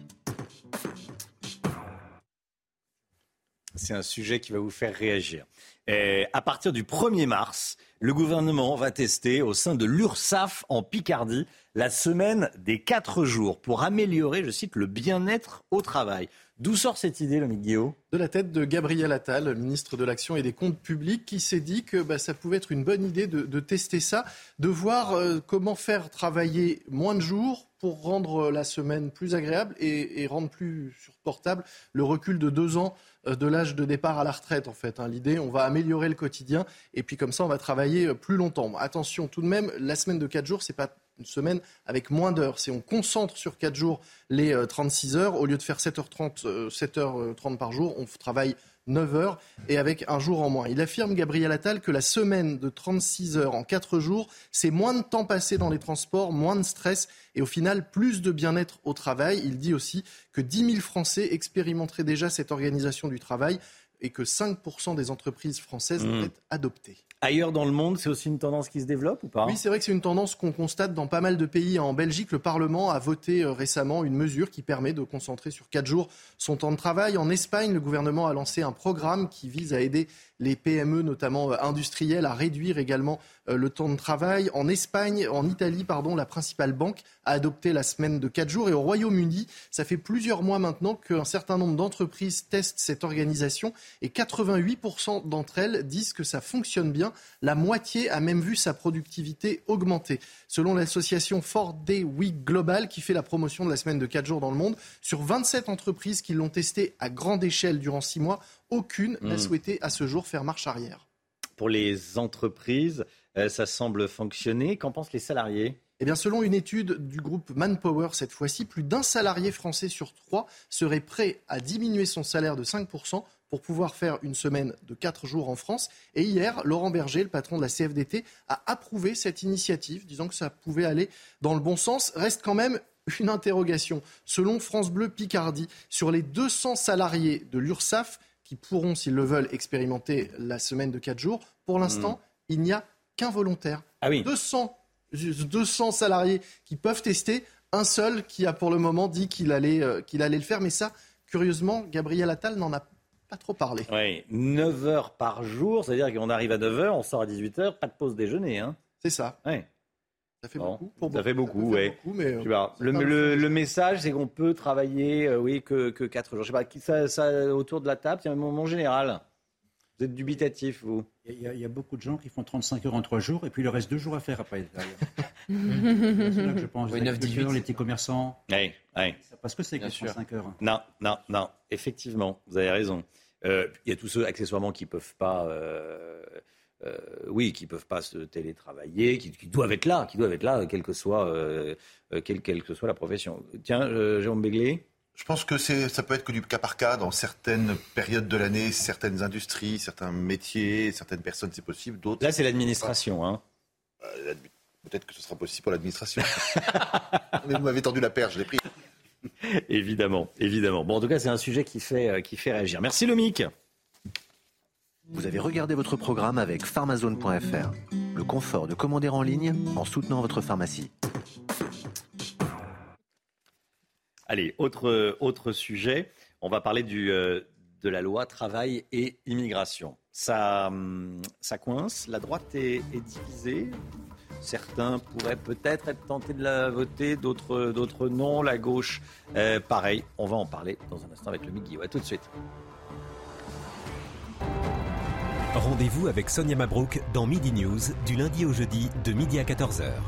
C'est un sujet qui va vous faire réagir. Et à partir du premier mars, le gouvernement va tester au sein de l'URSSAF en Picardie la semaine des quatre jours pour améliorer, je cite, le bien-être au travail. D'où sort cette idée, Lomique Guillaume ?
De la tête de Gabriel Attal, ministre de l'Action et des Comptes Publics, qui s'est dit que bah, ça pouvait être une bonne idée de, de tester ça, de voir euh, comment faire travailler moins de jours pour rendre la semaine plus agréable et, et rendre plus supportable le recul de deux ans de l'âge de départ à la retraite, en fait. Hein. L'idée, on va améliorer le quotidien et puis comme ça, on va travailler plus longtemps. Attention, tout de même, la semaine de quatre jours, c'est pas une semaine avec moins d'heures. Si on concentre sur quatre jours les euh, trente-six heures, au lieu de faire sept heures trente, euh, sept heures trente par jour, on travaille neuf heures et avec un jour en moins. Il affirme, Gabriel Attal, que la semaine de trente-six heures en quatre jours, c'est moins de temps passé dans les transports, moins de stress et au final plus de bien-être au travail. Il dit aussi que dix mille Français expérimenteraient déjà cette organisation du travail et que cinq pour cent des entreprises françaises mmh. vont être adoptées.
Ailleurs dans le monde, c'est aussi une tendance qui se développe ou pas ?
Oui, c'est vrai que c'est une tendance qu'on constate dans pas mal de pays. En Belgique, le Parlement a voté récemment une mesure qui permet de concentrer sur quatre jours son temps de travail. En Espagne, le gouvernement a lancé un programme qui vise à aider les P M E, notamment industrielles, à réduire également le temps de travail. En Espagne, en Italie, pardon, la principale banque a adopté la semaine de quatre jours. Et au Royaume-Uni, ça fait plusieurs mois maintenant qu'un certain nombre d'entreprises testent cette organisation. et quatre-vingt-huit pour cent d'entre elles disent que ça fonctionne bien. La moitié a même vu sa productivité augmenter. Selon l'association four day week Global, qui fait la promotion de la semaine de quatre jours dans le monde, sur vingt-sept entreprises qui l'ont testé à grande échelle durant six mois, aucune mmh. n'a souhaité à ce jour faire marche arrière.
Pour les entreprises, euh, ça semble fonctionner. Qu'en pensent les salariés ?
Eh bien, selon une étude du groupe Manpower, cette fois-ci, plus d'un salarié français sur trois serait prêt à diminuer son salaire de cinq pour cent pour pouvoir faire une semaine de quatre jours en France. Et hier, Laurent Berger, le patron de la C F D T, a approuvé cette initiative, disant que ça pouvait aller dans le bon sens. Reste quand même une interrogation. Selon France Bleu Picardie, sur les deux cents salariés de l'URSSAF qui pourront, s'ils le veulent, expérimenter la semaine de quatre jours, pour l'instant, mmh. il n'y a qu'un volontaire.
Ah oui.
deux cents deux cents salariés qui peuvent tester, un seul qui a pour le moment dit qu'il allait, euh, qu'il allait le faire. Mais ça, curieusement, Gabriel Attal n'en a pas trop parlé.
Oui, neuf heures par jour, c'est-à-dire qu'on arrive à neuf heures, on sort à dix-huit heures, pas de pause déjeuner. Hein.
C'est ça.
Ouais.
Ça fait
bon,
beaucoup. Pour
ça fait beaucoup, oui.
Euh,
le, le, le message, c'est qu'on peut travailler, euh, oui, que, que quatre jours. Je sais pas, qui ça, ça autour de la table, c'est un moment général. Vous êtes dubitatif, vous ?
Il y, a, il y a beaucoup de gens qui font trente-cinq heures en trois jours et puis il leur reste deux jours à faire après. C'est là que je pense.
Oui, neuf dix-huit.
Les petits commerçants.
Oui, oui.
Parce que c'est que trente-cinq heures.
Non, non, non. Effectivement, vous avez raison. Euh, il y a tous ceux, accessoirement, qui ne peuvent pas... Euh, euh, oui, qui ne peuvent pas se télétravailler, qui, qui doivent être là, qui doivent être là, quelle que soit, euh, quelle, quelle que soit la profession. Tiens, euh, Jérôme Béglé.
Je pense que c'est, ça peut être que du cas par cas dans certaines périodes de l'année, certaines industries, certains métiers, certaines personnes, c'est possible. D'autres.
Là, c'est l'administration. Hein.
Euh, peut-être que ce sera possible pour l'administration. Mais vous m'avez tendu la perche, je l'ai pris.
Évidemment, évidemment. Bon, en tout cas, c'est un sujet qui fait, qui fait réagir. Merci, Lomic.
Vous avez regardé votre programme avec pharmazone point f r. Le confort de commander en ligne en soutenant votre pharmacie.
Allez, autre, autre sujet. On va parler du, euh, de la loi travail et immigration. Ça, ça coince. La droite est, est divisée. Certains pourraient peut-être être tentés de la voter, d'autres, d'autres non. La gauche, euh, pareil. On va en parler dans un instant avec le Guillaume. À tout de suite.
Rendez-vous avec Sonia Mabrouk dans Midi News, du lundi au jeudi, de midi à quatorze heures.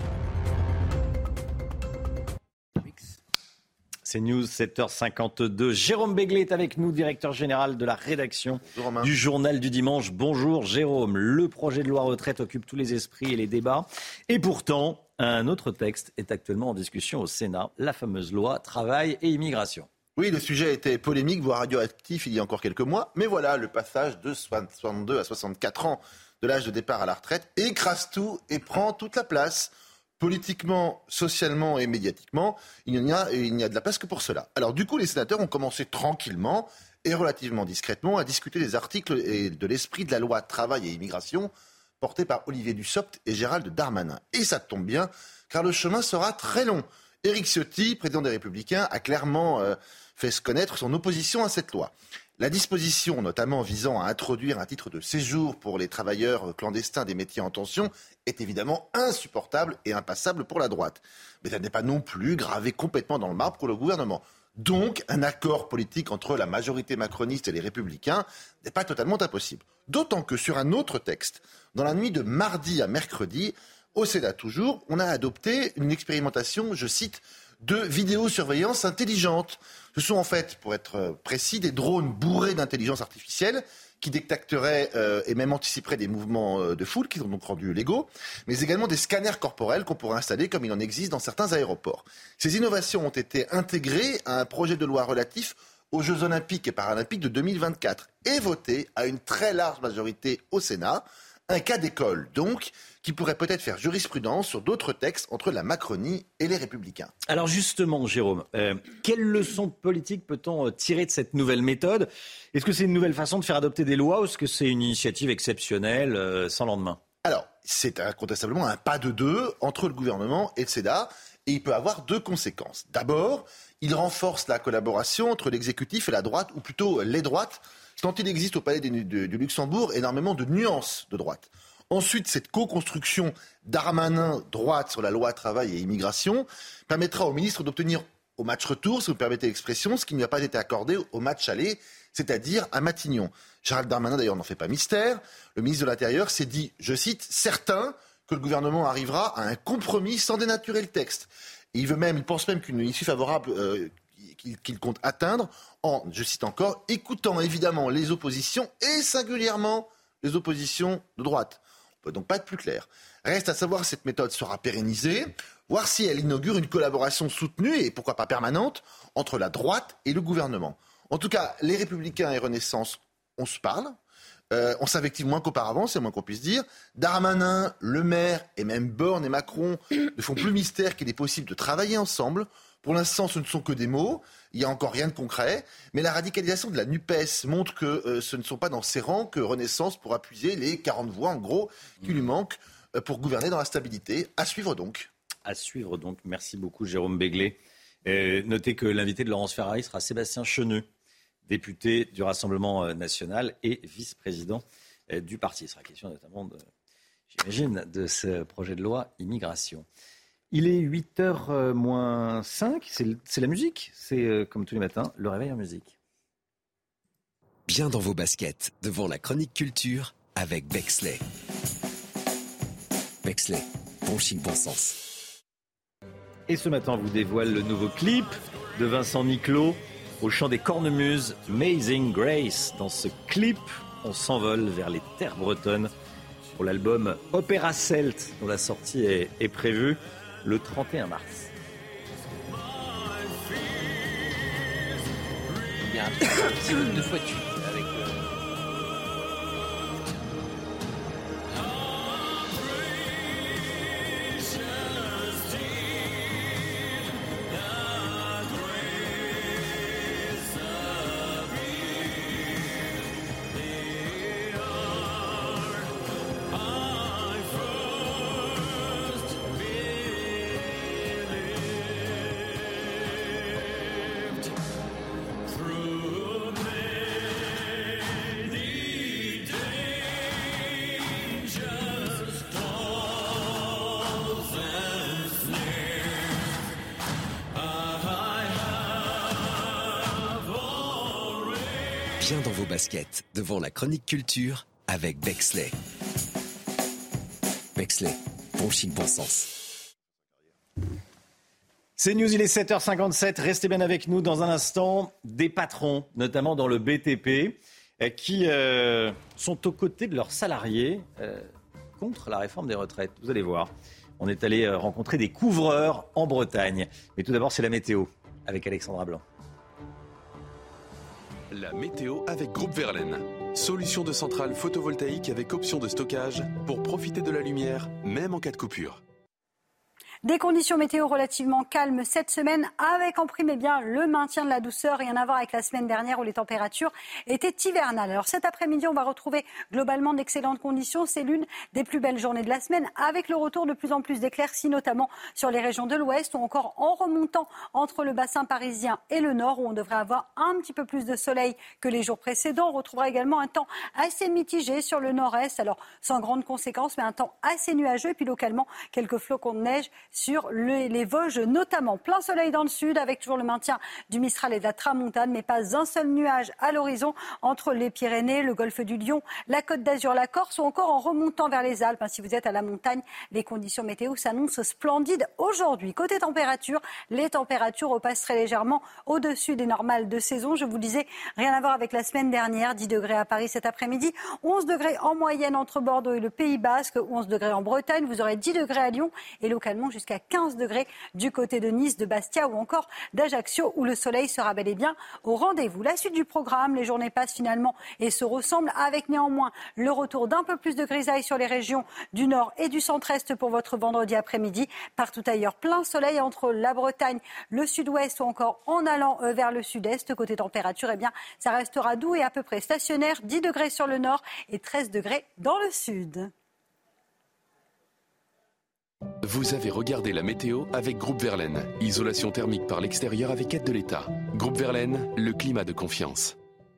C'est News, sept heures cinquante-deux. Jérôme Béglé est avec nous, directeur général de la rédaction du Journal du Dimanche. Bonjour Jérôme. Le projet de loi retraite occupe tous les esprits et les débats. Et pourtant, un autre texte est actuellement en discussion au Sénat, la fameuse loi travail et immigration.
Oui, le sujet était polémique, voire radioactif il y a encore quelques mois. Mais voilà, le passage de soixante-deux à soixante-quatre ans de l'âge de départ à la retraite écrase tout et prend toute la place. Politiquement, socialement et médiatiquement, il n'y a, il n'y a de la place que pour cela. Alors du coup, les sénateurs ont commencé tranquillement et relativement discrètement à discuter des articles et de l'esprit de la loi travail et immigration portée par Olivier Dussopt et Gérald Darmanin. Et ça tombe bien, car le chemin sera très long. Éric Ciotti, président des Républicains, a clairement euh, fait se connaître son opposition à cette loi. La disposition, notamment visant à introduire un titre de séjour pour les travailleurs clandestins des métiers en tension, est évidemment insupportable et impassable pour la droite. Mais elle n'est pas non plus gravée complètement dans le marbre pour le gouvernement. Donc, un accord politique entre la majorité macroniste et les Républicains n'est pas totalement impossible. D'autant que sur un autre texte, dans la nuit de mardi à mercredi, au Sénat toujours, on a adopté une expérimentation, je cite, de vidéosurveillance intelligente. Ce sont en fait, pour être précis, des drones bourrés d'intelligence artificielle qui détecteraient euh, et même anticiperaient des mouvements euh, de foule qui sont donc rendus légaux, mais également des scanners corporels qu'on pourrait installer comme il en existe dans certains aéroports. Ces innovations ont été intégrées à un projet de loi relatif aux Jeux Olympiques et Paralympiques de deux mille vingt-quatre et voté à une très large majorité au Sénat. Un cas d'école, donc, qui pourrait peut-être faire jurisprudence sur d'autres textes entre la Macronie et les Républicains.
Alors justement, Jérôme, euh, quelle leçon politique peut-on tirer de cette nouvelle méthode ? Est-ce que c'est une nouvelle façon de faire adopter des lois ou est-ce que c'est une initiative exceptionnelle euh, sans lendemain ?
Alors, c'est incontestablement un pas de deux entre le gouvernement et le Sénat, et il peut avoir deux conséquences. D'abord, il renforce la collaboration entre l'exécutif et la droite, ou plutôt les droites, tant il existe au Palais du Luxembourg énormément de nuances de droite. Ensuite, cette co-construction Darmanin droite sur la loi travail et immigration permettra au ministre d'obtenir au match retour, si vous me permettez l'expression, ce qui ne lui a pas été accordé au match aller. c'est-à-dire à Matignon. Gérald Darmanin, d'ailleurs, n'en fait pas mystère. Le ministre de l'Intérieur s'est dit, je cite, « certain que le gouvernement arrivera à un compromis sans dénaturer le texte ». Et il veut même, il pense même qu'une issue favorable euh, qu'il, qu'il compte atteindre en, je cite encore, écoutant évidemment les oppositions et singulièrement les oppositions de droite. On ne peut donc pas être plus clair. Reste à savoir si cette méthode sera pérennisée, voir si elle inaugure une collaboration soutenue et pourquoi pas permanente entre la droite et le gouvernement. En tout cas, les Républicains et Renaissance, on se parle. Euh, on s'invective moins qu'auparavant, c'est le moins qu'on puisse dire. Darmanin, Le Maire et même Borne et Macron ne font plus mystère qu'il est possible de travailler ensemble. Pour l'instant, ce ne sont que des mots. Il n'y a encore rien de concret. Mais la radicalisation de la NUPES montre que euh, ce ne sont pas dans ses rangs que Renaissance pourra puiser les quarante voix, en gros, qui lui manquent euh, pour gouverner dans la stabilité. À suivre donc.
À suivre donc. Merci beaucoup, Jérôme Béglé. Euh, notez que l'invité de Laurence Ferrari sera Sébastien Chenu, député du Rassemblement national et vice-président du parti. Il sera question notamment, de, j'imagine, de ce projet de loi immigration. Il est huit heures moins cinq, c'est, c'est la musique. C'est, euh, comme tous les matins, le réveil en musique.
Bien dans vos baskets, devant la chronique culture avec Bexley. Bexley, bon chic, bon sens.
Et ce matin, on vous dévoile le nouveau clip de Vincent Niclot au chant des cornemuses, Amazing Grace. Dans ce clip, on s'envole vers les terres bretonnes pour l'album Opéra Celt, dont la sortie est, est prévue le trente et un mars.
Il y a un petit peu de fois de suite avec le...
Bien dans vos baskets, devant la chronique culture avec Bexley. Bexley, bon chic, bon sens.
C'est News, il est sept heures cinquante-sept. Restez bien avec nous dans un instant. Des patrons, notamment dans le B T P, qui euh, sont aux côtés de leurs salariés euh, contre la réforme des retraites. Vous allez voir. On est allé rencontrer des couvreurs en Bretagne. Mais tout d'abord, c'est la météo avec Alexandra Blanc.
La météo avec Groupe Verlaine. Solution de centrale photovoltaïque avec option de stockage pour profiter de la lumière, même en cas de coupure.
Des conditions météo relativement calmes cette semaine, avec en prime eh bien, le maintien de la douceur, rien à voir avec la semaine dernière où les températures étaient hivernales. Alors cet après-midi, on va retrouver globalement d'excellentes conditions. C'est l'une des plus belles journées de la semaine, avec le retour de plus en plus d'éclaircies, notamment sur les régions de l'ouest, ou encore en remontant entre le bassin parisien et le nord, où on devrait avoir un petit peu plus de soleil que les jours précédents. On retrouvera également un temps assez mitigé sur le nord-est, alors sans grandes conséquences, mais un temps assez nuageux, et puis localement quelques flocons de neige sur le, les Vosges notamment. Plein soleil dans le sud avec toujours le maintien du Mistral et de la Tramontane, mais pas un seul nuage à l'horizon entre les Pyrénées, le golfe du Lion, la Côte d'Azur, la Corse ou encore en remontant vers les Alpes. Si vous êtes à la montagne, les conditions météo s'annoncent splendides aujourd'hui. Côté température, les températures repassent très légèrement au-dessus des normales de saison. Je vous disais, rien à voir avec la semaine dernière. dix degrés à Paris cet après-midi, onze degrés en moyenne entre Bordeaux et le Pays Basque, onze degrés en Bretagne. Vous aurez dix degrés à Lyon et localement jusqu'à quinze degrés du côté de Nice, de Bastia ou encore d'Ajaccio, où le soleil sera bel et bien au rendez-vous. La suite du programme, les journées passent finalement et se ressemblent, avec néanmoins le retour d'un peu plus de grisaille sur les régions du nord et du centre-est pour votre vendredi après-midi. Partout ailleurs, plein soleil entre la Bretagne, le sud-ouest ou encore en allant vers le sud-est. Côté température, eh bien, ça restera doux et à peu près stationnaire, dix degrés sur le nord et treize degrés dans le sud.
Vous avez regardé la météo avec Groupe Verlaine. Isolation thermique par l'extérieur avec aide de l'État. Groupe Verlaine, le climat de confiance.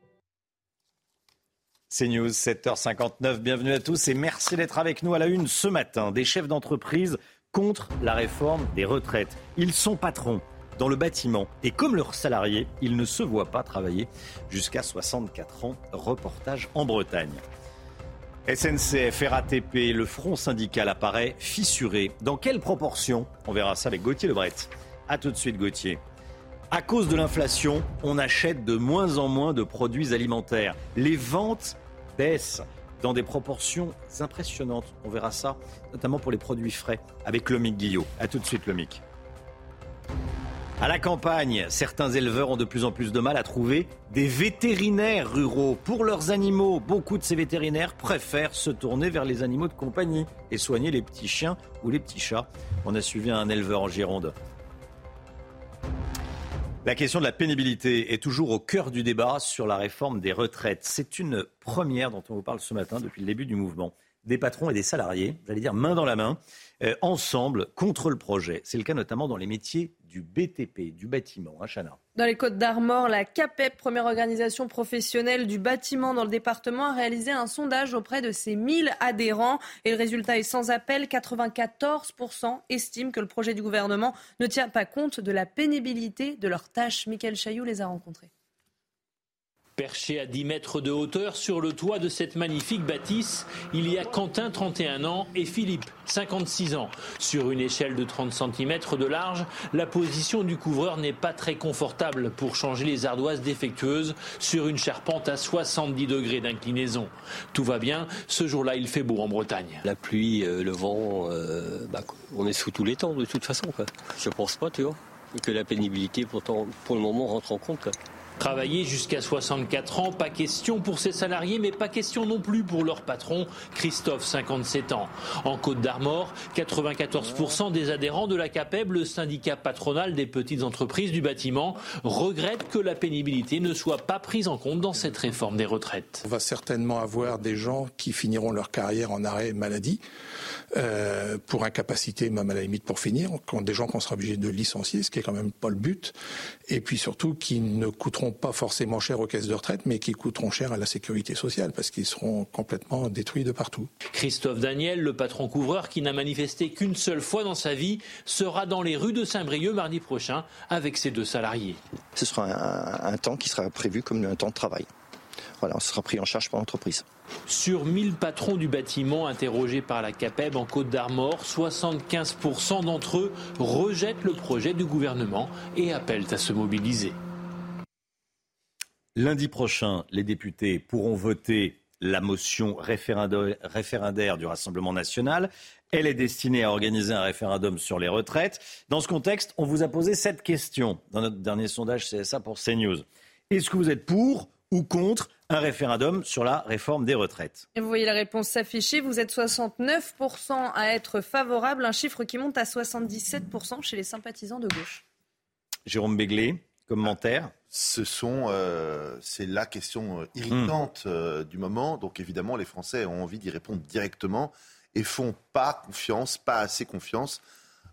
C'est News, sept heures cinquante-neuf. Bienvenue à tous et merci d'être avec nous à la une ce matin. Des chefs d'entreprise contre la réforme des retraites. Ils sont patrons. dans le bâtiment. Et comme leurs salariés, ils ne se voient pas travailler jusqu'à soixante-quatre ans. Reportage en Bretagne. S N C F, R A T P, le front syndical apparaît fissuré. Dans quelle proportion ? On verra ça avec Gauthier Lebret. A tout de suite Gauthier. À cause de l'inflation, on achète de moins en moins de produits alimentaires. Les ventes baissent dans des proportions impressionnantes. On verra ça, notamment pour les produits frais, avec Lomique Guillot. A tout de suite Lomique. À la campagne, certains éleveurs ont de plus en plus de mal à trouver des vétérinaires ruraux pour leurs animaux. Beaucoup de ces vétérinaires préfèrent se tourner vers les animaux de compagnie et soigner les petits chiens ou les petits chats. On a suivi un éleveur en Gironde. La question de la pénibilité est toujours au cœur du débat sur la réforme des retraites. C'est une première dont on vous parle ce matin depuis le début du mouvement. Des patrons et des salariés, j'allais dire main dans la main, euh, ensemble contre le projet. C'est le cas notamment dans les métiers du B T P, du bâtiment. Hein, Chana.
Dans les Côtes-d'Armor, la CAPEB, première organisation professionnelle du bâtiment dans le département, a réalisé un sondage auprès de ses mille adhérents. Et le résultat est sans appel. quatre-vingt-quatorze pour cent estiment que le projet du gouvernement ne tient pas compte de la pénibilité de leurs tâches. Mickaël Chailloux les a rencontrés.
Perché à dix mètres de hauteur sur le toit de cette magnifique bâtisse, il y a Quentin, trente et un ans, et Philippe, cinquante-six ans. Sur une échelle de trente centimètres de large, la position du couvreur n'est pas très confortable pour changer les ardoises défectueuses sur une charpente à soixante-dix degrés d'inclinaison. Tout va bien, ce jour-là il fait beau en Bretagne.
La pluie, euh, le vent, euh, bah, on est sous tous les temps de toute façon. Quoi. Je pense pas, tu vois, que la pénibilité pourtant, pour le moment rentre en compte. Quoi.
Travailler jusqu'à soixante-quatre ans, pas question pour ses salariés, mais pas question non plus pour leur patron, Christophe, cinquante-sept ans. En Côtes-d'Armor, quatre-vingt-quatorze pour cent des adhérents de la CAPEB, le syndicat patronal des petites entreprises du bâtiment, regrettent que la pénibilité ne soit pas prise en compte dans cette réforme des retraites.
On va certainement avoir des gens qui finiront leur carrière en arrêt maladie, euh, pour incapacité, même à la limite pour finir, des gens qu'on sera obligé de licencier, ce qui est quand même pas le but, et puis surtout qui ne coûteront pas forcément cher aux caisses de retraite, mais qui coûteront cher à la sécurité sociale, parce qu'ils seront complètement détruits de partout.
Christophe Daniel, le patron couvreur qui n'a manifesté qu'une seule fois dans sa vie, sera dans les rues de Saint-Brieuc mardi prochain avec ses deux salariés.
Ce sera un, un temps qui sera prévu comme un temps de travail. Voilà, on sera pris en charge par l'entreprise.
Sur mille patrons du bâtiment interrogés par la CAPEB en Côtes-d'Armor, soixante-quinze pour cent d'entre eux rejettent le projet du gouvernement et appellent à se mobiliser.
Lundi prochain, les députés pourront voter la motion référendaire du Rassemblement national. Elle est destinée à organiser un référendum sur les retraites. Dans ce contexte, on vous a posé cette question dans notre dernier sondage C S A pour CNews. Est-ce que vous êtes pour ou contre un référendum sur la réforme des retraites?
Et vous voyez la réponse s'afficher. Vous êtes soixante-neuf pour cent à être favorable, un chiffre qui monte à soixante-dix-sept pour cent chez les sympathisants de gauche.
Jérôme Béglé, commentaire.
Ce sont, euh, c'est la question irritante euh, du moment. Donc évidemment, les Français ont envie d'y répondre directement et font pas confiance, pas assez confiance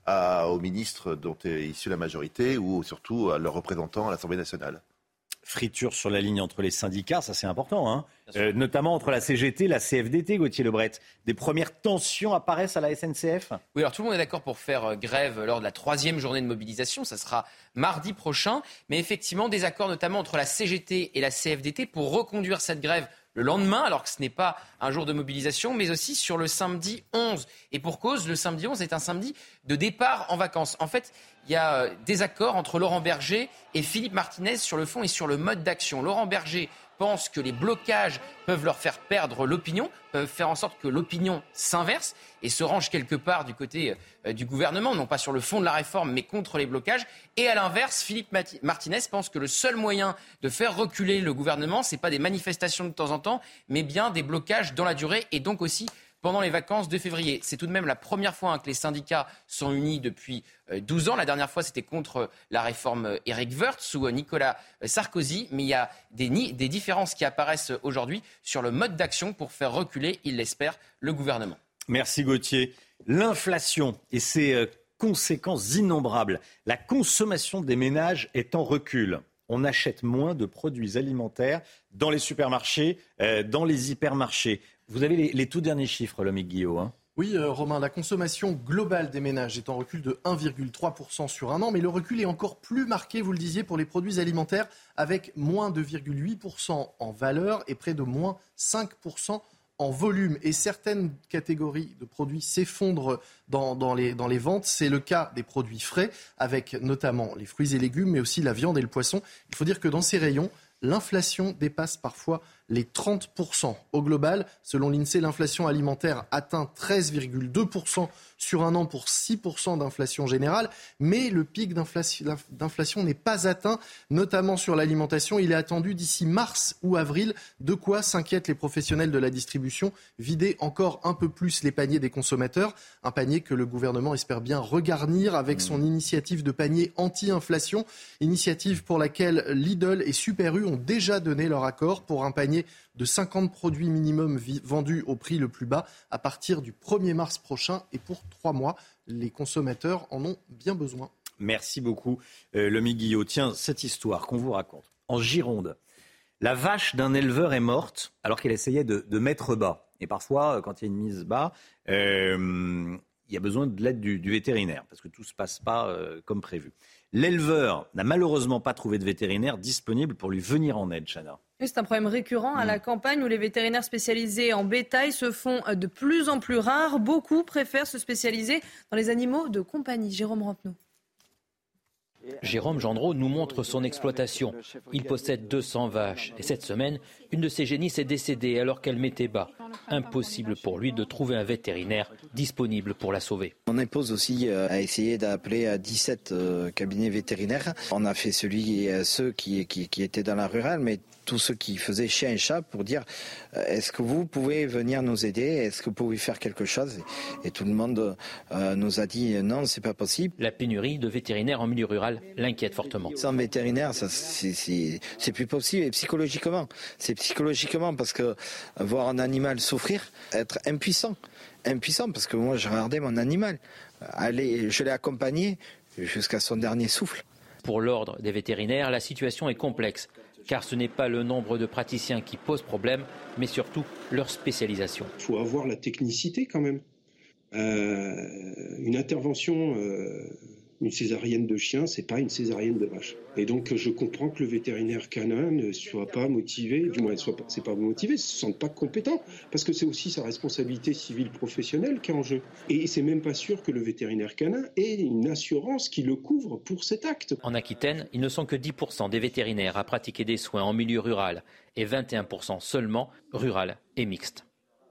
à, aux ministres dont est issue la majorité ou surtout à leurs représentants à l'Assemblée nationale.
Friture sur la ligne entre les syndicats, ça c'est important, hein. euh, notamment entre la C G T et la C F D T, Gauthier Lebret. Des premières tensions apparaissent à la S N C F.
Oui, alors tout le monde est d'accord pour faire grève lors de la troisième journée de mobilisation, ça sera mardi prochain, mais effectivement des accords notamment entre la C G T et la C F D T pour reconduire cette grève le lendemain, alors que ce n'est pas un jour de mobilisation, mais aussi sur le samedi onze. Et pour cause, le samedi onze est un samedi de départ en vacances. En fait, il y a des accords entre Laurent Berger et Philippe Martinez sur le fond et sur le mode d'action. Laurent Berger pense que les blocages peuvent leur faire perdre l'opinion, peuvent faire en sorte que l'opinion s'inverse et se range quelque part du côté euh, du gouvernement, non pas sur le fond de la réforme, mais contre les blocages. Et à l'inverse, Philippe Martinez pense que le seul moyen de faire reculer le gouvernement, c'est pas des manifestations de temps en temps, mais bien des blocages dans la durée et donc aussi pendant les vacances de février. C'est tout de même la première fois hein, que les syndicats sont unis depuis euh, douze ans. La dernière fois, c'était contre la réforme Éric Woerth ou euh, Nicolas Sarkozy. Mais il y a des, des différences qui apparaissent aujourd'hui sur le mode d'action pour faire reculer, il l'espère, le gouvernement.
Merci Gauthier. L'inflation et ses euh, conséquences innombrables. La consommation des ménages est en recul. On achète moins de produits alimentaires dans les supermarchés, euh, dans les hypermarchés. Vous avez les, les tout derniers chiffres, Lomique Guillot. Hein.
Oui, euh, Romain, la consommation globale des ménages est en recul de un virgule trois pour cent sur un an, mais le recul est encore plus marqué, vous le disiez, pour les produits alimentaires, avec moins de deux virgule huit pour cent en valeur et près de moins cinq pour cent en volume. Et certaines catégories de produits s'effondrent dans, dans, les, dans les ventes. C'est le cas des produits frais, avec notamment les fruits et légumes, mais aussi la viande et le poisson. Il faut dire que dans ces rayons, l'inflation dépasse parfois les trente pour cent. Au global, selon l'INSEE, l'inflation alimentaire atteint treize virgule deux pour cent sur un an pour six pour cent d'inflation générale. Mais le pic d'inflation, d'inflation n'est pas atteint, notamment sur l'alimentation. Il est attendu d'ici mars ou avril, de quoi s'inquiètent les professionnels de la distribution, vider encore un peu plus les paniers des consommateurs. Un panier que le gouvernement espère bien regarnir avec son initiative de panier anti-inflation, initiative pour laquelle Lidl et Super U ont déjà donné leur accord pour un panier de cinquante produits minimum vendus au prix le plus bas à partir du premier mars prochain et pour trois mois. Les consommateurs en ont bien besoin.
Merci beaucoup, euh, Lomi Guillot. Tiens, cette histoire qu'on vous raconte. En Gironde, la vache d'un éleveur est morte alors qu'elle essayait de, de mettre bas. Et parfois, quand il y a une mise bas, euh, il y a besoin de l'aide du, du vétérinaire parce que tout ne se passe pas euh, comme prévu. L'éleveur n'a malheureusement pas trouvé de vétérinaire disponible pour lui venir en aide, Chana.
Oui, c'est un problème récurrent à la campagne où les vétérinaires spécialisés en bétail se font de plus en plus rares. Beaucoup préfèrent se spécialiser dans les animaux de compagnie. Jérôme Rampenou.
Jérôme Gendreau nous montre son exploitation. Il possède deux cents vaches. Et cette semaine, une de ses génisses est décédée alors qu'elle mettait bas. Impossible pour lui de trouver un vétérinaire disponible pour la sauver.
Mon épouse aussi a essayé d'appeler dix-sept cabinets vétérinaires. On a fait celui, ceux qui, qui, qui étaient dans la rurale, mais tous ceux qui faisaient chien et chat pour dire est-ce que vous pouvez venir nous aider, est-ce que vous pouvez faire quelque chose, et tout le monde euh, nous a dit non, c'est pas possible.
La pénurie de vétérinaires en milieu rural l'inquiète fortement.
Sans vétérinaire, ça, c'est, c'est, c'est plus possible, et psychologiquement, c'est psychologiquement parce que voir un animal souffrir, être impuissant, impuissant parce que moi je regardais mon animal, aller, je l'ai accompagné jusqu'à son dernier souffle.
Pour l'ordre des vétérinaires, la situation est complexe. Car ce n'est pas le nombre de praticiens qui pose problème, mais surtout leur spécialisation.
Il faut avoir la technicité quand même. Euh, une intervention, euh, une césarienne de chien, c'est pas une césarienne de vache. Et donc je comprends que le vétérinaire canin ne soit pas motivé, du moins soit pas, c'est pas motivé, ne se sente pas compétent, parce que c'est aussi sa responsabilité civile professionnelle qui est en jeu. Et c'est même pas sûr que le vétérinaire canin ait une assurance qui le couvre pour cet acte.
En Aquitaine, ils ne sont que dix pour cent des vétérinaires à pratiquer des soins en milieu rural et vingt et un pour cent seulement rural et mixte.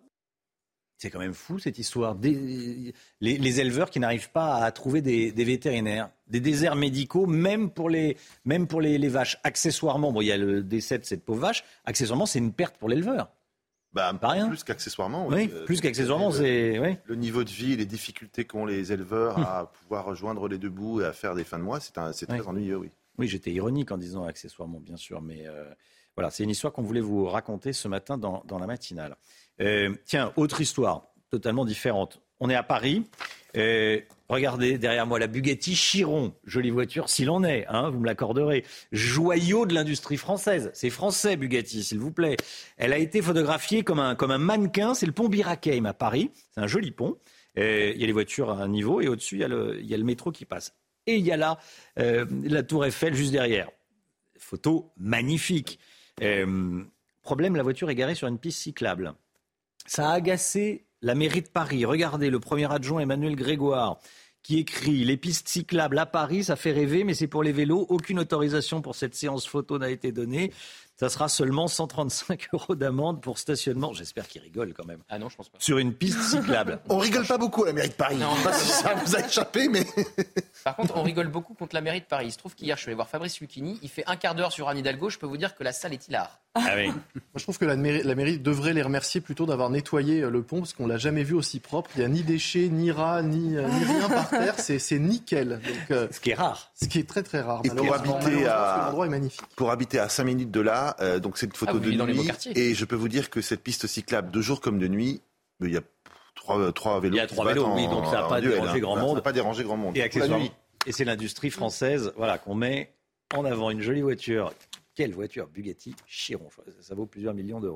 C'est quand même fou cette histoire. Des, les, les éleveurs qui n'arrivent pas à trouver des, des vétérinaires, des déserts médicaux, même pour les, même pour les, les vaches. Accessoirement, bon, il y a le décès de cette pauvre vache. Accessoirement, c'est une perte pour l'éleveur.
Bah,
pas rien.
Plus qu'accessoirement.
Oui,
oui.
plus qu'accessoirement,
le,
c'est. Oui.
Le niveau de vie, les difficultés qu'ont les éleveurs à pouvoir rejoindre les deux bouts et à faire des fins de mois, c'est, un, c'est très oui. ennuyeux, oui.
Oui, j'étais ironique en disant accessoirement, bien sûr, mais euh, voilà, c'est une histoire qu'on voulait vous raconter ce matin dans, dans la matinale. Euh, tiens, autre histoire, totalement différente. On est à Paris. Euh, regardez derrière moi la Bugatti Chiron, jolie voiture s'il en est, hein, vous me l'accorderez. Joyau de l'industrie française. C'est français Bugatti, s'il vous plaît. Elle a été photographiée comme un, comme un mannequin. C'est le pont Bir Hakeim à Paris. C'est un joli pont. Euh, il y a les voitures à un niveau et au-dessus il y a le, il y a le métro qui passe. Et il y a là euh, la Tour Eiffel juste derrière. Photo magnifique. Euh, problème, la voiture est garée sur une piste cyclable. Ça a agacé la mairie de Paris. Regardez, le premier adjoint Emmanuel Grégoire qui écrit « Les pistes cyclables à Paris, ça fait rêver, mais c'est pour les vélos. Aucune autorisation pour cette séance photo n'a été donnée. Ça sera seulement cent trente-cinq euros d'amende pour stationnement. » J'espère qu'il rigole quand même.
Ah non, je pense pas.
Sur une piste cyclable.
On rigole pas beaucoup à la mairie de Paris.
Non,
je ne sais pas si ça vous a échappé, mais...
Par contre, on rigole beaucoup contre la mairie de Paris. Il se trouve qu'hier, je suis allé voir Fabrice Lucchini. Il fait un quart d'heure sur Anne Hidalgo. Je peux vous dire que la salle est hilar.
Ah oui.
Moi, je trouve que la mairie, la mairie devrait les remercier plutôt d'avoir nettoyé le pont, parce qu'on l'a jamais vu aussi propre. Il n'y a ni déchets, ni rats, ni, ni rien par terre. C'est, c'est nickel. Donc, euh,
ce qui est rare.
Ce qui est très très rare.
Et pour habiter à,
l'endroit est magnifique.
Pour habiter à cinq minutes de là, euh, donc c'est une photo
ah,
de nuit.
Et
je peux vous dire que cette piste cyclable, de jour comme de nuit, il y a trois, trois vélos.
Il y a trois vélos,
en,
oui, donc ça n'a pas
duel,
dérangé
hein.
grand
ça,
monde.
Ça n'a pas dérangé grand monde.
Et accessoirement. Et c'est l'industrie française, voilà, qu'on met en avant une jolie voiture. Quelle voiture, Bugatti Chiron, ça vaut plusieurs millions d'euros.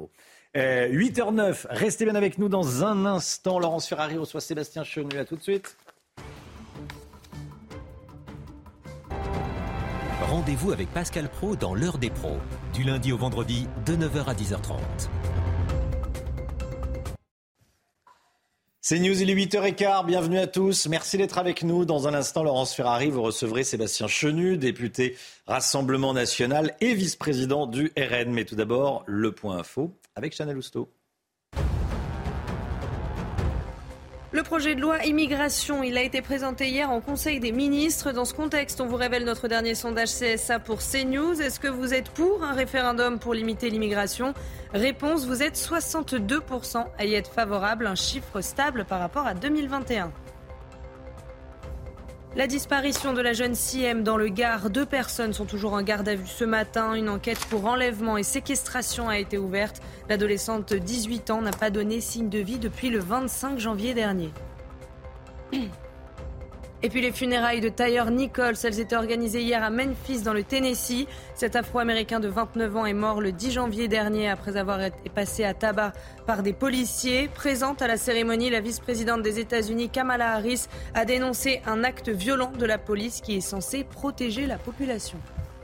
Euh, huit heures neuf, restez bien avec nous dans un instant. Laurence Ferrari reçoit Sébastien Chenu. À tout de suite.
Rendez-vous avec Pascal Praud dans l'heure des pros, du lundi au vendredi de neuf heures à dix heures trente.
C'est News, il est huit heures quinze, bienvenue à tous, merci d'être avec nous. Dans un instant, Laurence Ferrari, vous recevrez Sébastien Chenu, député Rassemblement National et vice-président du R N. Mais tout d'abord, le point info avec Chanel Housteau.
Le projet de loi immigration, il a été présenté hier en Conseil des ministres. Dans ce contexte, on vous révèle notre dernier sondage C S A pour CNews. Est-ce que vous êtes pour un référendum pour limiter l'immigration ? Réponse, vous êtes soixante-deux pour cent à y être favorable, un chiffre stable par rapport à deux mille vingt et un. La disparition de la jeune C M dans le Gard. Deux personnes sont toujours en garde à vue ce matin. Une enquête pour enlèvement et séquestration a été ouverte. L'adolescente de dix-huit ans n'a pas donné signe de vie depuis le vingt-cinq janvier dernier. Et puis les funérailles de Tyre Nichols, elles étaient organisées hier à Memphis dans le Tennessee. Cet Afro-Américain de vingt-neuf ans est mort le dix janvier dernier après avoir été passé à tabac par des policiers. Présente à la cérémonie, la vice-présidente des États-Unis, Kamala Harris, a dénoncé un acte violent de la police qui est censé protéger la population.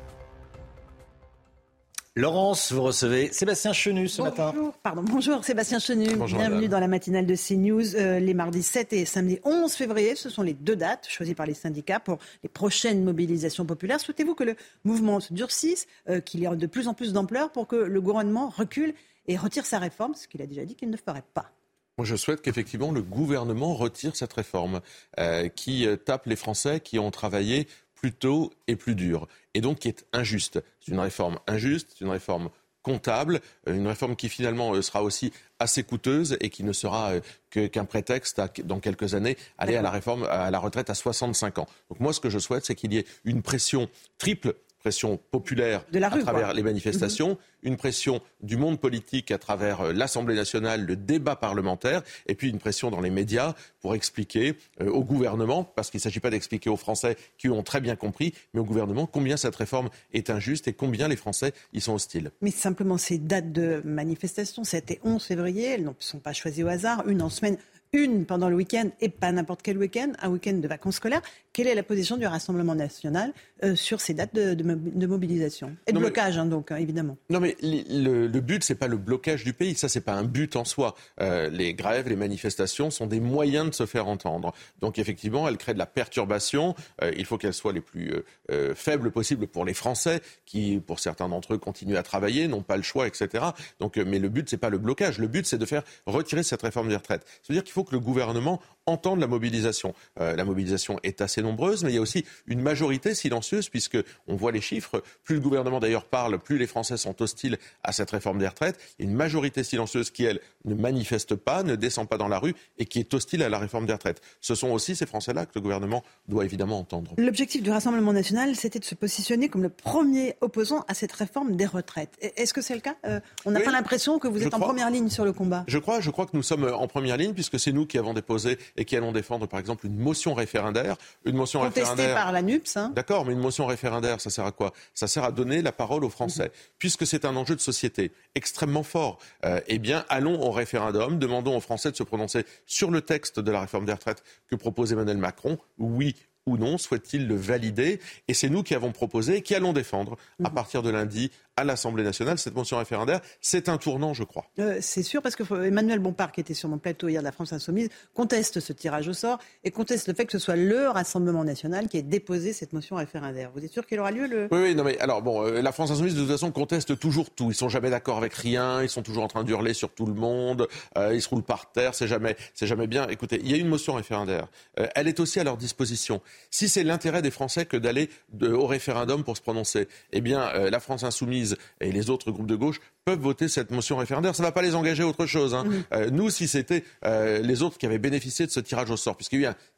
Laurence, vous recevez Sébastien Chenu ce
bonjour,
matin.
Pardon, bonjour Sébastien Chenu,
bonjour,
bienvenue
madame.
Dans la matinale de CNews. Euh, les mardis sept et samedi onze février, ce sont les deux dates choisies par les syndicats pour les prochaines mobilisations populaires. Souhaitez-vous que le mouvement se durcisse, euh, qu'il y ait de plus en plus d'ampleur pour que le gouvernement recule et retire sa réforme, ce qu'il a déjà dit qu'il ne ferait pas?
Moi, je souhaite qu'effectivement le gouvernement retire cette réforme euh, qui euh, tape les Français qui ont travaillé plus tôt et plus dur, et donc qui est injuste. C'est une réforme injuste, c'est une réforme comptable, une réforme qui finalement sera aussi assez coûteuse et qui ne sera que, qu'un prétexte à, dans quelques années, aller à la réforme, à la retraite à soixante-cinq ans. Donc moi, ce que je souhaite, c'est qu'il y ait une pression triple, pression populaire de la rue, à travers quoi. les manifestations, mmh. une pression du monde politique à travers l'Assemblée nationale, le débat parlementaire, et puis une pression dans les médias pour expliquer euh, au gouvernement, parce qu'il ne s'agit pas d'expliquer aux Français qui ont très bien compris, mais au gouvernement combien cette réforme est injuste et combien les Français y sont hostiles.
Mais simplement ces dates de manifestation, sept et onze février, elles ne sont pas choisies au hasard, une en semaine, une pendant le week-end et pas n'importe quel week-end, un week-end de vacances scolaires. Quelle est la position du Rassemblement national euh, sur ces dates de, de, de mobilisation et de non blocage, mais, hein, donc, hein, évidemment.
Non, mais le, le but, c'est pas le blocage du pays. Ça, c'est pas un but en soi. Euh, les grèves, les manifestations sont des moyens de se faire entendre. Donc, effectivement, elles créent de la perturbation. Euh, il faut qu'elles soient les plus euh, euh, faibles possibles pour les Français, qui, pour certains d'entre eux, continuent à travailler, n'ont pas le choix, et cetera. Donc, euh, mais le but, c'est pas le blocage. Le but, c'est de faire retirer cette réforme des retraites. C'est-à-dire qu'il faut que le gouvernement entende la mobilisation. Euh, la mobilisation est assez nombreuse, mais il y a aussi une majorité silencieuse, puisque on voit les chiffres. Plus le gouvernement d'ailleurs parle, plus les Français sont hostiles à cette réforme des retraites. Il y a une majorité silencieuse qui, elle, ne manifeste pas, ne descend pas dans la rue et qui est hostile à la réforme des retraites. Ce sont aussi ces Français-là que le gouvernement doit évidemment entendre.
L'objectif du Rassemblement national, c'était de se positionner comme le premier opposant à cette réforme des retraites. Est-ce que c'est le cas ? euh, On n'a oui, pas l'impression que vous êtes en crois, première ligne sur le combat.
Je crois, je crois que nous sommes en première ligne, puisque c'est nous qui avons déposé et qui allons défendre, par exemple, une motion référendaire. Une motion
Contestée
référendaire
par la N U P S. Hein.
D'accord, mais une motion référendaire, ça sert à quoi ? Ça sert à donner la parole aux Français. Mmh. Puisque c'est un enjeu de société extrêmement fort, euh, eh bien, allons au référendum, demandons aux Français de se prononcer sur le texte de la réforme des retraites que propose Emmanuel Macron, oui ou non, souhaite-t-il le valider ? Et c'est nous qui avons proposé et qui allons défendre, mmh. à partir de lundi, à l'Assemblée nationale, cette motion référendaire. C'est un tournant, je crois.
Euh, c'est sûr, parce que Emmanuel Bompard, qui était sur mon plateau hier de la France Insoumise, conteste ce tirage au sort et conteste le fait que ce soit le Rassemblement national qui ait déposé cette motion référendaire. Vous êtes sûr qu'il aura lieu le...
Oui, oui, non mais alors bon, euh, la France Insoumise de toute façon conteste toujours tout. Ils sont jamais d'accord avec rien, ils sont toujours en train d'hurler sur tout le monde, euh, ils se roulent par terre, c'est jamais, c'est jamais bien. Écoutez, il y a une motion référendaire, euh, elle est aussi à leur disposition. Si c'est l'intérêt des Français que d'aller de, au référendum pour se prononcer, eh bien euh, la France Insoumise et les autres groupes de gauche peuvent voter cette motion référendaire. Ça ne va pas les engager à autre chose. Hein. Mmh. Euh, nous, si c'était euh, les autres qui avaient bénéficié de ce tirage au sort, puisqu'il y a eu un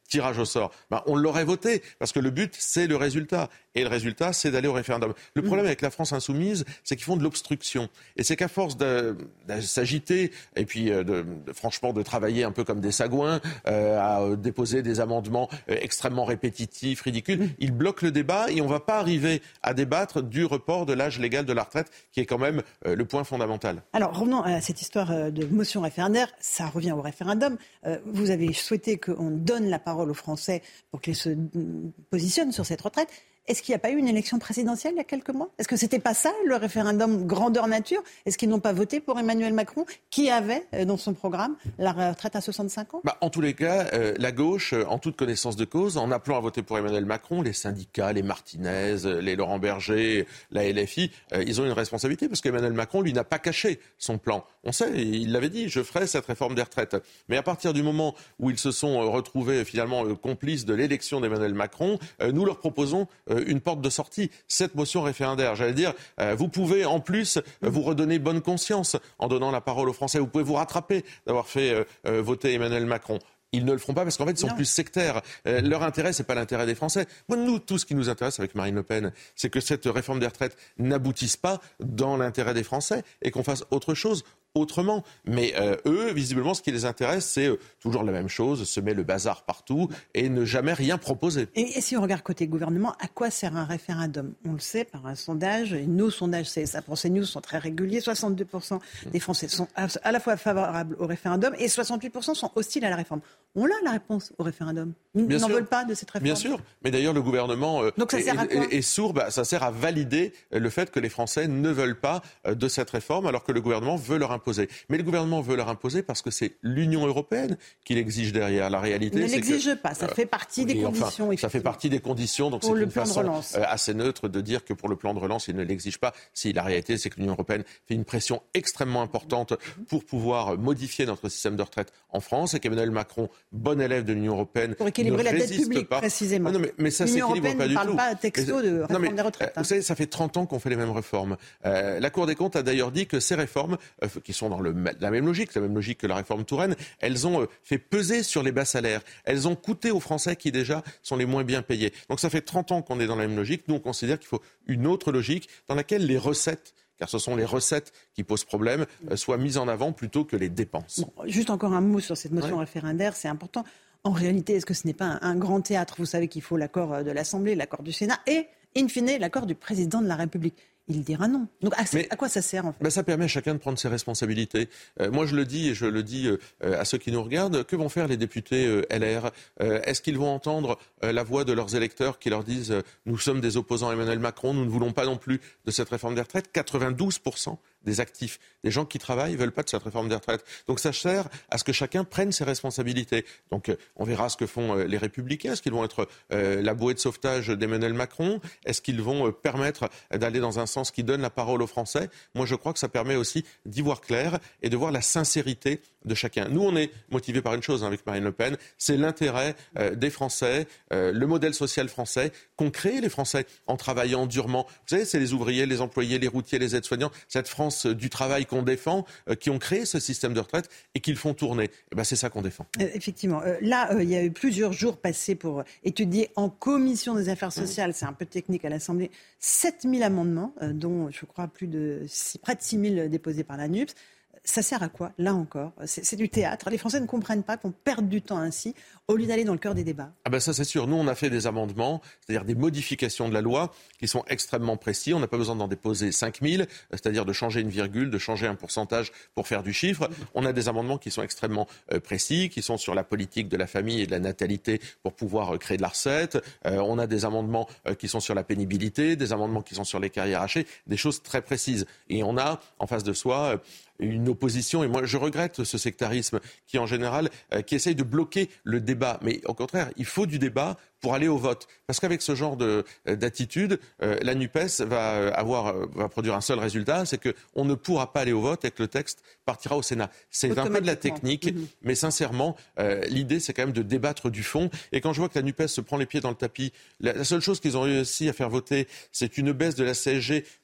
tirage au sort, ben, on l'aurait voté, parce que le but, c'est le résultat. Et le résultat, c'est d'aller au référendum. Le problème avec la France insoumise, c'est qu'ils font de l'obstruction. Et c'est qu'à force de, de s'agiter, et puis de, de, franchement de travailler un peu comme des sagouins, euh, à déposer des amendements euh, extrêmement répétitifs, ridicules, ils bloquent le débat et on ne va pas arriver à débattre du report de l'âge légal de la retraite, qui est quand même euh, le point fondamental.
Alors revenons à cette histoire de motion référendaire. Ça revient au référendum. Euh, vous avez souhaité qu'on donne la parole aux Français pour qu'ils se positionnent sur cette retraite. Est-ce qu'il n'y a pas eu une élection présidentielle il y a quelques mois ? Est-ce que ce n'était pas ça, le référendum grandeur nature ? Est-ce qu'ils n'ont pas voté pour Emmanuel Macron, qui avait dans son programme la retraite à soixante-cinq ans ?
Bah, en tous les cas, euh, la gauche, euh, en toute connaissance de cause, en appelant à voter pour Emmanuel Macron, les syndicats, les Martinez, les Laurent Berger, la L F I, euh, ils ont une responsabilité, parce qu'Emmanuel Macron, lui, n'a pas caché son plan. On sait, il l'avait dit, je ferai cette réforme des retraites. Mais à partir du moment où ils se sont retrouvés finalement euh, complices de l'élection d'Emmanuel Macron, euh, nous leur proposons euh, une porte de sortie, cette motion référendaire. J'allais dire, euh, vous pouvez en plus euh, vous redonner bonne conscience en donnant la parole aux Français. Vous pouvez vous rattraper d'avoir fait euh, euh, voter Emmanuel Macron. Ils ne le feront pas parce qu'en fait, ils sont non. plus sectaires. Euh, leur intérêt, c'est pas l'intérêt des Français. Moi, nous, tout ce qui nous intéresse avec Marine Le Pen, c'est que cette réforme des retraites n'aboutisse pas dans l'intérêt des Français et qu'on fasse autre chose autrement. Mais euh, eux, visiblement, ce qui les intéresse, c'est euh, toujours la même chose, semer le bazar partout et ne jamais rien proposer.
Et, et si on regarde côté gouvernement, à quoi sert un référendum ? On le sait par un sondage, et nos sondages C S A pour CNews sont très réguliers, soixante-deux pour cent des Français sont à la fois favorables au référendum et soixante-huit pour cent sont hostiles à la réforme. On a la réponse au référendum. Ils Bien n'en sûr. veulent pas de cette réforme.
Bien sûr, mais d'ailleurs le gouvernement euh,
Donc ça sert à quoi
est, est, est sourd, bah, ça sert à valider le fait que les Français ne veulent pas euh, de cette réforme alors que le gouvernement veut leur imposer. Mais le gouvernement veut leur imposer parce que c'est l'Union européenne qui l'exige derrière. La réalité,
Il ne
c'est
l'exige
que,
pas, ça euh, fait partie des
oui,
conditions.
Enfin, ça fait partie des conditions, donc
pour
c'est
le
une
plan
façon
de relance.
Euh, assez neutre de dire que pour le plan de relance, il ne l'exige pas. Si la réalité, c'est que l'Union européenne fait une pression extrêmement importante pour pouvoir modifier notre système de retraite en France et qu'Emmanuel Macron, bon élève de l'Union européenne,
pour équilibrer
ne
la dette publique,
pas.
précisément.
Ah non, mais, mais ça
L'Union
s'équilibre
européenne
pas
ne
du
parle
tout.
pas texto de réforme
mais,
des retraites. Hein.
Vous savez, ça fait trente ans qu'on fait les mêmes réformes. Euh, la Cour des comptes a d'ailleurs dit que ces réformes, euh, qui sont dans le, la même logique, la même logique que la réforme Touraine, elles ont euh, fait peser sur les bas salaires. Elles ont coûté aux Français qui déjà sont les moins bien payés. Donc ça fait trente ans qu'on est dans la même logique. Nous, on considère qu'il faut une autre logique dans laquelle les recettes, car ce sont les recettes qui posent problème, euh, soient mises en avant plutôt que les dépenses.
Bon, juste encore un mot sur cette motion
ouais.
référendaire, c'est important. En réalité, est-ce que ce n'est pas un, un grand théâtre ? Vous savez qu'il faut l'accord de l'Assemblée, l'accord du Sénat et, in fine, l'accord du président de la République. Il dira non. Donc à, Mais, à quoi ça sert en fait ?
Ben ça permet à chacun de prendre ses responsabilités. Euh, moi je le dis et je le dis euh, à ceux qui nous regardent, que vont faire les députés euh, L R ? euh, Est-ce qu'ils vont entendre euh, la voix de leurs électeurs qui leur disent euh, « Nous sommes des opposants à Emmanuel Macron, nous ne voulons pas non plus de cette réforme des retraites ». quatre-vingt-douze pour cent des actifs, des gens qui travaillent, ne veulent pas de cette réforme des retraites. Donc ça sert à ce que chacun prenne ses responsabilités. Donc euh, on verra ce que font euh, les Républicains. Est-ce qu'ils vont être euh, la bouée de sauvetage d'Emmanuel Macron ? Est-ce qu'ils vont euh, permettre d'aller dans un sens qui donne la parole aux Français ? Moi je crois que ça permet aussi d'y voir clair et de voir la sincérité de chacun. Nous on est motivés par une chose hein, avec Marine Le Pen, c'est l'intérêt euh, des Français, euh, le modèle social français qu'ont créé les Français en travaillant durement. Vous savez, c'est les ouvriers, les employés, les routiers, les aides-soignants, cette France du travail qu'on défend, euh, qui ont créé ce système de retraite et qui le font tourner. Et ben, c'est ça qu'on défend.
Euh, effectivement. Euh, là, euh, il y a eu plusieurs jours passés pour étudier en commission des affaires sociales, c'est un peu technique à l'Assemblée, sept mille amendements, euh, dont je crois plus de six, près de six mille déposés par la N U P S. Ça sert à quoi ? Là encore, c'est, c'est du théâtre. Les Français ne comprennent pas qu'on perde du temps ainsi, au lieu d'aller dans le cœur des débats.
Ah ben ça c'est sûr. Nous on a fait des amendements, c'est-à-dire des modifications de la loi qui sont extrêmement précis. On n'a pas besoin d'en déposer cinq mille, c'est-à-dire de changer une virgule, de changer un pourcentage pour faire du chiffre. On a des amendements qui sont extrêmement euh, précis, qui sont sur la politique de la famille et de la natalité pour pouvoir euh, créer de la recette. Euh, on a des amendements euh, qui sont sur la pénibilité, des amendements qui sont sur les carrières hachées, des choses très précises. Et on a en face de soi euh, une opposition, et moi je regrette ce sectarisme qui en général, euh, qui essaye de bloquer le débat. Mais au contraire, il faut du débat pour aller au vote. Parce qu'avec ce genre de, d'attitude, euh, la NUPES va, avoir, va produire un seul résultat, c'est qu'on ne pourra pas aller au vote et que le texte partira au Sénat. C'est un peu de la technique, mmh. mais sincèrement, euh, l'idée c'est quand même de débattre du fond. Et quand je vois que la NUPES se prend les pieds dans le tapis, la, la seule chose qu'ils ont réussi à faire voter, c'est une baisse de la C S G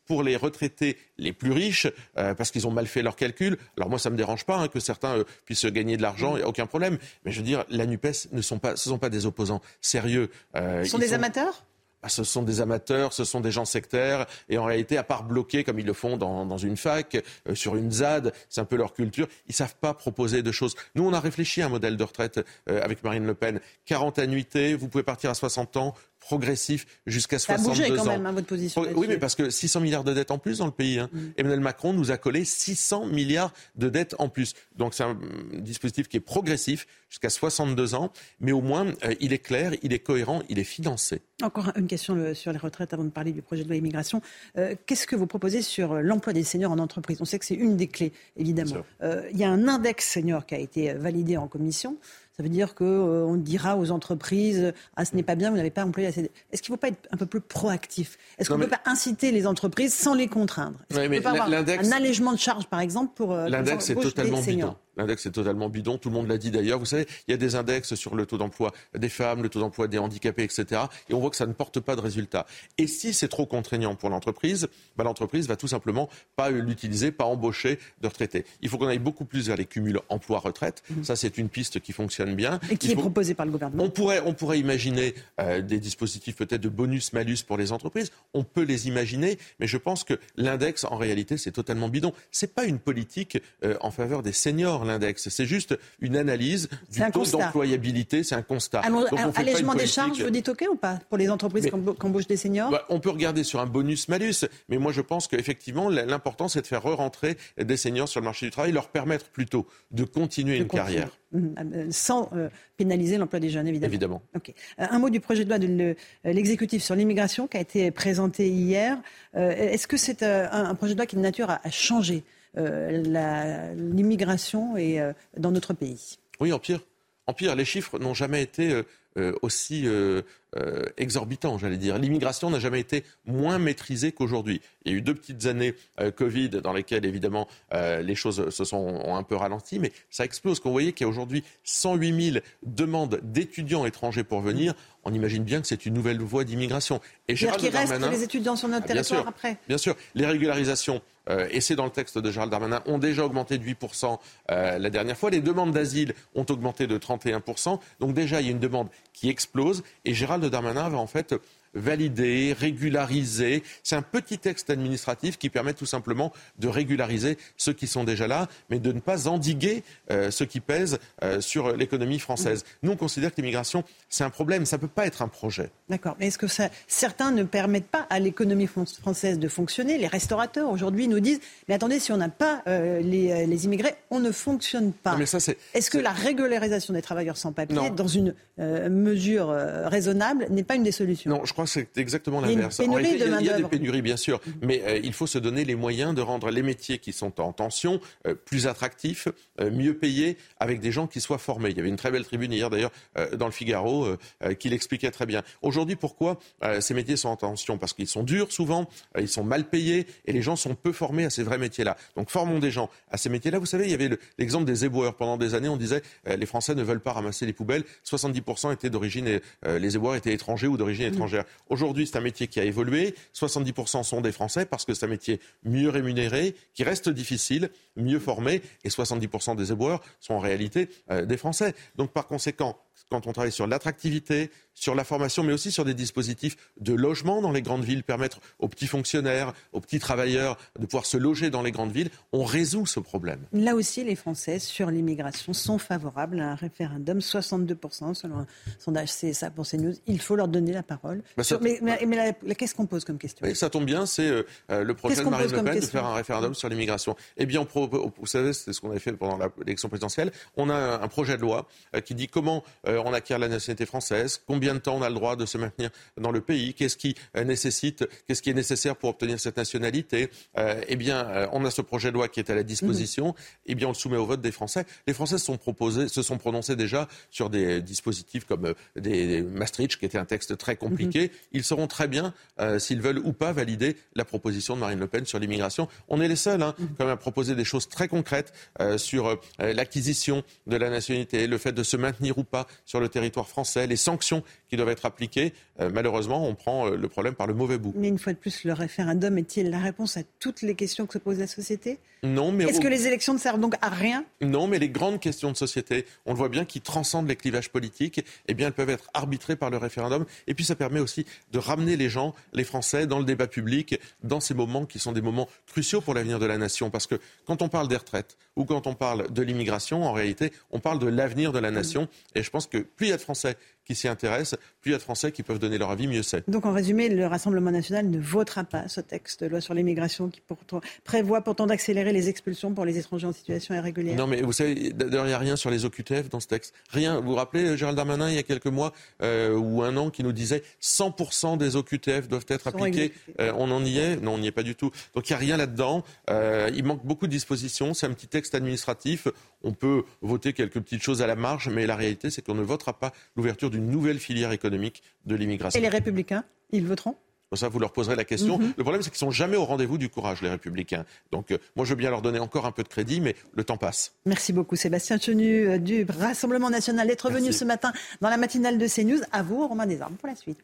pour les retraités les plus riches, euh, parce qu'ils ont mal fait leurs calculs. Alors moi, ça ne me dérange pas hein, que certains euh, puissent gagner de l'argent, il n'y a aucun problème. Mais je veux dire, la NUPES ne sont pas, ce ne sont pas des opposants sérieux. Euh,
Ce sont des sont... amateurs ?
Ce sont des amateurs, ce sont des gens sectaires, et en réalité, à part bloquer, comme ils le font dans, dans une fac, euh, sur une Z A D, c'est un peu leur culture, ils ne savent pas proposer de choses. Nous, on a réfléchi à un modèle de retraite euh, avec Marine Le Pen. quarante annuités, vous pouvez partir à soixante ans, progressif jusqu'à soixante-deux ans.
Ça a bougé quand même, hein, votre position
Oui,
là-dessus.
mais parce que six cents milliards de dettes en plus dans le pays. Hein. Mm. Emmanuel Macron nous a collé six cents milliards de dettes en plus. Donc c'est un dispositif qui est progressif jusqu'à soixante-deux ans, mais au moins euh, il est clair, il est cohérent, il est financé.
Encore une question le, sur les retraites avant de parler du projet de loi immigration. Euh, qu'est-ce que vous proposez sur l'emploi des seniors en entreprise ? On sait que c'est une des clés, évidemment. Euh, il y a un index senior qui a été validé en commission. Ça veut dire qu'on euh, dira aux entreprises « Ah, ce n'est pas bien, vous n'avez pas employé assez... » Est-ce qu'il ne faut pas être un peu plus proactif ? Est-ce qu'on ne mais... peut pas inciter les entreprises sans les contraindre ? Est-ce qu'on ne peut pas avoir un allègement de charges, par exemple, pour euh,
l'index est totalement
bidon.
L'index est totalement bidon, tout le monde l'a dit d'ailleurs. Vous savez, il y a des index sur le taux d'emploi des femmes, le taux d'emploi des handicapés, et cetera. Et on voit que ça ne porte pas de résultat. Et si c'est trop contraignant pour l'entreprise, bah, l'entreprise va tout simplement pas l'utiliser, pas embaucher de retraités. Il faut qu'on aille beaucoup plus vers les cumuls emploi-retraite. Mmh. Ça, c'est une piste qui fonctionne bien.
Et qui
il
est
faut...
proposée par le gouvernement.
On pourrait, on pourrait imaginer euh, des dispositifs peut-être de bonus-malus pour les entreprises. On peut les imaginer, mais je pense que l'index, en réalité, c'est totalement bidon. C'est pas une politique euh, en faveur des seniors, l'index. C'est juste une analyse du taux constat. d'employabilité, c'est un constat.
Alors, Donc, allègement des charges, vous dites OK ou pas pour les entreprises mais, qui embauchent des seniors ?
Bah, on peut regarder sur un bonus-malus, mais moi je pense qu'effectivement l'important c'est de faire re-rentrer des seniors sur le marché du travail, leur permettre plutôt de continuer de une continuer. carrière.
Mmh. Sans euh, pénaliser l'emploi des jeunes, évidemment.
Évidemment.
Okay. Euh, un mot du projet de loi de le, l'exécutif sur l'immigration qui a été présenté hier. Euh, est-ce que c'est euh, un, un projet de loi qui est de nature à, à changer Euh, la, l'immigration est, euh, dans notre pays?
Oui, en pire. En pire, les chiffres n'ont jamais été euh, euh, aussi euh, euh, exorbitants, j'allais dire. L'immigration n'a jamais été moins maîtrisée qu'aujourd'hui. Il y a eu deux petites années euh, Covid dans lesquelles, évidemment, euh, les choses se sont ont un peu ralenti, mais ça explose. Quand vous voyez qu'il y a aujourd'hui cent huit mille demandes d'étudiants étrangers pour venir, on imagine bien que c'est une nouvelle voie d'immigration.
Et Gérald Darmanin, restent les étudiants sur notre territoire
sûr,
après.
Bien sûr. Les régularisations, euh, et c'est dans le texte de Gérald Darmanin, ont déjà augmenté de huit pour cent euh, la dernière fois. Les demandes d'asile ont augmenté de trente et un pour cent. Donc déjà, il y a une demande qui explose. Et Gérald Darmanin va en fait valider, régulariser. C'est un petit texte administratif qui permet tout simplement de régulariser ceux qui sont déjà là, mais de ne pas endiguer euh, ceux qui pèsent euh, sur l'économie française. Nous, on considère que l'immigration, c'est un problème, ça ne peut pas être un projet.
D'accord, mais est-ce que ça, certains ne permettent pas à l'économie française de fonctionner ? Les restaurateurs, aujourd'hui, nous disent, mais attendez, si on n'a pas euh, les, les immigrés, on ne fonctionne pas.
Non, mais ça, c'est,
est-ce que
c'est...
la régularisation des travailleurs sans papier,
non.
dans une euh, mesure euh, raisonnable, n'est pas une des solutions ?
Non, je crois que c'est exactement l'inverse.
Il y a,
en réalité,
de
il y a des pénuries, bien sûr, mmh. mais euh, il faut se donner les moyens de rendre les métiers qui sont en tension euh, plus attractifs, euh, mieux payés, avec des gens qui soient formés. Il y avait une très belle tribune hier, d'ailleurs, euh, dans le Figaro, euh, euh, qui l'expliquait très bien. Aujourd'hui, pourquoi euh, ces métiers sont en tension ? Parce qu'ils sont durs, souvent, euh, ils sont mal payés, et les gens sont peu formés à ces vrais métiers-là. Donc, formons des gens à ces métiers-là. Vous savez, il y avait le, l'exemple des éboueurs. Pendant des années, on disait euh, les Français ne veulent pas ramasser les poubelles. soixante-dix pour cent étaient d'origine, euh, les éboueurs étaient étrangers ou d'origine mmh. étrangère. Aujourd'hui, c'est un métier qui a évolué. soixante-dix pour cent sont des Français parce que c'est un métier mieux rémunéré, qui reste difficile, mieux formé. Et soixante-dix pour cent des éboueurs sont en réalité euh, des Français. Donc, par conséquent, quand on travaille sur l'attractivité, sur la formation, mais aussi sur des dispositifs de logement dans les grandes villes, permettre aux petits fonctionnaires, aux petits travailleurs de pouvoir se loger dans les grandes villes, on résout ce problème.
Là aussi, les Français, sur l'immigration, sont favorables à un référendum. soixante-deux pour cent selon un sondage C S A pour CNews. Il faut leur donner la parole. Bah, sur, ça, mais mais, mais la, la, qu'est-ce qu'on pose comme question ?
Oui, ça tombe bien, c'est euh, le projet de Marine Le Pen de faire un référendum sur l'immigration. Eh bien, on pro, vous savez, c'est ce qu'on avait fait pendant la, l'élection présidentielle. On a un, un projet de loi euh, qui dit comment euh, on acquiert la nationalité française, combien de temps on a le droit de se maintenir dans le pays, qu'est-ce qui euh, nécessite, qu'est-ce qui est nécessaire pour obtenir cette nationalité. Euh, eh bien, euh, on a ce projet de loi qui est à la disposition. Mmh. Eh bien, on le soumet au vote des Français. Les Français se sont proposés, se sont prononcés déjà sur des dispositifs comme euh, des, des Maastricht, qui était un texte très compliqué. Mmh. Ils sauront très bien euh, s'ils veulent ou pas valider la proposition de Marine Le Pen sur l'immigration. On est les seuls, hein, mmh. quand même, à proposer des choses très concrètes euh, sur euh, l'acquisition de la nationalité, le fait de se maintenir ou pas sur le territoire français, les sanctions qui doivent être appliquées, euh, malheureusement, on prend euh, le problème par le mauvais bout.
Mais une fois de plus, le référendum est-il la réponse à toutes les questions que se pose la société ?
Non, mais
Est-ce
au...
que les élections ne servent donc à rien ?
Non, mais les grandes questions de société, on le voit bien, qui transcendent les clivages politiques, eh bien, elles peuvent être arbitrées par le référendum. Et puis, ça permet aussi de ramener les gens, les Français, dans le débat public, dans ces moments qui sont des moments cruciaux pour l'avenir de la nation. Parce que quand on parle des retraites ou quand on parle de l'immigration, en réalité, on parle de l'avenir de la nation. Et je pense que plus il y a de Français qui s'y intéressent, plus il y a de Français qui peuvent donner leur avis, mieux c'est.
Donc en résumé, le Rassemblement national ne votera pas ce texte de loi sur l'immigration qui pourtant, prévoit pourtant d'accélérer les expulsions pour les étrangers en situation irrégulière.
Non mais vous savez, d'ailleurs il n'y a rien sur les O Q T F dans ce texte. Rien. Vous vous rappelez Gérald Darmanin il y a quelques mois euh, ou un an qui nous disait cent pour cent des O Q T F doivent être appliqués. Euh, on en y est ? Non, on n'y est pas du tout. Donc il n'y a rien là-dedans. Euh, il manque beaucoup de dispositions. C'est un petit texte administratif. On peut voter quelques petites choses à la marge, mais la réalité c'est qu'on ne votera pas l'ouverture d'une nouvelle filière économique de l'immigration.
Et les Républicains, ils voteront ?
Pour ça, vous leur poserez la question.
Mm-hmm.
Le problème, c'est qu'ils ne sont jamais au rendez-vous du courage, les Républicains. Donc, euh, moi, je veux bien leur donner encore un peu de crédit, mais le temps passe.
Merci beaucoup, Sébastien Chenu euh, du Rassemblement national d'être venu ce matin dans la matinale de CNews. À vous, Romain Desarmes, pour la suite.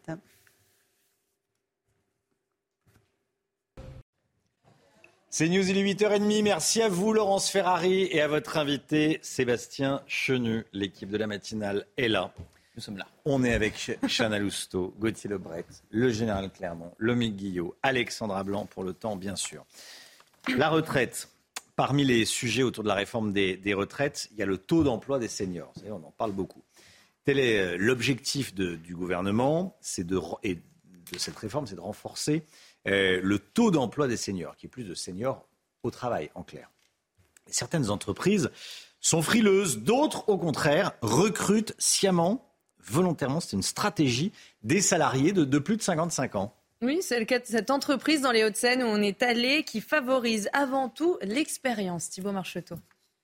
C'est News, il est huit heures trente. Merci à vous, Laurence Ferrari, et à votre invité, Sébastien Chenu. L'équipe de la matinale est là.
Nous sommes là.
On est avec Chana Lousteau, Gauthier Lebret, le général Clermont, Lomique Guillot, Alexandra Blanc pour le temps, bien sûr. La retraite. Parmi les sujets autour de la réforme des, des retraites, il y a le taux d'emploi des seniors. Vous savez, on en parle beaucoup. Tel est l'objectif de, du gouvernement, c'est de, et de cette réforme, c'est de renforcer euh, le taux d'emploi des seniors, qui est plus de seniors au travail, en clair. Et certaines entreprises sont frileuses, d'autres, au contraire, recrutent sciemment, volontairement, c'est une stratégie, des salariés de, de plus de cinquante-cinq ans.
Oui, c'est le cas de cette entreprise dans les Hauts-de-Seine où on est allé, qui favorise avant tout l'expérience. Thibaut Marcheteau.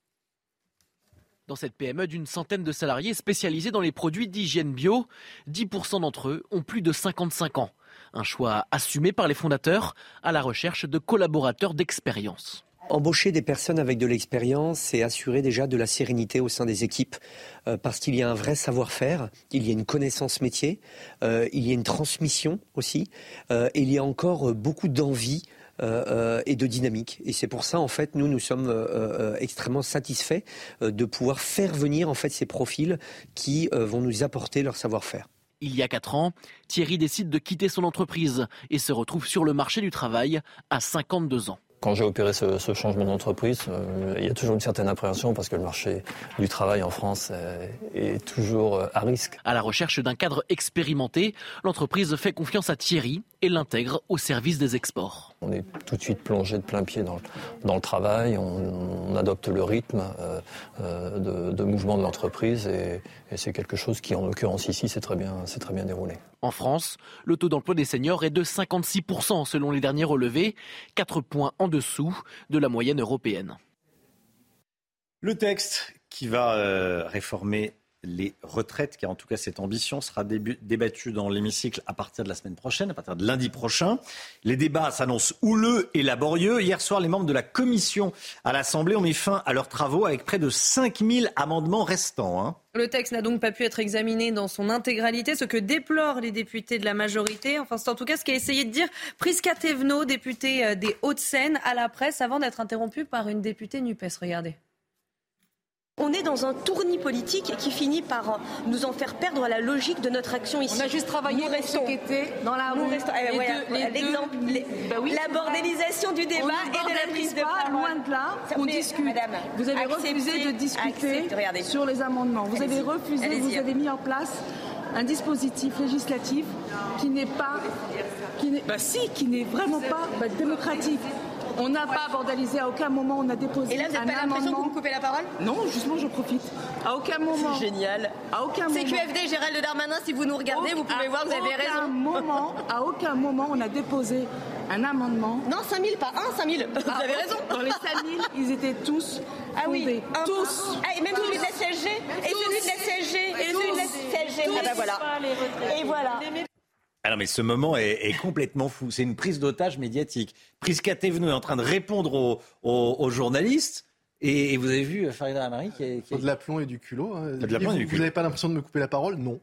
Dans cette P M E d'une centaine de salariés spécialisés dans les produits d'hygiène bio, dix pour cent d'entre eux ont plus de cinquante-cinq ans. Un choix assumé par les fondateurs à la recherche de collaborateurs d'expérience.
Embaucher des personnes avec de l'expérience, c'est assurer déjà de la sérénité au sein des équipes, euh, parce qu'il y a un vrai savoir-faire, il y a une connaissance métier, euh, il y a une transmission aussi, euh, et il y a encore beaucoup d'envie euh, euh, et de dynamique. Et c'est pour ça, en fait, nous, nous sommes euh, euh, extrêmement satisfaits euh, de pouvoir faire venir en fait ces profils qui euh, vont nous apporter leur savoir-faire.
Il y a quatre ans, Thierry décide de quitter son entreprise et se retrouve sur le marché du travail à cinquante-deux ans.
Quand j'ai opéré ce, ce changement d'entreprise, euh, il y a toujours une certaine appréhension parce que le marché du travail en France est, est toujours à risque.
À la recherche d'un cadre expérimenté, l'entreprise fait confiance à Thierry et l'intègre au service des exports.
On est tout de suite plongé de plein pied dans, dans le travail, on, on adopte le rythme euh, euh, de, de mouvement de l'entreprise et, et c'est quelque chose qui, en l'occurrence ici, s'est très bien, s'est très bien déroulé.
En France, le taux d'emploi des seniors est de cinquante-six pour cent selon les derniers relevés, quatre points en dessous de la moyenne européenne.
Le texte qui va euh, réformer les retraites, car en tout cas cette ambition sera débu- débattue dans l'hémicycle à partir de la semaine prochaine, à partir de lundi prochain. Les débats s'annoncent houleux et laborieux. Hier soir, les membres de la commission à l'Assemblée ont mis fin à leurs travaux avec près de cinq mille amendements restants. Hein.
Le texte n'a donc pas pu être examiné dans son intégralité, ce que déplorent les députés de la majorité. Enfin, c'est en tout cas ce qu'a essayé de dire Prisca Thévenot, députée des Hauts-de-Seine, à la presse avant d'être interrompue par une députée NUPES. Regardez.
On est dans un tournis politique qui finit par nous en faire perdre la logique de notre action ici.
On a juste travaillé
nous restons,
pour ce qu'était dans la rue.
Nous restons, eh,
les
voilà,
deux, les
l'exemple,
deux,
les,
ben oui,
la bordélisation du débat et de la prise de parole.
Loin de là, on
mais, discute. Madame,
vous avez
acceptez,
refusé de discuter
acceptez,
sur les amendements. Vous avez refusé,
allez-y.
Vous avez mis en place un dispositif législatif qui n'est pas, qui n'est, bah si, qui n'est vraiment pas bah, démocratique. On n'a pas bordalisé, à aucun moment on a déposé
Et là, vous n'avez
un
pas l'impression
amendement.
que vous me coupez la parole ?
Non, justement, je profite. À aucun moment.
C'est génial.
À aucun
C'est
moment.
Q F D, Gérald Darmanin, si vous nous regardez, vous pouvez voir, vous avez raison.
Moment, à aucun moment on a déposé un amendement.
Non, cinq mille, pas un, cinq mille. Vous
Ah,
avez raison.
Dans les cinq mille, ils étaient tous
Ah oui,
fondés.
un,
tous.
Ah, et même
tous.
celui de la C S G. Et
Tous.
celui de la C S G. Et celui de la C S G. Ah bah voilà. Et voilà.
Ah non, mais ce moment est, est complètement fou. C'est une prise d'otage médiatique. Prisca Thévenot est en train de répondre aux, aux, aux journalistes. Et, et vous avez vu Farida Amari qui est... Qui est...
De l'aplomb et du culot. Hein.
De l'aplomb et du culot.
Vous n'avez pas l'impression de me couper la parole? Non.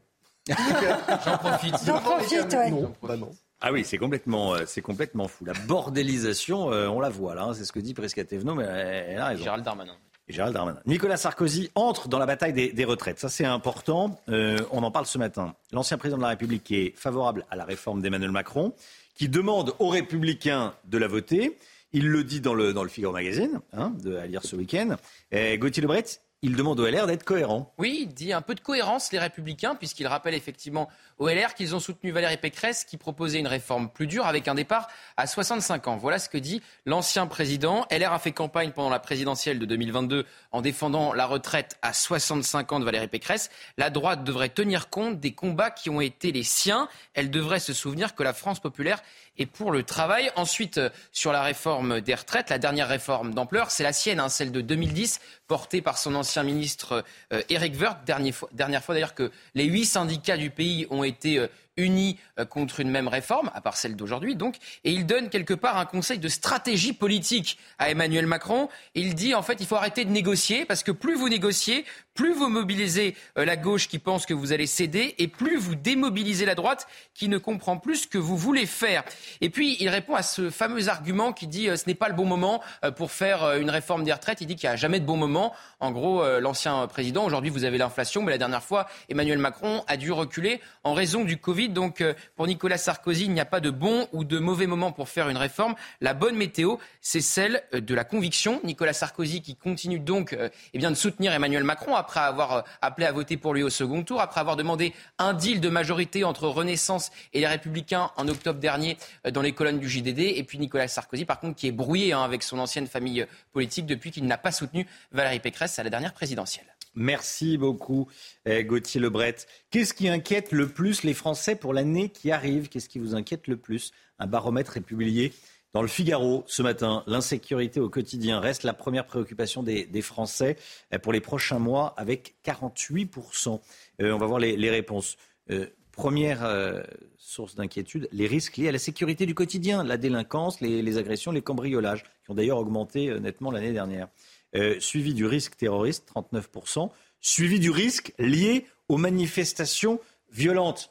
J'en profite.
J'en profite, ouais.
Non, bah non.
Ah oui, c'est complètement, c'est complètement fou. La bordélisation, euh, on la voit là. Hein, c'est ce que dit Prisca Thévenot, mais elle, elle a raison.
Gérald Darmanin.
Et Gérald Darmanin. Nicolas Sarkozy entre dans la bataille des, des retraites. Ça, c'est important. Euh, on en parle ce matin. L'ancien président de la République qui est favorable à la réforme d'Emmanuel Macron, qui demande aux Républicains de la voter. Il le dit dans le, dans le Figaro Magazine, hein, de, à lire ce week-end. Et Gauthier Lebret, il demande au L R d'être cohérent.
Oui, il dit un peu de cohérence, les Républicains, puisqu'il rappelle effectivement au L R qu'ils ont soutenu Valérie Pécresse, qui proposait une réforme plus dure avec un départ à soixante-cinq ans. Voilà ce que dit l'ancien président. L R a fait campagne pendant la présidentielle de deux mille vingt-deux en défendant la retraite à soixante-cinq ans de Valérie Pécresse. La droite devrait tenir compte des combats qui ont été les siens. Elle devrait se souvenir que la France populaire est pour le travail. Ensuite, sur la réforme des retraites, la dernière réforme d'ampleur, c'est la sienne, hein, celle de deux mille dix, portée par son ancien ministre euh, Éric Woerth. Dernière fois, dernière fois d'ailleurs que les huit syndicats du pays ont été euh, unis euh, contre une même réforme, à part celle d'aujourd'hui donc, et il donne quelque part un conseil de stratégie politique à Emmanuel Macron. Il dit en fait il faut arrêter de négocier, parce que plus vous négociez, plus vous mobilisez euh, la gauche qui pense que vous allez céder, et plus vous démobilisez la droite qui ne comprend plus ce que vous voulez faire. Et puis il répond à ce fameux argument qui dit euh, ce n'est pas le bon moment euh, pour faire euh, une réforme des retraites. Il dit qu'il n'y a jamais de bon moment. En gros, euh, l'ancien président, aujourd'hui vous avez l'inflation, mais la dernière fois Emmanuel Macron a dû reculer en raison du Covid. Donc euh, pour Nicolas Sarkozy, il n'y a pas de bon ou de mauvais moment pour faire une réforme. La bonne météo, c'est celle euh, de la conviction. Nicolas Sarkozy qui continue donc euh, eh bien, de soutenir Emmanuel Macron après avoir euh, appelé à voter pour lui au second tour, après avoir demandé un deal de majorité entre Renaissance et les Républicains en octobre dernier euh, dans les colonnes du J D D. Et puis Nicolas Sarkozy, par contre, qui est brouillé hein, avec son ancienne famille euh, politique depuis qu'il n'a pas soutenu Valérie Pécresse à la dernière présidentielle.
Merci beaucoup, Gauthier Lebret. Qu'est-ce qui inquiète le plus les Français pour l'année qui arrive? Qu'est-ce qui vous inquiète le plus? Un baromètre est publié dans le Figaro ce matin. L'insécurité au quotidien reste la première préoccupation des, des Français pour les prochains mois, avec quarante-huit pour cent. Euh, on va voir les, les réponses. Euh, première euh, source d'inquiétude, les risques liés à la sécurité du quotidien, la délinquance, les, les agressions, les cambriolages, qui ont d'ailleurs augmenté euh, nettement l'année dernière. Euh, suivi du risque terroriste, trente-neuf pour cent, suivi du risque lié aux manifestations violentes.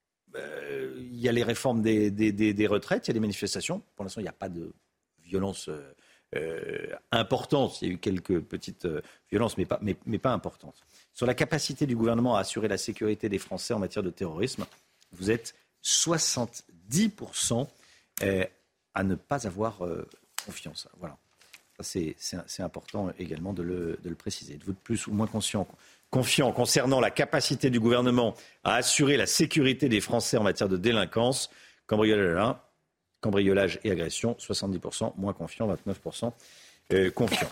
Euh, il y a les réformes des, des, des, des retraites, il y a des manifestations. Pour l'instant, il n'y a pas de violence euh, euh, importante. Il y a eu quelques petites euh, violences, mais pas, mais, mais pas importantes. Sur la capacité du gouvernement à assurer la sécurité des Français en matière de terrorisme, vous êtes soixante-dix pour cent euh, à ne pas avoir euh, confiance. Voilà. C'est, c'est, c'est important également de le, de le préciser. Êtes-vous de plus ou moins conscient, confiant concernant la capacité du gouvernement à assurer la sécurité des Français en matière de délinquance, cambriolage, cambriolage et agression, soixante-dix pour cent, moins confiant, vingt-neuf pour cent euh, confiant.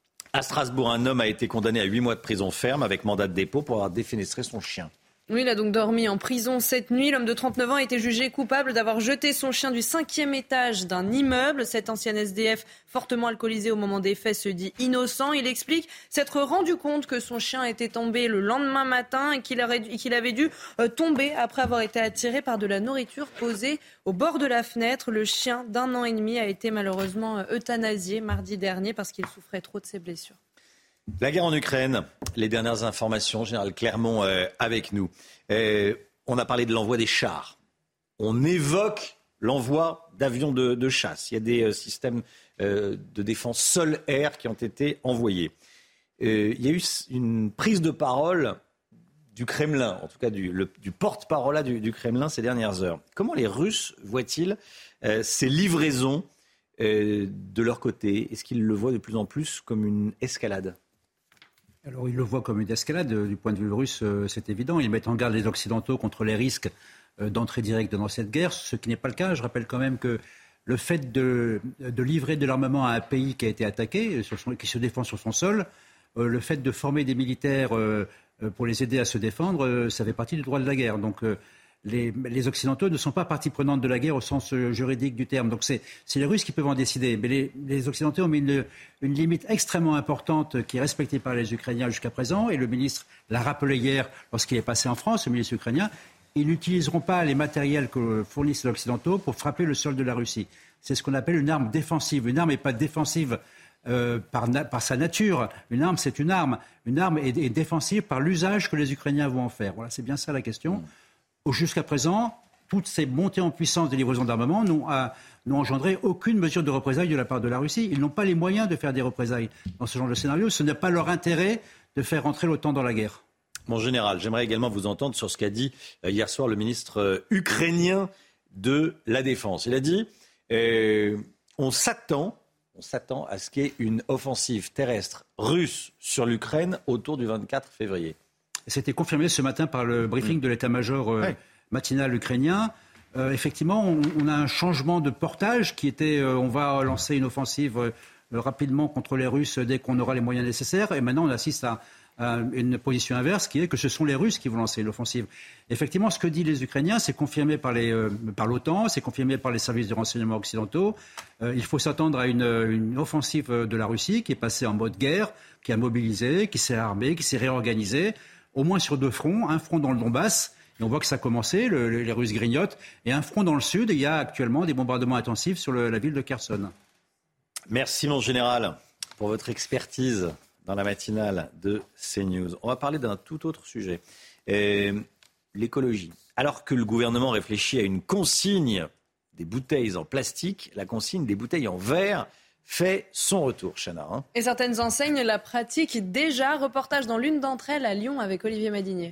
À Strasbourg, un homme a été condamné à huit mois de prison ferme avec mandat de dépôt pour avoir défenestré son chien.
Oui, il a donc dormi en prison cette nuit. L'homme de trente-neuf ans a été jugé coupable d'avoir jeté son chien du cinquième étage d'un immeuble. Cet ancien S D F, fortement alcoolisé au moment des faits, se dit innocent. Il explique s'être rendu compte que son chien était tombé le lendemain matin et qu'il, aurait, qu'il avait dû euh, tomber après avoir été attiré par de la nourriture posée au bord de la fenêtre. Le chien d'un an et demi a été malheureusement euthanasié mardi dernier parce qu'il souffrait trop de ses blessures.
La guerre en Ukraine, les dernières informations, Général Clermont euh, avec nous. Euh, on a parlé de l'envoi des chars. On évoque l'envoi d'avions de, de chasse. Il y a des euh, systèmes euh, de défense sol-air qui ont été envoyés. Euh, il y a eu une prise de parole du Kremlin, en tout cas du, le, du porte-parole du, du Kremlin ces dernières heures. Comment les Russes voient-ils euh, ces livraisons euh, de leur côté? Est-ce qu'ils le voient de plus en plus comme une escalade ?
Alors, ils le voient comme une escalade. Du point de vue russe, c'est évident. Ils mettent en garde les Occidentaux contre les risques d'entrée directe dans cette guerre, ce qui n'est pas le cas. Je rappelle quand même que le fait de, de livrer de l'armement à un pays qui a été attaqué, sur son, qui se défend sur son sol, le fait de former des militaires pour les aider à se défendre, ça fait partie du droit de la guerre. Donc, Les, les Occidentaux ne sont pas partie prenante de la guerre au sens juridique du terme. Donc c'est, c'est les Russes qui peuvent en décider. Mais les, les Occidentaux ont mis une, une limite extrêmement importante qui est respectée par les Ukrainiens jusqu'à présent. Et le ministre l'a rappelé hier lorsqu'il est passé en France, le ministre ukrainien. Ils n'utiliseront pas les matériels que fournissent les Occidentaux pour frapper le sol de la Russie. C'est ce qu'on appelle une arme défensive. Une arme n'est pas défensive euh, par, na- par sa nature. Une arme, c'est une arme. Une arme est, est défensive par l'usage que les Ukrainiens vont en faire. Voilà, c'est bien ça la question. Mmh. Jusqu'à présent, toutes ces montées en puissance des livraisons d'armement n'ont, euh, n'ont engendré aucune mesure de représailles de la part de la Russie. Ils n'ont pas les moyens de faire des représailles dans ce genre de scénario. Ce n'est pas leur intérêt de faire rentrer l'OTAN dans la guerre.
Mon général, j'aimerais également vous entendre sur ce qu'a dit euh, hier soir le ministre euh, ukrainien de la Défense. Il a dit euh, on s'attend, on s'attend à ce qu'il y ait une offensive terrestre russe sur l'Ukraine autour du vingt-quatre février.
C'était confirmé ce matin par le briefing mmh. de l'état-major euh, ouais. matinal ukrainien. Euh, effectivement, on, on a un changement de portage qui était euh, on va lancer une offensive euh, rapidement contre les Russes dès qu'on aura les moyens nécessaires. Et maintenant, on assiste à, à une position inverse qui est que ce sont les Russes qui vont lancer l'offensive. Effectivement, ce que disent les Ukrainiens, c'est confirmé par, les, euh, par l'OTAN, c'est confirmé par les services de renseignement occidentaux. Euh, il faut s'attendre à une, une offensive de la Russie qui est passée en mode guerre, qui a mobilisé, qui s'est armée, qui s'est réorganisée, au moins sur deux fronts. Un front dans le Donbass, et on voit que ça a commencé, le, le, les Russes grignotent, et un front dans le sud, et il y a actuellement des bombardements intensifs sur le, la ville de Kherson.
Merci mon général pour votre expertise dans la matinale de CNews. On va parler d'un tout autre sujet, euh, l'écologie. Alors que le gouvernement réfléchit à une consigne des bouteilles en plastique, la consigne des bouteilles en verre fait son retour, Chana. Hein.
Et certaines enseignes la pratiquent déjà. Reportage dans l'une d'entre elles à Lyon avec Olivier Madinier.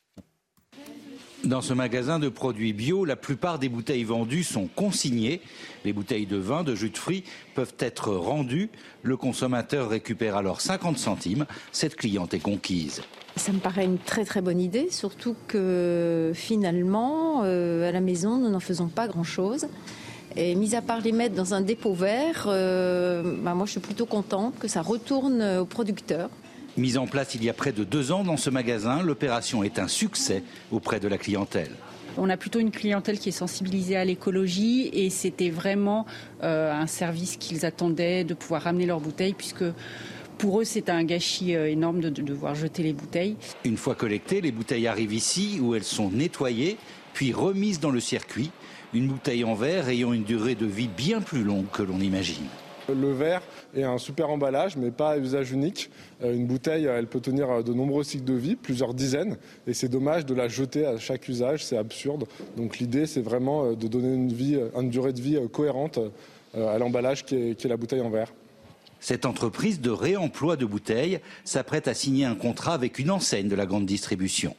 Dans ce magasin de produits bio, la plupart des bouteilles vendues sont consignées. Les bouteilles de vin, de jus de fruits peuvent être rendues. Le consommateur récupère alors cinquante centimes. Cette cliente est conquise.
Ça me paraît une très très bonne idée, surtout que finalement, euh, à la maison, nous n'en faisons pas grand-chose. Et mis à part les mettre dans un dépôt vert, euh, bah moi je suis plutôt contente que ça retourne aux producteurs.
Mise en place il y a près de deux ans dans ce magasin, l'opération est un succès auprès de la clientèle.
On a plutôt une clientèle qui est sensibilisée à l'écologie et c'était vraiment euh, un service qu'ils attendaient de pouvoir ramener leurs bouteilles puisque pour eux c'est un gâchis euh, énorme de, de devoir jeter les bouteilles.
Une fois collectées, les bouteilles arrivent ici où elles sont nettoyées puis remises dans le circuit. Une bouteille en verre ayant une durée de vie bien plus longue que l'on imagine.
Le verre est un super emballage, mais pas à usage unique. Une bouteille, elle peut tenir de nombreux cycles de vie, plusieurs dizaines, et c'est dommage de la jeter à chaque usage, c'est absurde. Donc l'idée, c'est vraiment de donner une, vie, une durée de vie cohérente à l'emballage qui est, qui est la bouteille en verre.
Cette entreprise de réemploi de bouteilles s'apprête à signer un contrat avec une enseigne de la grande distribution.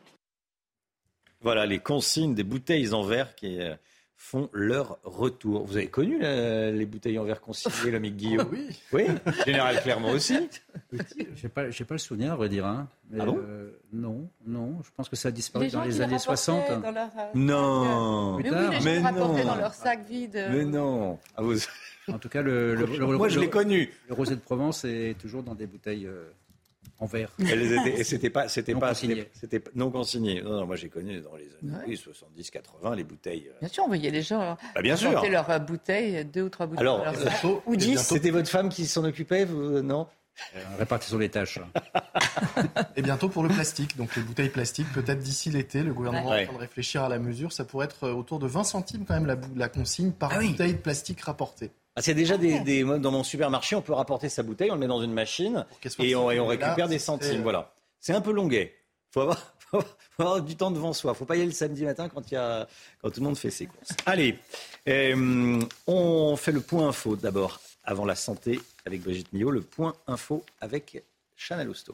Voilà les consignes des bouteilles en verre qui font leur retour. Vous avez connu la, les bouteilles en verre consignées, l'ami Guillaume?
Oh, oui.
Oui. Général Clermont aussi.
Je n'ai pas, j'ai pas le souvenir, à vrai dire. Hein. Mais
ah bon
euh, Non, non. Je pense que ça a disparu les dans les années soixante.
Dans leur, euh,
non.
Mais oui, les gens
mais
rapportaient
non.
dans leur sac vide.
Mais non. Ah, vous...
En tout cas, le, le, le,
moi
le,
je l'ai connu.
Le rosé de Provence est toujours dans des bouteilles euh, en verre.
Et c'était pas, c'était
non
pas,
consigné.
C'était, c'était non consigné. Non, non, moi j'ai connu dans les années ouais. soixante-dix quatre-vingts les bouteilles.
Bien sûr, on voyait les gens
bah, bien sûr.
leurs euh, bouteilles, deux ou trois bouteilles.
Alors,
leur sac,
euh,
ou dix.
C'était votre femme qui s'en occupait, vous, non?
Euh, répartissons les tâches.
Et bientôt pour le plastique, donc les bouteilles plastiques, peut-être d'ici l'été, le gouvernement
ouais.
est en train de réfléchir à la mesure. Ça pourrait être autour de vingt centimes quand même la, la consigne par ah oui. bouteille de plastique rapportée.
Ah, c'est déjà des, des, dans mon supermarché, on peut rapporter sa bouteille, on le met dans une machine et on, et on récupère là, des centimes. Voilà. C'est un peu longuet. Il faut avoir, faut avoir du temps devant soi. Il ne faut pas y aller le samedi matin quand, y a, quand tout le monde fait ses courses. Allez, euh, on fait le point info d'abord, avant la santé avec Brigitte Millot. Le point info avec Chana Lousteau.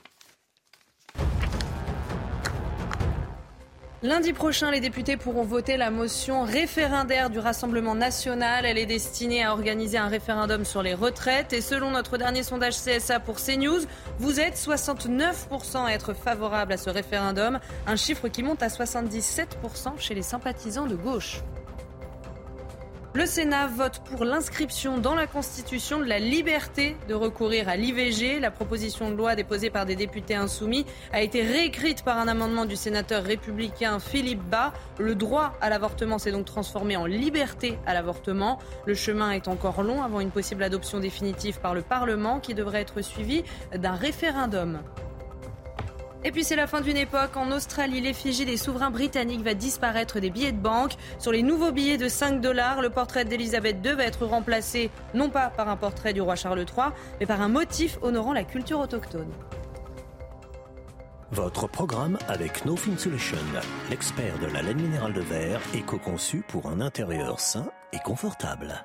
Lundi prochain, les députés pourront voter la motion référendaire du Rassemblement national. Elle est destinée à organiser un référendum sur les retraites. Et selon notre dernier sondage C S A pour CNews, vous êtes soixante-neuf pour cent à être favorable à ce référendum. Un chiffre qui monte à soixante-dix-sept pour cent chez les sympathisants de gauche. Le Sénat vote pour l'inscription dans la Constitution de la liberté de recourir à l'I V G. La proposition de loi déposée par des députés insoumis a été réécrite par un amendement du sénateur républicain Philippe Bas. Le droit à l'avortement s'est donc transformé en liberté à l'avortement. Le chemin est encore long avant une possible adoption définitive par le Parlement qui devrait être suivie d'un référendum. Et puis c'est la fin d'une époque. En Australie, l'effigie des souverains britanniques va disparaître des billets de banque. Sur les nouveaux billets de cinq dollars, le portrait d'Elisabeth deux va être remplacé non pas par un portrait du roi Charles trois, mais par un motif honorant la culture autochtone.
Votre programme avec No Fin Solution, l'expert de la laine minérale de verre, éco-conçu pour un intérieur sain et confortable.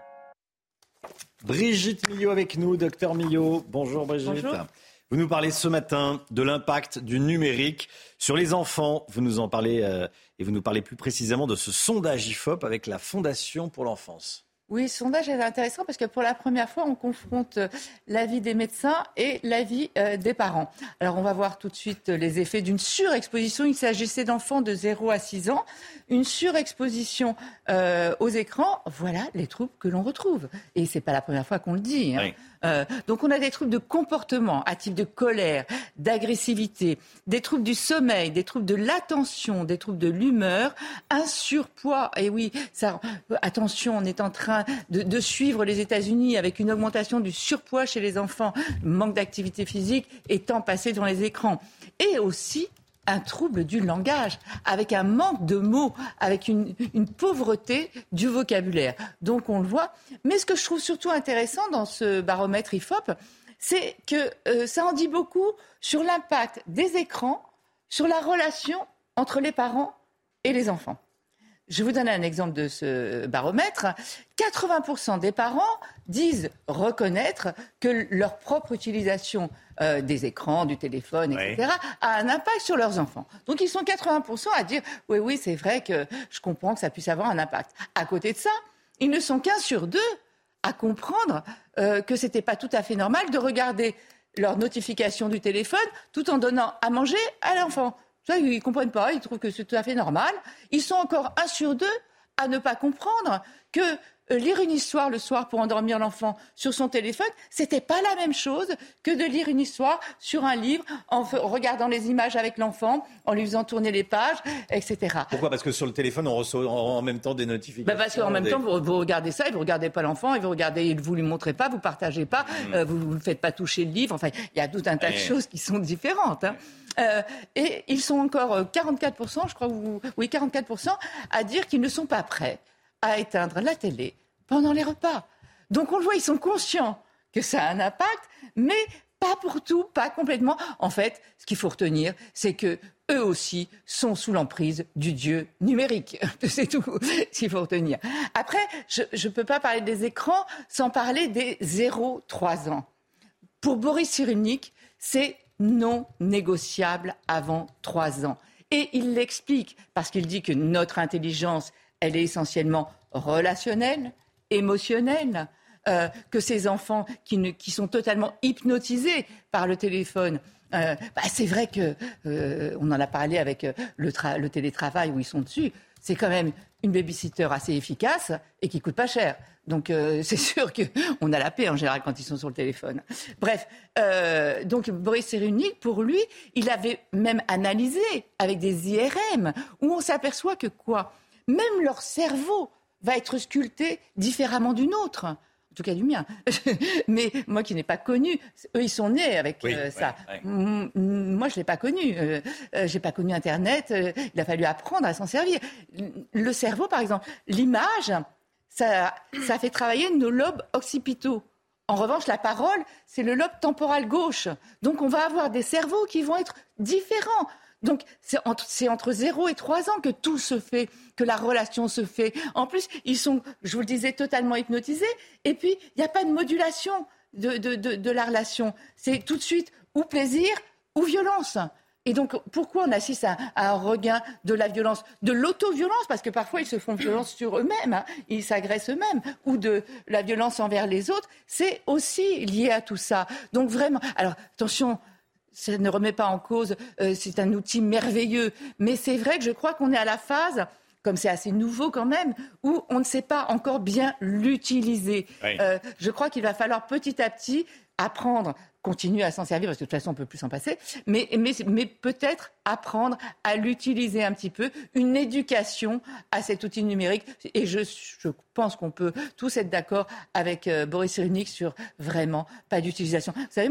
Brigitte Millot avec nous, docteur Millot. Bonjour Brigitte.
Bonjour.
Vous nous parlez ce matin de l'impact du numérique sur les enfants. Vous nous en parlez euh, et vous nous parlez plus précisément de ce sondage I F O P avec la Fondation pour l'enfance.
Oui, ce sondage est intéressant parce que pour la première fois, on confronte l'avis des médecins et l'avis euh, des parents. Alors, on va voir tout de suite les effets d'une surexposition. Il s'agissait d'enfants de zéro à six ans. Une surexposition euh, aux écrans, voilà les troubles que l'on retrouve. Et c'est pas la première fois qu'on le dit. Hein. Oui. Euh, donc, on a des troubles de comportement, à type de colère, d'agressivité, des troubles du sommeil, des troubles de l'attention, des troubles de l'humeur, un surpoids. Et oui, ça, attention, on est en train de, de suivre les États-Unis avec une augmentation du surpoids chez les enfants, manque d'activité physique et temps passé devant les écrans. Et aussi un trouble du langage, avec un manque de mots, avec une, une pauvreté du vocabulaire. Donc on le voit. Mais ce que je trouve surtout intéressant dans ce baromètre I F O P, c'est que euh, ça en dit beaucoup sur l'impact des écrans, sur la relation entre les parents et les enfants. Je vous donne un exemple de ce baromètre. quatre-vingts pour cent des parents disent reconnaître que leur propre utilisation euh, des écrans, du téléphone, et cetera, oui. a un impact sur leurs enfants. Donc ils sont quatre-vingts pour cent à dire oui, oui, c'est vrai que je comprends que ça puisse avoir un impact. À côté de ça, ils ne sont qu'un sur deux à comprendre euh, que c'était pas tout à fait normal de regarder leurs notifications du téléphone tout en donnant à manger à l'enfant. Ça, ils ne comprennent pas, ils trouvent que c'est tout à fait normal. Ils sont encore un sur deux à ne pas comprendre que euh, lire une histoire le soir pour endormir l'enfant sur son téléphone, c'était pas la même chose que de lire une histoire sur un livre en f- regardant les images avec l'enfant, en lui faisant tourner les pages, et cetera.
Pourquoi ? Parce que sur le téléphone, on reçoit en même temps des notifications.
Bah parce qu'en même des... temps, vous, vous regardez ça et vous regardez pas l'enfant et vous regardez, vous lui montrez pas, vous partagez pas, mmh. euh, vous ne faites pas toucher le livre. Enfin, il y a tout un tas ouais. de choses qui sont différentes. Hein. Euh, et ils sont encore quarante-quatre pour cent, je crois, ou, oui, quarante-quatre pour cent à dire qu'ils ne sont pas prêts à éteindre la télé pendant les repas. Donc on le voit, ils sont conscients que ça a un impact, mais pas pour tout, pas complètement. En fait, ce qu'il faut retenir, c'est que eux aussi sont sous l'emprise du dieu numérique. C'est tout ce qu'il faut retenir. Après, je ne peux pas parler des écrans sans parler des zéro trois ans. Pour Boris Cyrulnik, c'est non négociable avant trois ans. Et il l'explique parce qu'il dit que notre intelligence, elle est essentiellement relationnelle, émotionnelle, euh, que ces enfants qui, ne, qui sont totalement hypnotisés par le téléphone, euh, bah c'est vrai que euh, on en a parlé avec le, tra- le télétravail où ils sont dessus, c'est quand même une babysitter assez efficace et qui coûte pas cher. Donc euh, c'est sûr qu'on a la paix en général quand ils sont sur le téléphone. Bref, euh, donc Boris Cyrulnik, pour lui, il avait même analysé avec des I R M où on s'aperçoit que quoi ? Même leur cerveau va être sculpté différemment du nôtre. En tout cas du mien. Mais moi qui n'ai pas connu, eux ils sont nés avec oui, euh, ça. Oui, oui. M- moi je l'ai pas connu. Euh, euh, j'ai pas connu Internet. Euh, il a fallu apprendre à s'en servir. Le cerveau, par exemple, l'image, ça, ça fait travailler nos lobes occipitaux. En revanche, la parole, c'est le lobe temporal gauche. Donc on va avoir des cerveaux qui vont être différents. Donc, c'est entre, c'est entre zéro et trois ans que tout se fait, que la relation se fait. En plus, ils sont, je vous le disais, totalement hypnotisés. Et puis, il n'y a pas de modulation de, de, de, de la relation. C'est tout de suite ou plaisir ou violence. Et donc, pourquoi on assiste à, à un regain de la violence, de l'auto-violence, parce que parfois, ils se font violence sur eux-mêmes, hein, ils s'agressent eux-mêmes, ou de la violence envers les autres, c'est aussi lié à tout ça. Donc, vraiment, alors, attention... Ça ne remet pas en cause, euh, c'est un outil merveilleux. Mais c'est vrai que je crois qu'on est à la phase, comme c'est assez nouveau quand même, où on ne sait pas encore bien l'utiliser. Oui. Euh, je crois qu'il va falloir petit à petit apprendre, continuer à s'en servir, parce que de toute façon on ne peut plus s'en passer, mais, mais, mais peut-être apprendre à l'utiliser un petit peu, une éducation à cet outil numérique. Et je, je pense qu'on peut tous être d'accord avec euh, Boris Cyrulnik sur vraiment pas d'utilisation. Vous savez, moi,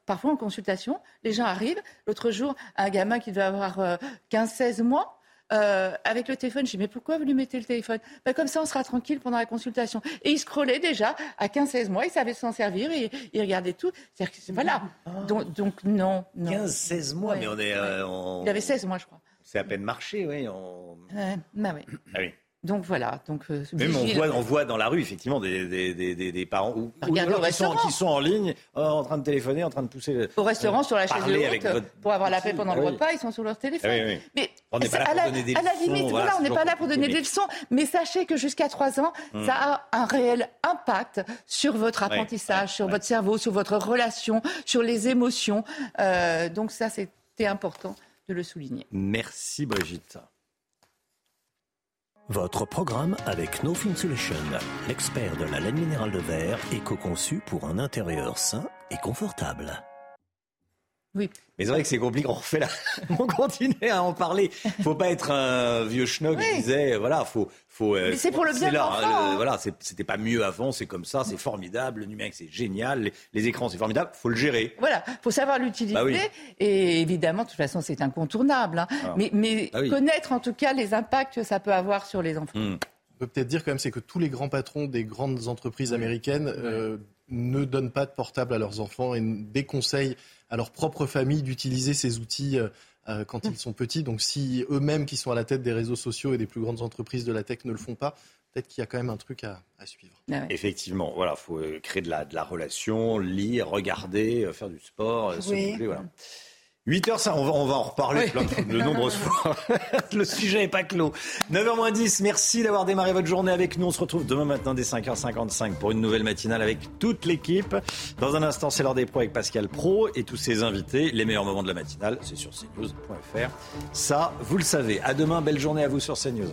parfois en consultation, les gens arrivent. L'autre jour, un gamin qui devait avoir euh, quinze seize mois, Euh, avec le téléphone, je dis mais pourquoi vous lui mettez le téléphone? Ben, comme ça on sera tranquille pendant la consultation. Et il scrollait déjà à quinze seize mois, il savait s'en servir et il regardait tout. C'est-à-dire que c'est, voilà. Donc, donc non, non.
quinze seize mois,
ouais.
mais on est... Euh, on...
Il avait seize mois, je crois.
C'est à peine marché, oui. On...
Euh, bah oui.
Ah oui.
Donc voilà. Donc, euh,
Même on voit, on voit dans la rue effectivement des, des, des, des, des parents ou, ou
au
qui, sont, qui sont en ligne, euh, en train de téléphoner, en train de pousser.
Au restaurant, euh, sur la chaise de haute,
votre...
pour avoir la paix pendant
ah,
le
oui.
repas, ils sont sur leur téléphone.
Ah, oui, oui.
Mais
on n'est pas là pour
à
donner des
la,
leçons.
À la limite,
voilà,
voilà, on n'est pas là pour donner
mais...
des leçons, mais sachez que jusqu'à trois ans, hum. ça a un réel impact sur votre apprentissage, ouais, sur ouais. votre cerveau, sur votre relation, sur les émotions. Euh, donc ça, c'était important de le souligner.
Merci Brigitte.
Votre programme avec No Insulation, l'expert de la laine minérale de verre, éco-conçu pour un intérieur sain et confortable.
Oui.
Mais c'est vrai que c'est compliqué, on refait là. On continue à en parler. Faut pas être un vieux schnock oui. qui disait, voilà, faut... faut
Mais c'est pour le bien de l'enfant.
Hein. Voilà, c'est, c'était pas mieux avant, c'est comme ça, c'est formidable, le numérique c'est génial, les, les écrans c'est formidable, faut le gérer.
Voilà, faut savoir l'utiliser. Bah oui. Et évidemment, de toute façon, c'est incontournable. Hein. Ah. Mais, mais ah oui. connaître en tout cas les impacts que ça peut avoir sur les enfants.
Mmh. On peut peut-être dire quand même, c'est que tous les grands patrons des grandes entreprises américaines euh, ne donnent pas de portable à leurs enfants et déconseillent à leur propre famille d'utiliser ces outils euh, quand ils sont petits. Donc si eux-mêmes qui sont à la tête des réseaux sociaux et des plus grandes entreprises de la tech ne le font pas, peut-être qu'il y a quand même un truc à, à suivre.
Ah ouais. Effectivement, voilà, il faut créer de la, de la relation, lire, regarder, faire du sport, oui. se bouger, voilà. huit heures, ça, on va, on va en reparler oui. plein de, de nombreuses fois. Le sujet n'est pas clos. neuf heures moins dix, merci d'avoir démarré votre journée avec nous. On se retrouve demain matin dès cinq heures cinquante-cinq pour une nouvelle matinale avec toute l'équipe. Dans un instant, c'est l'heure des pros avec Pascal Praud et tous ses invités. Les meilleurs moments de la matinale, c'est sur c news point f r. Ça, vous le savez. À demain, belle journée à vous sur CNews.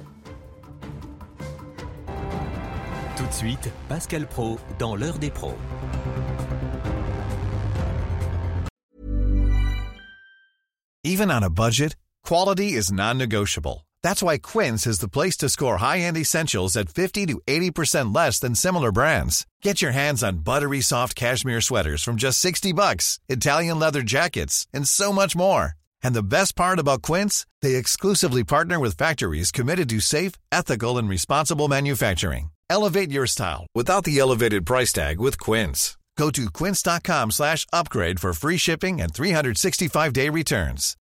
Tout de suite, Pascal Praud dans l'heure des pros.
Even on a budget, quality is non-negotiable. That's why Quince is the place to score high-end essentials at fifty to eighty percent less than similar brands. Get your hands on buttery soft cashmere sweaters from just sixty bucks, Italian leather jackets, and so much more. And the best part about Quince, they exclusively partner with factories committed to safe, ethical, and responsible manufacturing. Elevate your style without the elevated price tag with Quince. Go to quince.com slash upgrade for free shipping and three sixty-five day returns.